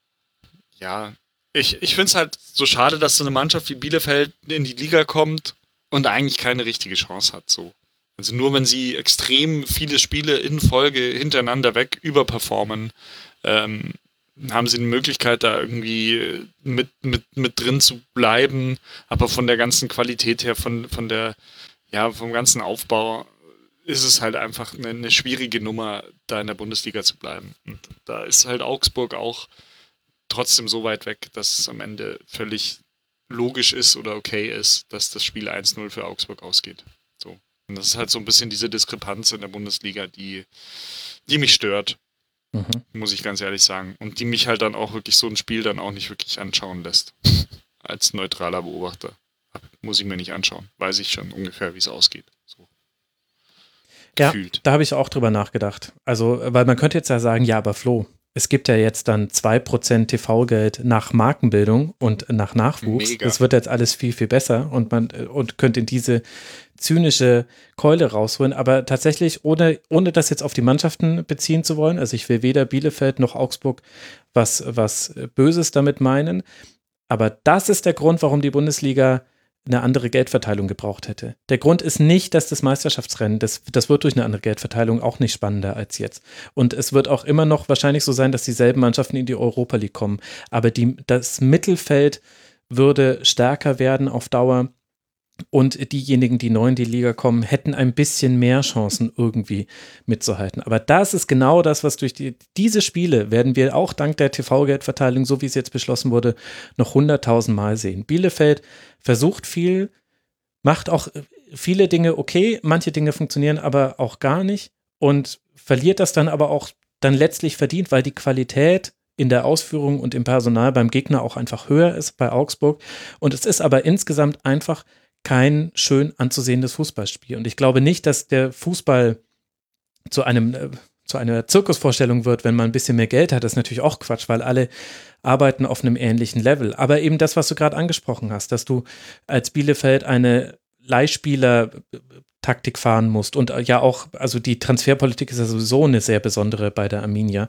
ja, Ich, ich finde es halt so schade, dass so eine Mannschaft wie Bielefeld in die Liga kommt und eigentlich keine richtige Chance hat. So. Also nur wenn sie extrem viele Spiele in Folge hintereinander weg überperformen, ähm, haben sie eine Möglichkeit, da irgendwie mit, mit, mit drin zu bleiben. Aber von der ganzen Qualität her, von, von der, ja, vom ganzen Aufbau ist es halt einfach eine, eine schwierige Nummer, da in der Bundesliga zu bleiben. Und da ist halt Augsburg auch trotzdem so weit weg, dass es am Ende völlig logisch ist oder okay ist, dass das Spiel eins null für Augsburg ausgeht. So. Und das ist halt so ein bisschen diese Diskrepanz in der Bundesliga, die, die mich stört, mhm. muss ich ganz ehrlich sagen. Und die mich halt dann auch wirklich so ein Spiel dann auch nicht wirklich anschauen lässt. Als neutraler Beobachter. Muss ich mir nicht anschauen. Weiß ich schon ungefähr, wie es ausgeht. So. Ja, Gefühlt. Da habe ich auch drüber nachgedacht. Also, weil man könnte jetzt ja sagen, ja, aber Flo, es gibt ja jetzt dann zwei Prozent T V-Geld nach Markenbildung und nach Nachwuchs. Mega. Das wird jetzt alles viel, viel besser und man und könnte in diese zynische Keule rausholen. Aber tatsächlich, ohne, ohne das jetzt auf die Mannschaften beziehen zu wollen, also ich will weder Bielefeld noch Augsburg was, was Böses damit meinen, aber das ist der Grund, warum die Bundesliga eine andere Geldverteilung gebraucht hätte. Der Grund ist nicht, dass das Meisterschaftsrennen, das, das wird durch eine andere Geldverteilung auch nicht spannender als jetzt. Und es wird auch immer noch wahrscheinlich so sein, dass dieselben Mannschaften in die Europa League kommen. Aber die, das Mittelfeld würde stärker werden auf Dauer und diejenigen, die neu in die Liga kommen, hätten ein bisschen mehr Chancen irgendwie mitzuhalten. Aber das ist genau das, was durch die, diese Spiele werden wir auch dank der T V-Geldverteilung, so wie es jetzt beschlossen wurde, noch hunderttausend Mal sehen. Bielefeld versucht viel, macht auch viele Dinge okay, manche Dinge funktionieren aber auch gar nicht und verliert das dann aber auch dann letztlich verdient, weil die Qualität in der Ausführung und im Personal beim Gegner auch einfach höher ist bei Augsburg. Und es ist aber insgesamt einfach kein schön anzusehendes Fußballspiel. Und ich glaube nicht, dass der Fußball zu einem äh, zu einer Zirkusvorstellung wird, wenn man ein bisschen mehr Geld hat. Das ist natürlich auch Quatsch, weil alle arbeiten auf einem ähnlichen Level. Aber eben das, was du gerade angesprochen hast, dass du als Bielefeld eine Leihspieler-Taktik fahren musst und ja auch, also die Transferpolitik ist ja sowieso eine sehr besondere bei der Arminia.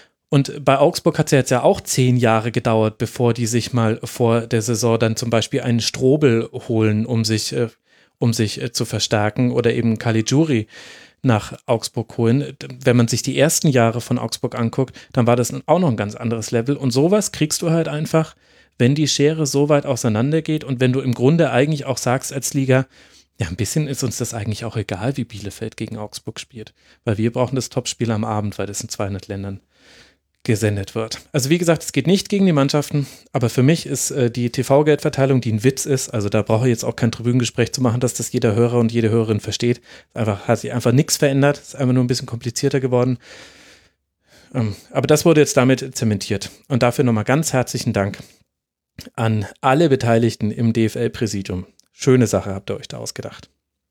Und bei Augsburg hat es ja jetzt ja auch zehn Jahre gedauert, bevor die sich mal vor der Saison dann zum Beispiel einen Strobel holen, um sich, äh, um sich äh, zu verstärken oder eben Caligiuri nach Augsburg holen. Wenn man sich die ersten Jahre von Augsburg anguckt, dann war das auch noch ein ganz anderes Level. Und sowas kriegst du halt einfach, wenn die Schere so weit auseinander geht und wenn du im Grunde eigentlich auch sagst als Liga, ja, ein bisschen ist uns das eigentlich auch egal, wie Bielefeld gegen Augsburg spielt. Weil wir brauchen das Topspiel am Abend, weil das in zweihundert Ländern gesendet wird. Also wie gesagt, es geht nicht gegen die Mannschaften, aber für mich ist äh, die T V-Geldverteilung, die ein Witz ist, also da brauche ich jetzt auch kein Tribünengespräch zu machen, dass das jeder Hörer und jede Hörerin versteht. Einfach, hat sich einfach nichts verändert, ist einfach nur ein bisschen komplizierter geworden. Ähm, aber das wurde jetzt damit zementiert. Und dafür nochmal ganz herzlichen Dank an alle Beteiligten im D F L-Präsidium. Schöne Sache habt ihr euch da ausgedacht.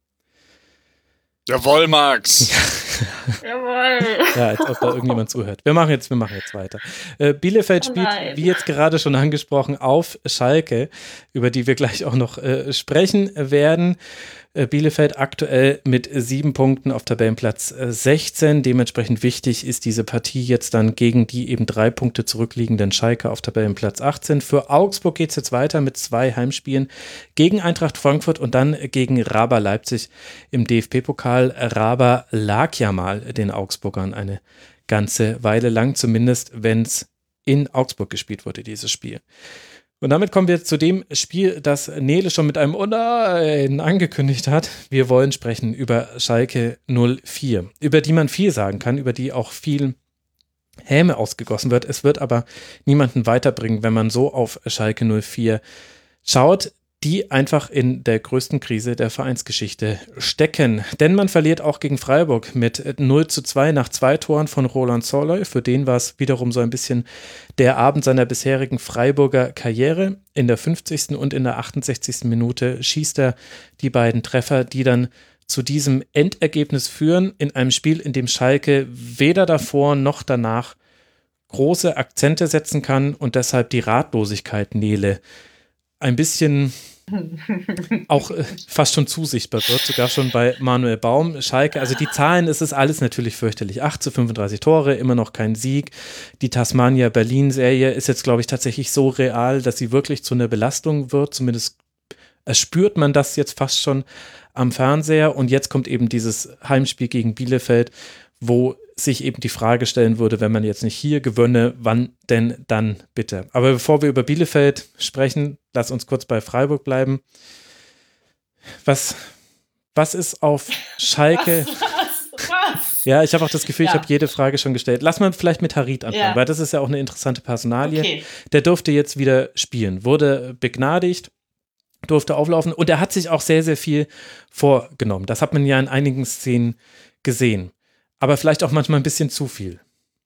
Jawohl, Max. Jawohl. Ja, als ob da irgendjemand zuhört. Wir machen jetzt, wir machen jetzt weiter. Äh, Bielefeld Oh spielt, nein. wie jetzt gerade schon angesprochen, auf Schalke, über die wir gleich auch noch äh, sprechen werden. Äh, Bielefeld aktuell mit sieben Punkten auf Tabellenplatz äh, sechzehn. Dementsprechend wichtig ist diese Partie jetzt dann gegen die eben drei Punkte zurückliegenden Schalke auf Tabellenplatz achtzehn. Für Augsburg geht es jetzt weiter mit zwei Heimspielen gegen Eintracht Frankfurt und dann gegen Raba Leipzig im D F B-Pokal. Raba lag ja mal den Augsburgern eine ganze Weile lang, zumindest wenn es in Augsburg gespielt wurde, dieses Spiel. Und damit kommen wir zu dem Spiel, das Nele schon mit einem Oh nein angekündigt hat. Wir wollen sprechen über Schalke null vier, über die man viel sagen kann, über die auch viel Häme ausgegossen wird. Es wird aber niemanden weiterbringen, wenn man so auf Schalke null vier schaut, die einfach in der größten Krise der Vereinsgeschichte stecken. Denn man verliert auch gegen Freiburg mit null zu zwei nach zwei Toren von Roland Sorloy. Für den war es wiederum so ein bisschen der Abend seiner bisherigen Freiburger Karriere. In der fünfzigsten und in der achtundsechzigsten Minute schießt er die beiden Treffer, die dann zu diesem Endergebnis führen, in einem Spiel, in dem Schalke weder davor noch danach große Akzente setzen kann und deshalb die Ratlosigkeit, Nele, ein bisschen auch äh, fast schon zu sichtbar wird, sogar schon bei Manuel Baum. Schalke, also die Zahlen, es ist alles natürlich fürchterlich. acht zu fünfunddreißig Tore, immer noch kein Sieg. Die Tasmania-Berlin-Serie ist jetzt, glaube ich, tatsächlich so real, dass sie wirklich zu einer Belastung wird. Zumindest spürt man das jetzt fast schon am Fernseher. Und jetzt kommt eben dieses Heimspiel gegen Bielefeld, wo sich eben die Frage stellen würde, wenn man jetzt nicht hier gewönne, wann denn dann bitte? Aber bevor wir über Bielefeld sprechen, lass uns kurz bei Freiburg bleiben. Was, was ist auf Schalke? Was? Was? Was? Ja, ich habe auch das Gefühl, Ja. ich habe jede Frage schon gestellt. Lass mal vielleicht mit Harit anfangen, Ja. weil das ist ja auch eine interessante Personalie. Okay. Der durfte jetzt wieder spielen, wurde begnadigt, durfte auflaufen und er hat sich auch sehr, sehr viel vorgenommen. Das hat man ja in einigen Szenen gesehen. Aber vielleicht auch manchmal ein bisschen zu viel.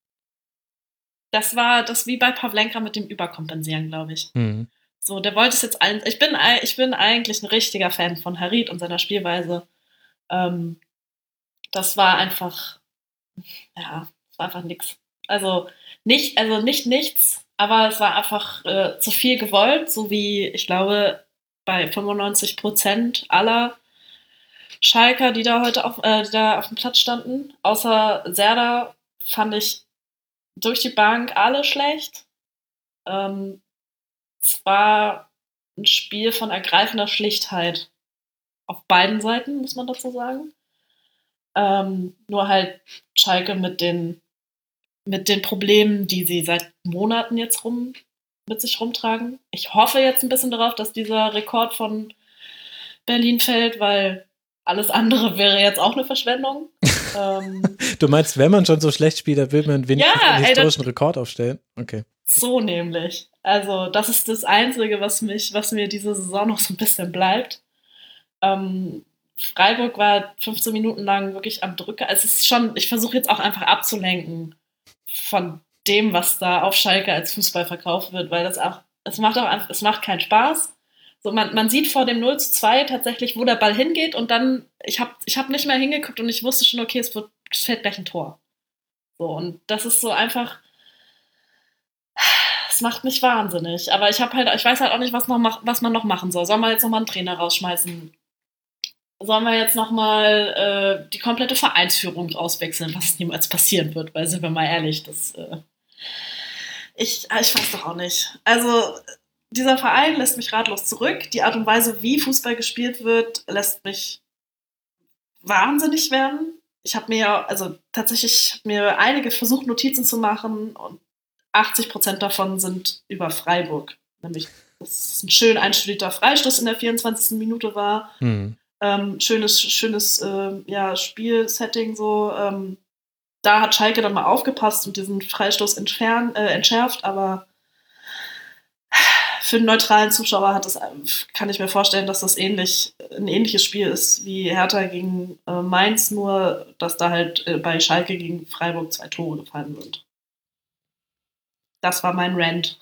Das war das wie bei Pavlenka mit dem Überkompensieren, glaube ich. Mhm. So, der wollte es jetzt allen. Ich bin, ei- ich bin eigentlich ein richtiger Fan von Harit und seiner Spielweise. Ähm, das war einfach, ja, es war einfach nix. Also nicht, also nicht nichts, aber es war einfach äh, zu viel gewollt, so wie ich glaube bei fünfundneunzig Prozent aller Schalker, die da heute auf, äh, die da auf dem Platz standen. Außer Serdar fand ich durch die Bank alle schlecht. Ähm, es war ein Spiel von ergreifender Schlichtheit auf beiden Seiten, muss man dazu sagen. Ähm, nur halt Schalke mit den, mit den Problemen, die sie seit Monaten jetzt rum, mit sich rumtragen. Ich hoffe jetzt ein bisschen darauf, dass dieser Rekord von Berlin fällt, weil alles andere wäre jetzt auch eine Verschwendung. ähm, Du meinst, wenn man schon so schlecht spielt, dann will man wenigstens Ja, einen ey, historischen Rekord aufstellen? Okay. so nämlich. Also das ist das Einzige, was mich, was mir diese Saison noch so ein bisschen bleibt. Ähm, Freiburg war fünfzehn Minuten lang wirklich am Drücker. Also es ist schon, ich versuche jetzt auch einfach abzulenken von dem, was da auf Schalke als Fußball verkauft wird, weil das auch, es macht auch einfach, es macht keinen Spaß. So, man, man sieht vor dem null zu zwei tatsächlich, wo der Ball hingeht und dann, ich habe ich hab nicht mehr hingeguckt und ich wusste schon, okay, es, wird, es fällt gleich ein Tor. So, und das ist so einfach, es macht mich wahnsinnig. Aber ich habe halt, ich weiß halt auch nicht, was, noch mach, was man noch machen soll. Sollen wir jetzt nochmal einen Trainer rausschmeißen? Sollen wir jetzt nochmal äh, die komplette Vereinsführung auswechseln, was niemals passieren wird, weil sind wir mal ehrlich, das äh, ich, ich weiß doch auch nicht. Also dieser Verein lässt mich ratlos zurück. Die Art und Weise, wie Fußball gespielt wird, lässt mich wahnsinnig werden. Ich habe mir, also tatsächlich hab mir einige versucht, Notizen zu machen und achtzig Prozent davon sind über Freiburg. Nämlich, dass es ein schön einstudierter Freistoß in der vierundzwanzigsten Minute war. Mhm. Ähm, schönes, schönes äh, ja, Spielsetting so. Ähm, da hat Schalke dann mal aufgepasst und diesen Freistoß entfern, äh, entschärft, aber für einen neutralen Zuschauer hat das, kann ich mir vorstellen, dass das ähnlich, ein ähnliches Spiel ist wie Hertha gegen äh, Mainz, nur dass da halt äh, bei Schalke gegen Freiburg zwei Tore gefallen sind. Das war mein Rant.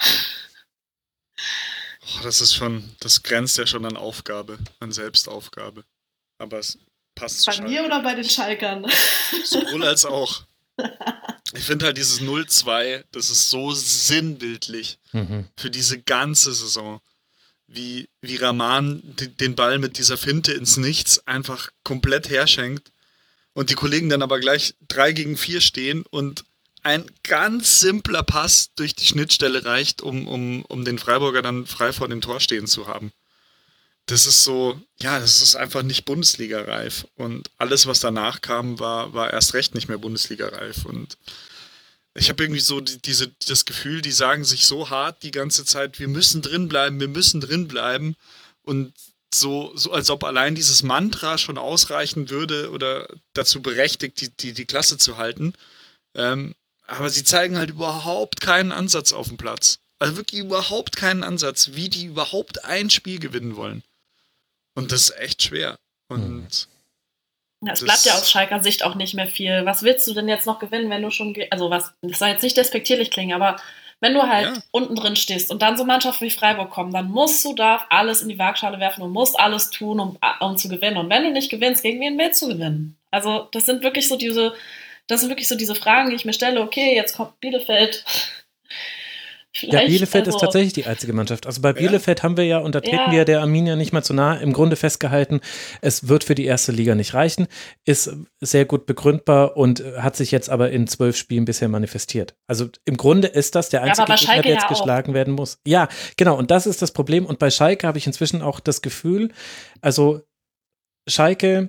Oh, das ist schon, das grenzt ja schon an Aufgabe, an Selbstaufgabe. Aber es passt zu Bei Schalke. mir oder bei den Schalkern? Sowohl als auch. Ich finde halt dieses null zwei, das ist so sinnbildlich Mhm. für diese ganze Saison. Wie, wie Rahman d- den Ball mit dieser Finte ins Nichts einfach komplett herschenkt und die Kollegen dann aber gleich drei gegen vier stehen und ein ganz simpler Pass durch die Schnittstelle reicht, um, um, um den Freiburger dann frei vor dem Tor stehen zu haben. Das ist so, ja, das ist einfach nicht Bundesliga-reif. Und alles, was danach kam, war, war erst recht nicht mehr Bundesliga-reif. Und ich habe irgendwie so die, diese, das Gefühl, die sagen sich so hart die ganze Zeit, wir müssen drin bleiben, wir müssen drin bleiben. Und so, so als ob allein dieses Mantra schon ausreichen würde oder dazu berechtigt, die, die, die Klasse zu halten. Ähm, aber sie zeigen halt überhaupt keinen Ansatz auf dem Platz. Also wirklich überhaupt keinen Ansatz, wie die überhaupt ein Spiel gewinnen wollen. Und das ist echt schwer. Und Ja, es das- bleibt ja aus Schalker Sicht auch nicht mehr viel. Was willst du denn jetzt noch gewinnen, wenn du schon, ge- also was, das soll jetzt nicht despektierlich klingen, aber wenn du halt Ja. unten drin stehst und dann so Mannschaften wie Freiburg kommen, dann musst du da alles in die Waagschale werfen und musst alles tun, um, um zu gewinnen. Und wenn du nicht gewinnst, gegen wen willst du gewinnen? Also das sind wirklich so diese, das sind wirklich so diese Fragen, die ich mir stelle. Okay, jetzt kommt Bielefeld. Ja, Vielleicht, Bielefeld also, ist tatsächlich die einzige Mannschaft. Also bei Ja. Bielefeld haben wir ja, und da treten Ja. wir der Arminia nicht mal zu nahe, im Grunde festgehalten, es wird für die erste Liga nicht reichen, ist sehr gut begründbar und hat sich jetzt aber in zwölf Spielen bisher manifestiert. Also im Grunde ist das der aber einzige bei Gegner, Schalke der jetzt ja auch. geschlagen werden muss. Ja, genau, und das ist das Problem. Und bei Schalke habe ich inzwischen auch das Gefühl, also Schalke,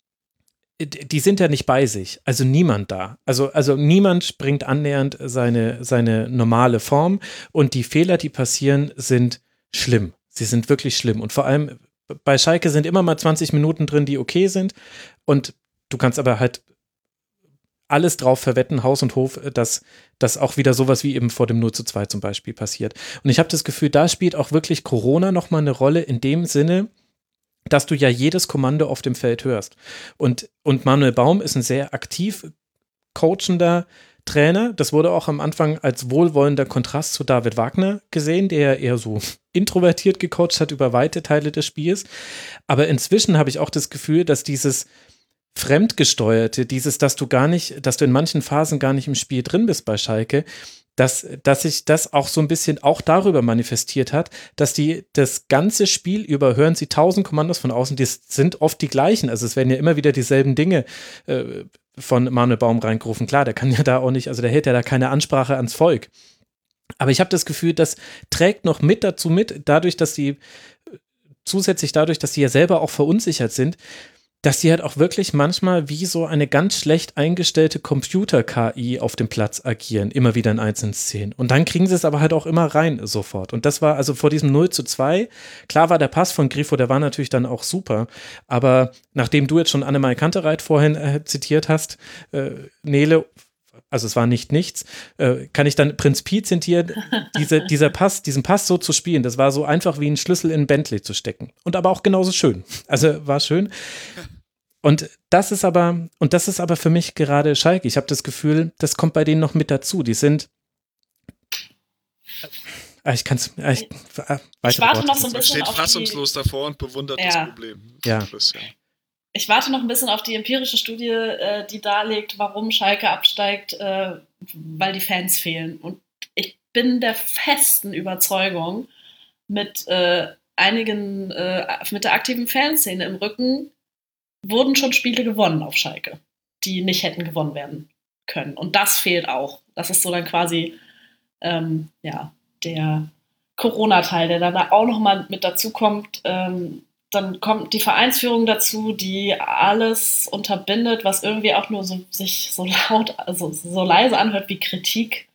die sind ja nicht bei sich, also niemand da. Also, also niemand bringt annähernd seine, seine normale Form und die Fehler, die passieren, sind schlimm. Sie sind wirklich schlimm. Und vor allem bei Schalke sind immer mal zwanzig Minuten drin, die okay sind und du kannst aber halt alles drauf verwetten, Haus und Hof, dass, dass auch wieder sowas wie eben vor dem null zu zwei zum Beispiel passiert. Und ich habe das Gefühl, da spielt auch wirklich Corona nochmal eine Rolle in dem Sinne, dass du ja jedes Kommando auf dem Feld hörst. Und, und Manuel Baum ist ein sehr aktiv coachender Trainer. Das wurde auch am Anfang als wohlwollender Kontrast zu David Wagner gesehen, der ja eher so introvertiert gecoacht hat über weite Teile des Spiels. Aber inzwischen habe ich auch das Gefühl, dass dieses Fremdgesteuerte, dieses, dass du gar nicht, dass du in manchen Phasen gar nicht im Spiel drin bist bei Schalke, dass, dass sich das auch so ein bisschen auch darüber manifestiert hat, dass die das ganze Spiel über hören sie tausend Kommandos von außen, die sind oft die gleichen. Also es werden ja immer wieder dieselben Dinge äh, von Manuel Baum reingerufen. Klar, der kann ja da auch nicht, also der hält ja da keine Ansprache ans Volk. Aber ich habe das Gefühl, das trägt noch mit dazu mit, dadurch, dass die zusätzlich dadurch, dass die ja selber auch verunsichert sind, dass die halt auch wirklich manchmal wie so eine ganz schlecht eingestellte Computer-K I auf dem Platz agieren, immer wieder in einzelnen Szenen. Und dann kriegen sie es aber halt auch immer rein sofort. Und das war also vor diesem null zu zwei, klar war der Pass von Grifo, der war natürlich dann auch super, aber nachdem du jetzt schon Annemarie Kantereit vorhin äh, zitiert hast, äh, Nele, also es war nicht nichts, äh, kann ich dann Prinz Pi zitieren, diese, dieser Pass, diesen Pass so zu spielen, das war so einfach wie ein Schlüssel in ein Bentley zu stecken. Und aber auch genauso schön. Also war schön. Und das ist aber, und das ist aber für mich gerade Schalke. Ich habe das Gefühl, das kommt bei denen noch mit dazu. Die sind, äh, ich kann es, äh, ich, äh, Ich warte noch so ein Man bisschen steht auf die, fassungslos davor und bewundert Ja. das Problem. Ja. Christian. ich warte noch ein bisschen auf die empirische Studie, äh, die darlegt, warum Schalke absteigt, äh, weil die Fans fehlen. Und ich bin der festen Überzeugung, mit äh, einigen, äh, mit der aktiven Fanszene im Rücken wurden schon Spiele gewonnen auf Schalke, die nicht hätten gewonnen werden können. Und das fehlt auch. Das ist so dann quasi ähm, ja, der Corona-Teil, der dann da auch nochmal mit dazu kommt. Ähm, dann kommt die Vereinsführung dazu, die alles unterbindet, was irgendwie auch nur so, sich so laut, also so leise anhört wie Kritik.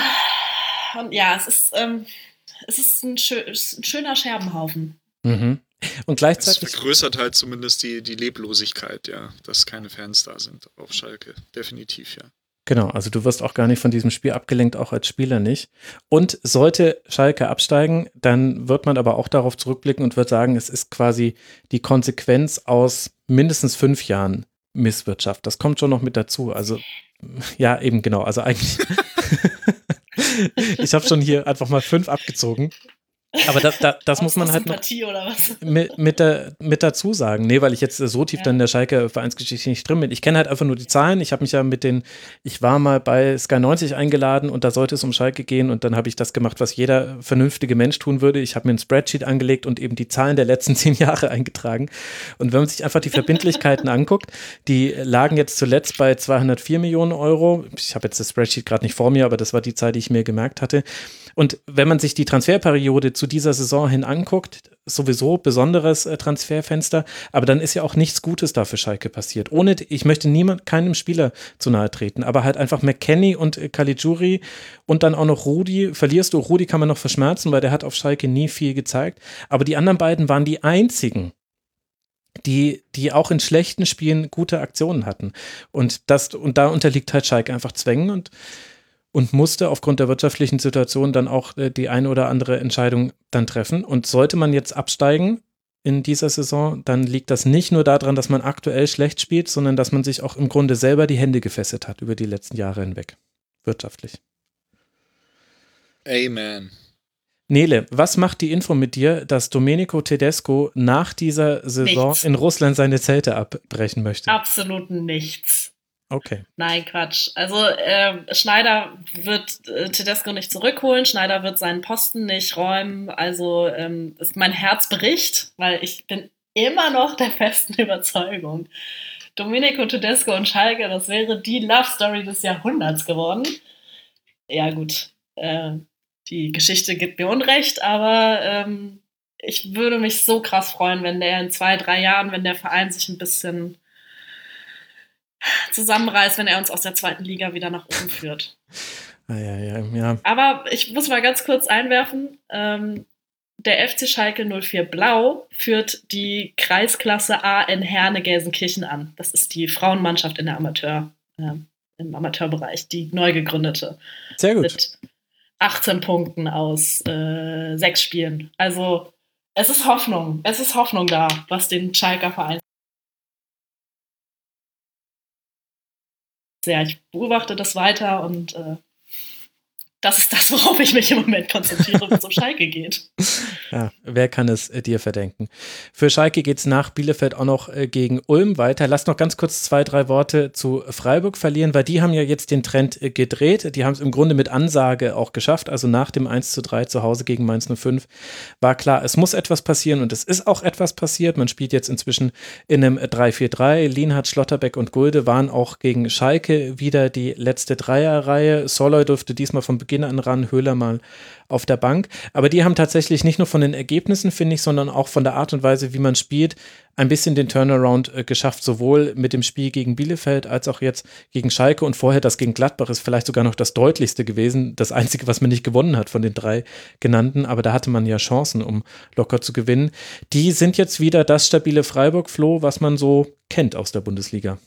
Und ja, es ist, ähm, es ist ein, schö- es ist ein schöner Scherbenhaufen. Mhm. Und Es gleichzeitig, vergrößert halt zumindest die, die Leblosigkeit, ja, dass keine Fans da sind auf Schalke. Definitiv, ja. genau, also du wirst auch gar nicht von diesem Spiel abgelenkt, auch als Spieler nicht. Und sollte Schalke absteigen, dann wird man aber auch darauf zurückblicken und wird sagen, es ist quasi die Konsequenz aus mindestens fünf Jahren Misswirtschaft. Das kommt schon noch mit dazu. Also ja, eben genau. Also eigentlich, ich habe schon hier einfach mal fünf abgezogen. Aber da, da, das muss man halt noch Sympathie oder was? mit, mit, der, mit dazu sagen. Nee, weil ich jetzt so tief Ja. dann in der Schalke-Vereinsgeschichte nicht drin bin. Ich kenne halt einfach nur die Zahlen. Ich habe mich ja mit den, ich war mal bei Sky neunzig eingeladen und da sollte es um Schalke gehen und dann habe ich das gemacht, was jeder vernünftige Mensch tun würde. Ich habe mir ein Spreadsheet angelegt und eben die Zahlen der letzten zehn Jahre eingetragen. Und wenn man sich einfach die Verbindlichkeiten anguckt, die lagen jetzt zuletzt bei zweihundertvier Millionen Euro. Ich habe jetzt das Spreadsheet gerade nicht vor mir, aber das war die Zahl, die ich mir gemerkt hatte. Und wenn man sich die Transferperiode zu dieser Saison hin anguckt, sowieso besonderes äh, Transferfenster, aber dann ist ja auch nichts Gutes da für Schalke passiert. Ohne, ich möchte niemand, keinem Spieler zu nahe treten, aber halt einfach McKennie und äh, Caligiuri und dann auch noch Rudi. Verlierst du, Rudi kann man noch verschmerzen, weil der hat auf Schalke nie viel gezeigt, aber die anderen beiden waren die einzigen, die, die auch in schlechten Spielen gute Aktionen hatten. Und das, und da unterliegt halt Schalke einfach Zwängen und und musste aufgrund der wirtschaftlichen Situation dann auch äh, die eine oder andere Entscheidung dann treffen. Und sollte man jetzt absteigen in dieser Saison, dann liegt das nicht nur daran, dass man aktuell schlecht spielt, sondern dass man sich auch im Grunde selber die Hände gefesselt hat über die letzten Jahre hinweg, wirtschaftlich. Amen. Nele, was macht die Info mit dir, dass Domenico Tedesco nach dieser Saison Nichts. in Russland seine Zelte abbrechen möchte? Absolut nichts. Okay. Nein, Quatsch. Also ähm, Schneider wird äh, Tedesco nicht zurückholen, Schneider wird seinen Posten nicht räumen. Also ähm, ist mein Herz bricht, weil ich bin immer noch der festen Überzeugung, Domenico Tedesco und Schalke, das wäre die Love Story des Jahrhunderts geworden. Ja gut, äh, die Geschichte gibt mir Unrecht, aber ähm, ich würde mich so krass freuen, wenn der in zwei, drei Jahren, wenn der Verein sich ein bisschen zusammenreißt, wenn er uns aus der zweiten Liga wieder nach oben führt. Ah, ja, ja, ja. Aber ich muss mal ganz kurz einwerfen, ähm, der F C Schalke null vier Blau führt die Kreisklasse A in Herne-Gelsenkirchen an. Das ist die Frauenmannschaft in der Amateur, äh, im Amateurbereich, die neu gegründete. Sehr gut. Mit achtzehn Punkten aus äh, sechs Spielen. Also es ist Hoffnung, es ist Hoffnung da, was den Schalker Verein. Sehr. Ich beobachte das weiter und äh, das ist das, worauf ich mich im Moment konzentriere, wenn es um Schalke geht. Ja, wer kann es äh, dir verdenken? Für Schalke geht es nach Bielefeld auch noch äh, gegen Ulm weiter. Lass noch ganz kurz zwei, drei Worte zu Freiburg verlieren, weil die haben ja jetzt den Trend äh, gedreht. Die haben es im Grunde mit Ansage auch geschafft. Also nach dem eins zu drei zu Hause gegen Mainz null fünf war klar, es muss etwas passieren und es ist auch etwas passiert. Man spielt jetzt inzwischen in einem drei vier drei. Lienhardt, Schlotterbeck und Gulde waren auch gegen Schalke wieder die letzte Dreierreihe. Soloy durfte diesmal von Beginn an ran, Höhler mal auf der Bank. Aber die haben tatsächlich nicht nur von den Ergebnissen, finde ich, sondern auch von der Art und Weise, wie man spielt, ein bisschen den Turnaround äh, geschafft, sowohl mit dem Spiel gegen Bielefeld als auch jetzt gegen Schalke und vorher das gegen Gladbach ist vielleicht sogar noch das deutlichste gewesen, das einzige, was man nicht gewonnen hat von den drei genannten, aber da hatte man ja Chancen, um locker zu gewinnen. Die sind jetzt wieder das stabile Freiburg, Flo, was man so kennt aus der Bundesliga.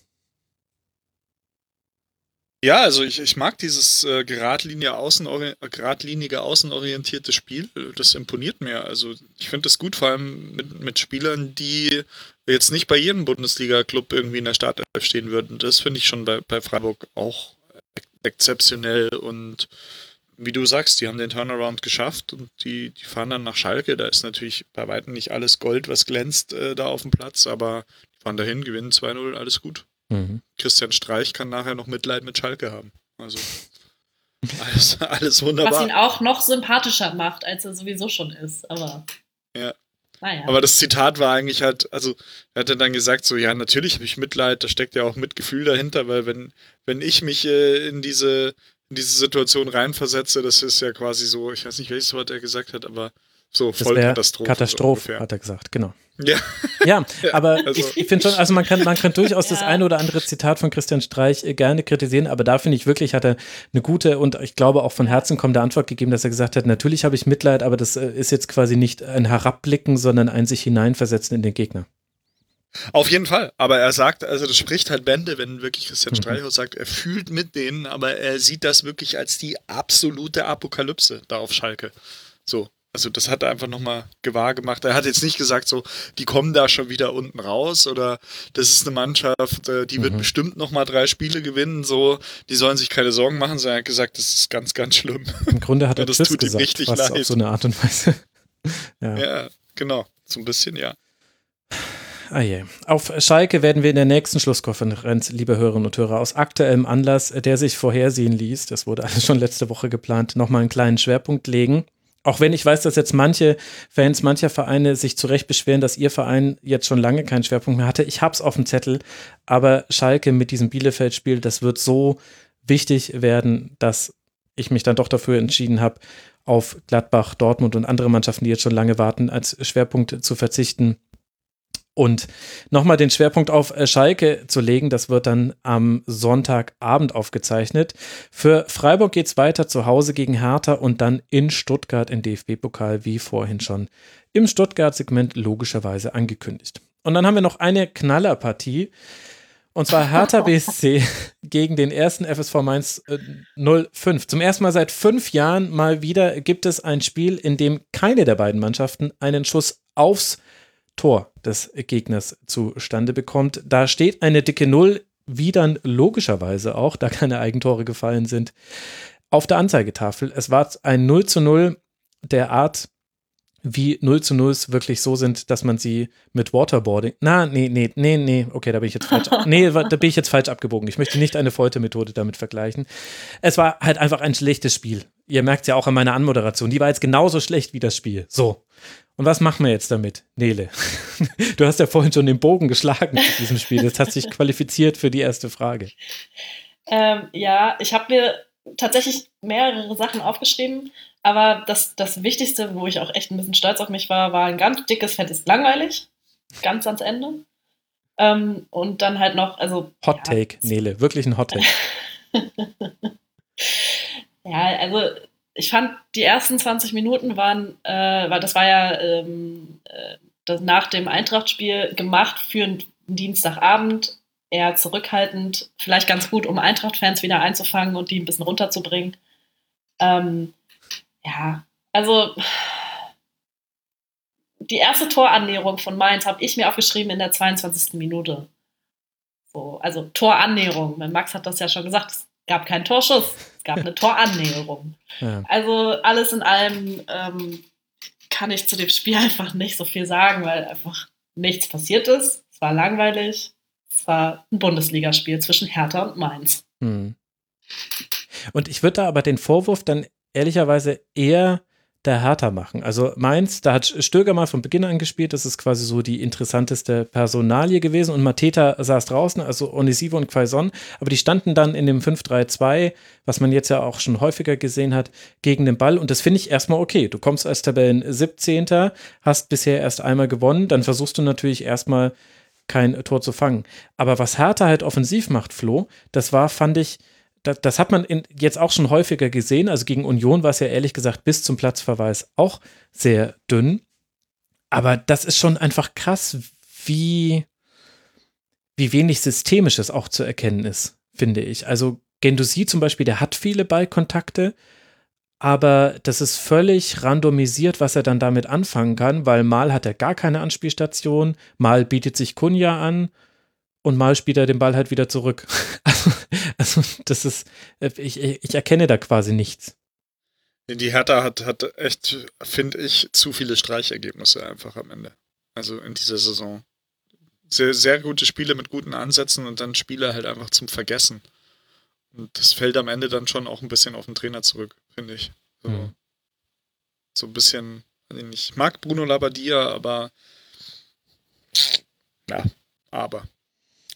Ja, also ich, ich mag dieses äh, geradlinie außenori- geradlinige außenorientierte Spiel. Das imponiert mir. Also ich finde das gut, vor allem mit, mit Spielern, die jetzt nicht bei jedem Bundesliga-Club irgendwie in der Startelf stehen würden. Das finde ich schon bei, bei Freiburg auch exzeptionell. Und wie du sagst, die haben den Turnaround geschafft und die, die fahren dann nach Schalke. Da ist natürlich bei weitem nicht alles Gold, was glänzt äh, da auf dem Platz, aber die fahren dahin, gewinnen zwei null, alles gut. Mhm. Christian Streich kann nachher noch Mitleid mit Schalke haben. Also alles, alles wunderbar. Was ihn auch noch sympathischer macht, als er sowieso schon ist. Aber Ja. naja. Aber das Zitat war eigentlich halt, also er hat dann gesagt so, ja, natürlich habe ich Mitleid, da steckt ja auch Mitgefühl dahinter, weil wenn, wenn ich mich äh, in diese in diese Situation reinversetze, das ist ja quasi so, ich weiß nicht, welches Wort er gesagt hat, aber So Das voll wäre Katastrophe. Katastrophe, so hat er gesagt, genau. Ja. Ja, aber also- ich, ich finde schon, also man kann, man kann durchaus das Ja. eine oder andere Zitat von Christian Streich äh, gerne kritisieren, aber da finde ich wirklich, hat er eine gute und ich glaube auch von Herzen kommende Antwort gegeben, dass er gesagt hat, natürlich habe ich Mitleid, aber das äh, ist jetzt quasi nicht ein Herabblicken, sondern ein sich hineinversetzen in den Gegner. Auf jeden Fall, aber er sagt, also das spricht halt Bände, wenn wirklich Christian Mhm. Streich sagt, er fühlt mit denen, aber er sieht das wirklich als die absolute Apokalypse da auf Schalke. So, also das hat er einfach nochmal gewahr gemacht. Er hat jetzt nicht gesagt so, die kommen da schon wieder unten raus oder das ist eine Mannschaft, äh, die wird Mhm. bestimmt nochmal drei Spiele gewinnen, so, die sollen sich keine Sorgen machen, sondern er hat gesagt, das ist ganz, ganz schlimm. Im Grunde hat Ja, er das Tschüss tut ihm gesagt, richtig fast leid. auf so eine Art und Weise. ja. Ja, genau, so ein bisschen, ja. Ah je. Auf Schalke werden wir in der nächsten Schlusskonferenz, liebe Hörerinnen und Hörer, aus aktuellem Anlass, der sich vorhersehen ließ, das wurde alles schon letzte Woche geplant, nochmal einen kleinen Schwerpunkt legen. Auch wenn ich weiß, dass jetzt manche Fans mancher Vereine sich zu Recht beschweren, dass ihr Verein jetzt schon lange keinen Schwerpunkt mehr hatte. Ich hab's auf dem Zettel, aber Schalke mit diesem Bielefeld-Spiel, das wird so wichtig werden, dass ich mich dann doch dafür entschieden habe, auf Gladbach, Dortmund und andere Mannschaften, die jetzt schon lange warten, als Schwerpunkt zu verzichten. Und nochmal den Schwerpunkt auf Schalke zu legen, das wird dann am Sonntagabend aufgezeichnet. Für Freiburg geht es weiter zu Hause gegen Hertha und dann in Stuttgart im D F B-Pokal, wie vorhin schon im Stuttgart-Segment logischerweise angekündigt. Und dann haben wir noch eine Knallerpartie, und zwar Hertha B S C gegen den ersten F S V Mainz äh, null fünf. Zum ersten Mal seit fünf Jahren mal wieder gibt es ein Spiel, in dem keine der beiden Mannschaften einen Schuss aufs Tor des Gegners zustande bekommt. Da steht eine dicke Null, wie dann logischerweise auch, da keine Eigentore gefallen sind, auf der Anzeigetafel. Es war ein null zu null der Art, wie null zu nulls wirklich so sind, dass man sie mit Waterboarding, na, nee, nee, nee, nee, okay, da bin ich jetzt falsch, nee, da bin ich jetzt falsch abgebogen. Ich möchte nicht eine Foltermethode damit vergleichen. Es war halt einfach ein schlechtes Spiel. Ihr merkt es ja auch an meiner Anmoderation, die war jetzt genauso schlecht wie das Spiel. So. Und was machen wir jetzt damit, Nele? Du hast ja vorhin schon den Bogen geschlagen zu diesem Spiel. Das hat sich qualifiziert für die erste Frage. Ähm, ja, ich habe mir tatsächlich mehrere Sachen aufgeschrieben, aber das, das Wichtigste, wo ich auch echt ein bisschen stolz auf mich war, war ein ganz dickes, fettes Langweilig, ganz ans Ende. Ähm, und dann halt noch, also... Hot ja, Take, Nele, wirklich ein Hot Take. Ja, also ich fand, die ersten zwanzig Minuten waren, äh, weil das war ja ähm, äh, das nach dem Eintracht-Spiel gemacht für einen Dienstagabend, eher zurückhaltend, vielleicht ganz gut, um Eintracht-Fans wieder einzufangen und die ein bisschen runterzubringen. Ähm, ja, also die erste Torannäherung von Mainz habe ich mir aufgeschrieben in der zweiundzwanzigsten Minute. So, also Torannäherung. Max hat das ja schon gesagt, es gab keinen Torschuss, es gab eine Torannäherung. Ja. Also alles in allem ähm, kann ich zu dem Spiel einfach nicht so viel sagen, weil einfach nichts passiert ist. Es war langweilig. Es war ein Bundesligaspiel zwischen Hertha und Mainz. Hm. Und ich würde da aber den Vorwurf dann ehrlicherweise eher der Hertha machen. Also Mainz, da hat Stöger mal von Beginn an gespielt, das ist quasi so die interessanteste Personalie gewesen und Mateta saß draußen, also Onisivo und Quaison, aber die standen dann in dem fünf drei zwei, was man jetzt ja auch schon häufiger gesehen hat, gegen den Ball und das finde ich erstmal okay. Du kommst als Tabellen siebzehnter, hast bisher erst einmal gewonnen, dann versuchst du natürlich erstmal kein Tor zu fangen. Aber was Hertha halt offensiv macht, Flo, das war, fand ich, Das, das hat man in, jetzt auch schon häufiger gesehen. Also gegen Union war es ja ehrlich gesagt bis zum Platzverweis auch sehr dünn. Aber das ist schon einfach krass, wie, wie wenig Systemisches auch zu erkennen ist, finde ich. Also Guendouzi zum Beispiel, der hat viele Ballkontakte, aber das ist völlig randomisiert, was er dann damit anfangen kann, weil mal hat er gar keine Anspielstation, mal bietet sich Kunja an, und mal spielt er den Ball halt wieder zurück. Also, also das ist, ich, ich erkenne da quasi nichts. Die Hertha hat, hat echt, finde ich, zu viele Streichergebnisse einfach am Ende. Also in dieser Saison. Sehr, sehr gute Spiele mit guten Ansätzen und dann Spiele halt einfach zum Vergessen. Und das fällt am Ende dann schon auch ein bisschen auf den Trainer zurück, finde ich. So, Mhm. so ein bisschen, weiß ich nicht, ich mag Bruno Labbadia, aber ja, aber.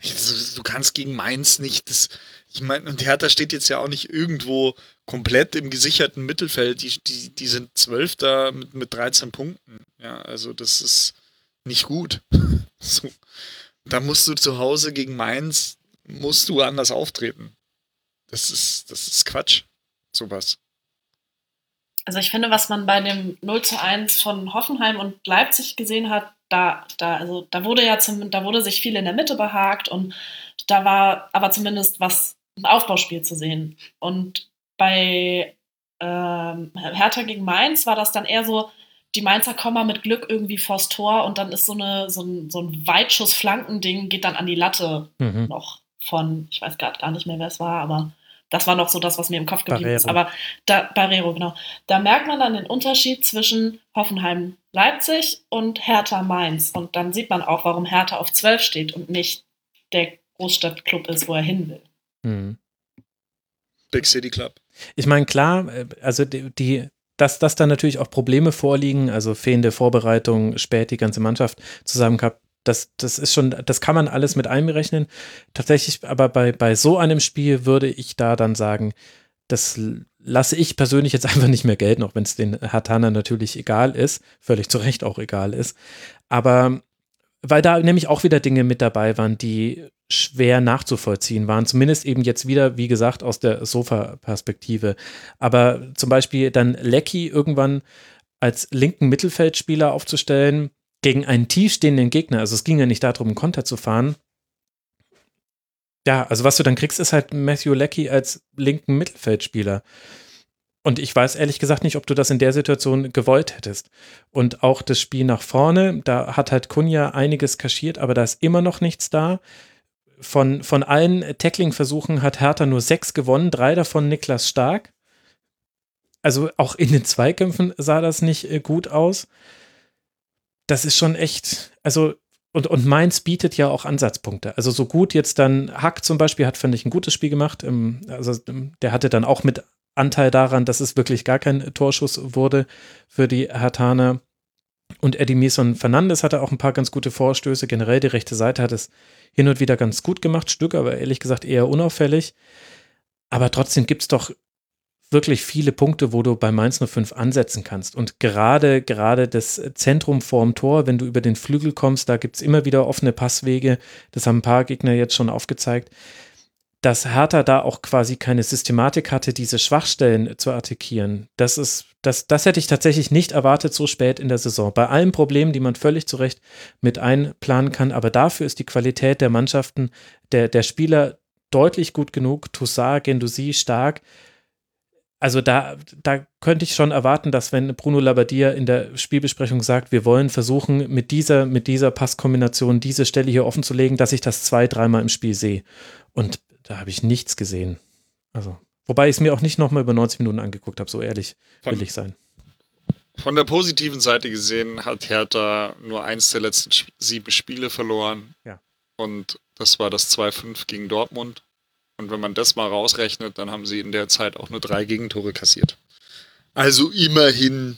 Du kannst gegen Mainz nicht, das, ich meine, und Hertha steht jetzt ja auch nicht irgendwo komplett im gesicherten Mittelfeld, die, die, die sind Zwölfter mit, mit dreizehn Punkten, ja, also das ist nicht gut. So. Da musst du zu Hause gegen Mainz, musst du anders auftreten. Das ist, das ist Quatsch, sowas. Also ich finde, was man bei dem null zu eins von Hoffenheim und Leipzig gesehen hat, da, da, also da wurde ja zum, da wurde sich viel in der Mitte behakt und da war aber zumindest was, ein Aufbauspiel zu sehen. Und bei ähm, Hertha gegen Mainz war das dann eher so, die Mainzer kommen mal mit Glück irgendwie vors Tor und dann ist so, eine, so ein, so ein Weitschuss-Flankending, geht dann an die Latte Mhm. noch von, ich weiß gerade gar nicht mehr, wer es war, aber das war noch so das, was mir im Kopf geblieben ist. Barrero. Aber da, Barrero, genau. Da merkt man dann den Unterschied zwischen Hoffenheim-Leipzig und Hertha-Mainz. Und dann sieht man auch, warum Hertha auf zwölf steht und nicht der Großstadtclub ist, wo er hin will. Mhm. Big City Club. Ich meine, klar, äh, also die, die dass, dass da natürlich auch Probleme vorliegen, also fehlende Vorbereitung, spät die ganze Mannschaft zusammen gehabt, das, das ist schon, das kann man alles mit einberechnen. Tatsächlich, aber bei, bei so einem Spiel würde ich da dann sagen, das lasse ich persönlich jetzt einfach nicht mehr gelten, auch wenn es den Herthanern natürlich egal ist, völlig zu Recht auch egal ist. Aber weil da nämlich auch wieder Dinge mit dabei waren, die schwer nachzuvollziehen waren, zumindest eben jetzt wieder, wie gesagt, aus der Sofa-Perspektive. Aber zum Beispiel dann Lecky irgendwann als linken Mittelfeldspieler aufzustellen gegen einen tiefstehenden Gegner, also es ging ja nicht darum, einen Konter zu fahren. Ja, also was du dann kriegst, ist halt Matthew Lecky als linken Mittelfeldspieler. Und ich weiß ehrlich gesagt nicht, ob du das in der Situation gewollt hättest. Und auch das Spiel nach vorne, da hat halt Cunha einiges kaschiert, aber da ist immer noch nichts da. Von, von allen Tackling-Versuchen hat Hertha nur sechs gewonnen, drei davon Niklas Stark. Also auch in den Zweikämpfen sah das nicht äh, gut aus. Das ist schon echt, also und, und Mainz bietet ja auch Ansatzpunkte. Also so gut jetzt dann Hack zum Beispiel hat, finde ich, ein gutes Spiel gemacht. Ähm, also der hatte dann auch mit Anteil daran, dass es wirklich gar kein Torschuss wurde für die Herthaner. Und Edimison Fernandes hatte auch ein paar ganz gute Vorstöße. Generell die rechte Seite hat es hin und wieder ganz gut gemacht. Stück, aber ehrlich gesagt eher unauffällig. Aber trotzdem gibt es doch wirklich viele Punkte, wo du bei Mainz null fünf ansetzen kannst. Und gerade, gerade das Zentrum vorm Tor, wenn du über den Flügel kommst, da gibt es immer wieder offene Passwege. Das haben ein paar Gegner jetzt schon aufgezeigt. Dass Hertha da auch quasi keine Systematik hatte, diese Schwachstellen zu attackieren. Das ist, das, das hätte ich tatsächlich nicht erwartet so spät in der Saison. Bei allen Problemen, die man völlig zu Recht mit einplanen kann, aber dafür ist die Qualität der Mannschaften, der, der Spieler deutlich gut genug. Toussaint, Guendouzi stark. Also da, da könnte ich schon erwarten, dass wenn Bruno Labbadia in der Spielbesprechung sagt, wir wollen versuchen, mit dieser, mit dieser Passkombination diese Stelle hier offen zu legen, dass ich das zwei, dreimal im Spiel sehe. Und da habe ich nichts gesehen. Also, wobei ich es mir auch nicht nochmal über neunzig Minuten angeguckt habe, so ehrlich will ich sein. Von der positiven Seite gesehen hat Hertha nur eins der letzten sieben Spiele verloren. Ja. Und das war das zwei fünf gegen Dortmund. Und wenn man das mal rausrechnet, dann haben sie in der Zeit auch nur drei Gegentore kassiert. Also immerhin.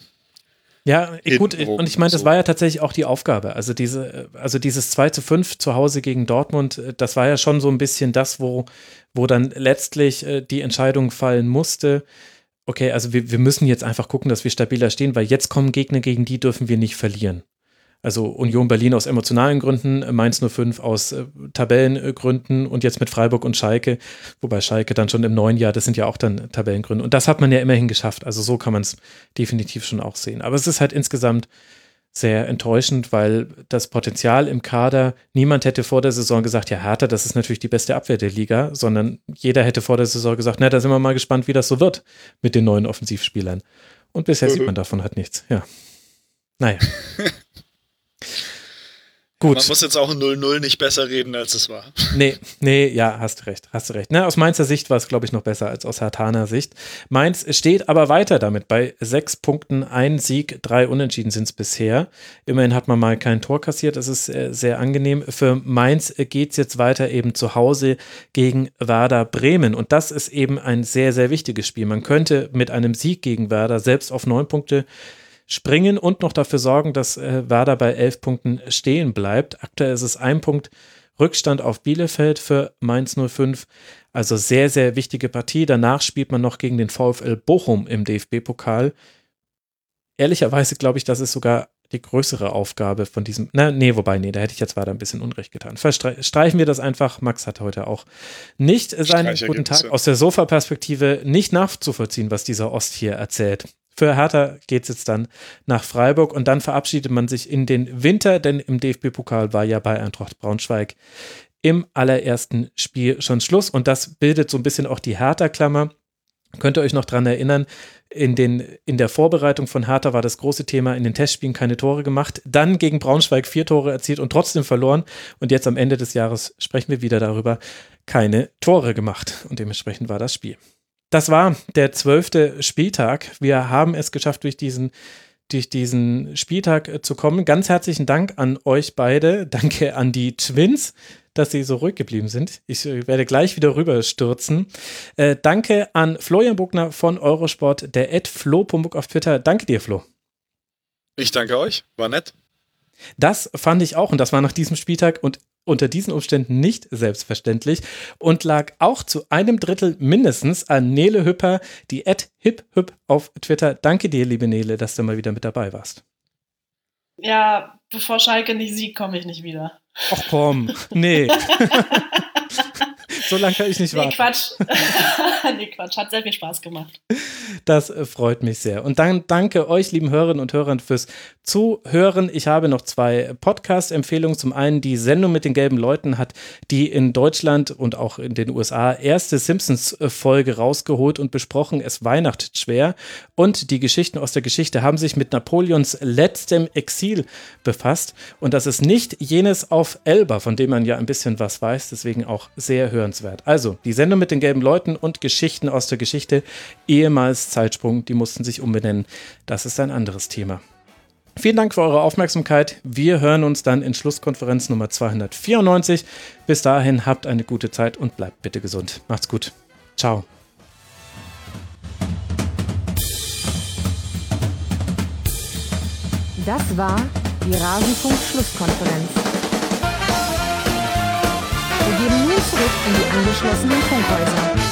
Ja, gut, Hintenrum und ich meine, das so. war ja tatsächlich auch die Aufgabe. Also diese, also dieses zwei zu fünf zu Hause gegen Dortmund, das war ja schon so ein bisschen das, wo, wo dann letztlich äh, die Entscheidung fallen musste. Okay, also wir, wir müssen jetzt einfach gucken, dass wir stabiler stehen, weil jetzt kommen Gegner, gegen die dürfen wir nicht verlieren. Also Union Berlin aus emotionalen Gründen, Mainz null fünf aus äh, Tabellengründen und jetzt mit Freiburg und Schalke, wobei Schalke dann schon im neuen Jahr, das sind ja auch dann Tabellengründe. Und das hat man ja immerhin geschafft. Also so kann man es definitiv schon auch sehen. Aber es ist halt insgesamt sehr enttäuschend, weil das Potenzial im Kader, niemand hätte vor der Saison gesagt, ja, Hertha, das ist natürlich die beste Abwehr der Liga, sondern jeder hätte vor der Saison gesagt, na, da sind wir mal gespannt, wie das so wird mit den neuen Offensivspielern. Und bisher mhm. sieht man davon halt nichts. Ja. Naja. Gut. Man muss jetzt auch ein null null nicht besser reden, als es war. Nee, nee, ja, hast du recht, hast du recht. Ne, aus Mainzer Sicht war es, glaube ich, noch besser als aus Herthaner Sicht. Mainz steht aber weiter damit bei sechs Punkten, ein Sieg, drei Unentschieden sind es bisher. Immerhin hat man mal kein Tor kassiert, das ist äh, sehr angenehm. Für Mainz geht es jetzt weiter eben zu Hause gegen Werder Bremen und das ist eben ein sehr, sehr wichtiges Spiel. Man könnte mit einem Sieg gegen Werder selbst auf neun Punkte springen und noch dafür sorgen, dass äh, Werder bei elf Punkten stehen bleibt. Aktuell ist es ein Punkt Rückstand auf Bielefeld für Mainz null fünf. Also sehr, sehr wichtige Partie. Danach spielt man noch gegen den VfL Bochum im D F B-Pokal. Ehrlicherweise glaube ich, das ist sogar die größere Aufgabe von diesem, na, nee, wobei, nee, da hätte ich jetzt weiter ein bisschen Unrecht getan. Verstreichen wir das einfach. Max hat heute auch nicht seinen guten Tag aus der Sofa-Perspektive nicht nachzuvollziehen, was dieser Ost hier erzählt. Für Hertha geht es jetzt dann nach Freiburg und dann verabschiedet man sich in den Winter, denn im D F B-Pokal war ja bei Eintracht Braunschweig im allerersten Spiel schon Schluss und das bildet so ein bisschen auch die Hertha-Klammer. Könnt ihr euch noch dran erinnern, in, den, in der Vorbereitung von Hertha war das große Thema, in den Testspielen keine Tore gemacht, dann gegen Braunschweig vier Tore erzielt und trotzdem verloren und jetzt am Ende des Jahres sprechen wir wieder darüber, keine Tore gemacht und dementsprechend war das Spiel. Das war der zwölfte Spieltag. Wir haben es geschafft, durch diesen, durch diesen Spieltag zu kommen. Ganz herzlichen Dank an euch beide. Danke an die Twins, dass sie so ruhig geblieben sind. Ich werde gleich wieder rüberstürzen. Äh, danke an Florian Bogner von Eurosport, der at flo.burg auf Twitter. Danke dir, Flo. Ich danke euch. War nett. Das fand ich auch und das war nach diesem Spieltag und unter diesen Umständen nicht selbstverständlich und lag auch zu einem Drittel mindestens an Nele Hüpper, die at hiphüp auf Twitter. Danke dir, liebe Nele, dass du mal wieder mit dabei warst. Ja, bevor Schalke nicht siegt, komme ich nicht wieder. Ach komm, nee. So lange kann ich nicht warten. Nee, Quatsch. nee, Quatsch. Hat sehr viel Spaß gemacht. Das äh, freut mich sehr. Und dann danke euch, lieben Hörerinnen und Hörern, fürs Zuhören. Ich habe noch zwei Podcast-Empfehlungen. Zum einen die Sendung mit den gelben Leuten hat die in Deutschland und auch in den U S A erste Simpsons-Folge rausgeholt und besprochen. Es weihnachtet schwer. Und die Geschichten aus der Geschichte haben sich mit Napoleons letztem Exil befasst. Und das ist nicht jenes auf Elba, von dem man ja ein bisschen was weiß. Deswegen auch sehr hörenswert. Also, die Sendung mit den gelben Leuten und Geschichten aus der Geschichte, ehemals Zeitsprung, die mussten sich umbenennen. Das ist ein anderes Thema. Vielen Dank für eure Aufmerksamkeit. Wir hören uns dann in Schlusskonferenz Nummer zweihundertvierundneunzig. Bis dahin, habt eine gute Zeit und bleibt bitte gesund. Macht's gut. Ciao. Das war die Rasenfunk-Schlusskonferenz. Wir gehen nun zurück in die angeschlossenen Funkhäuser.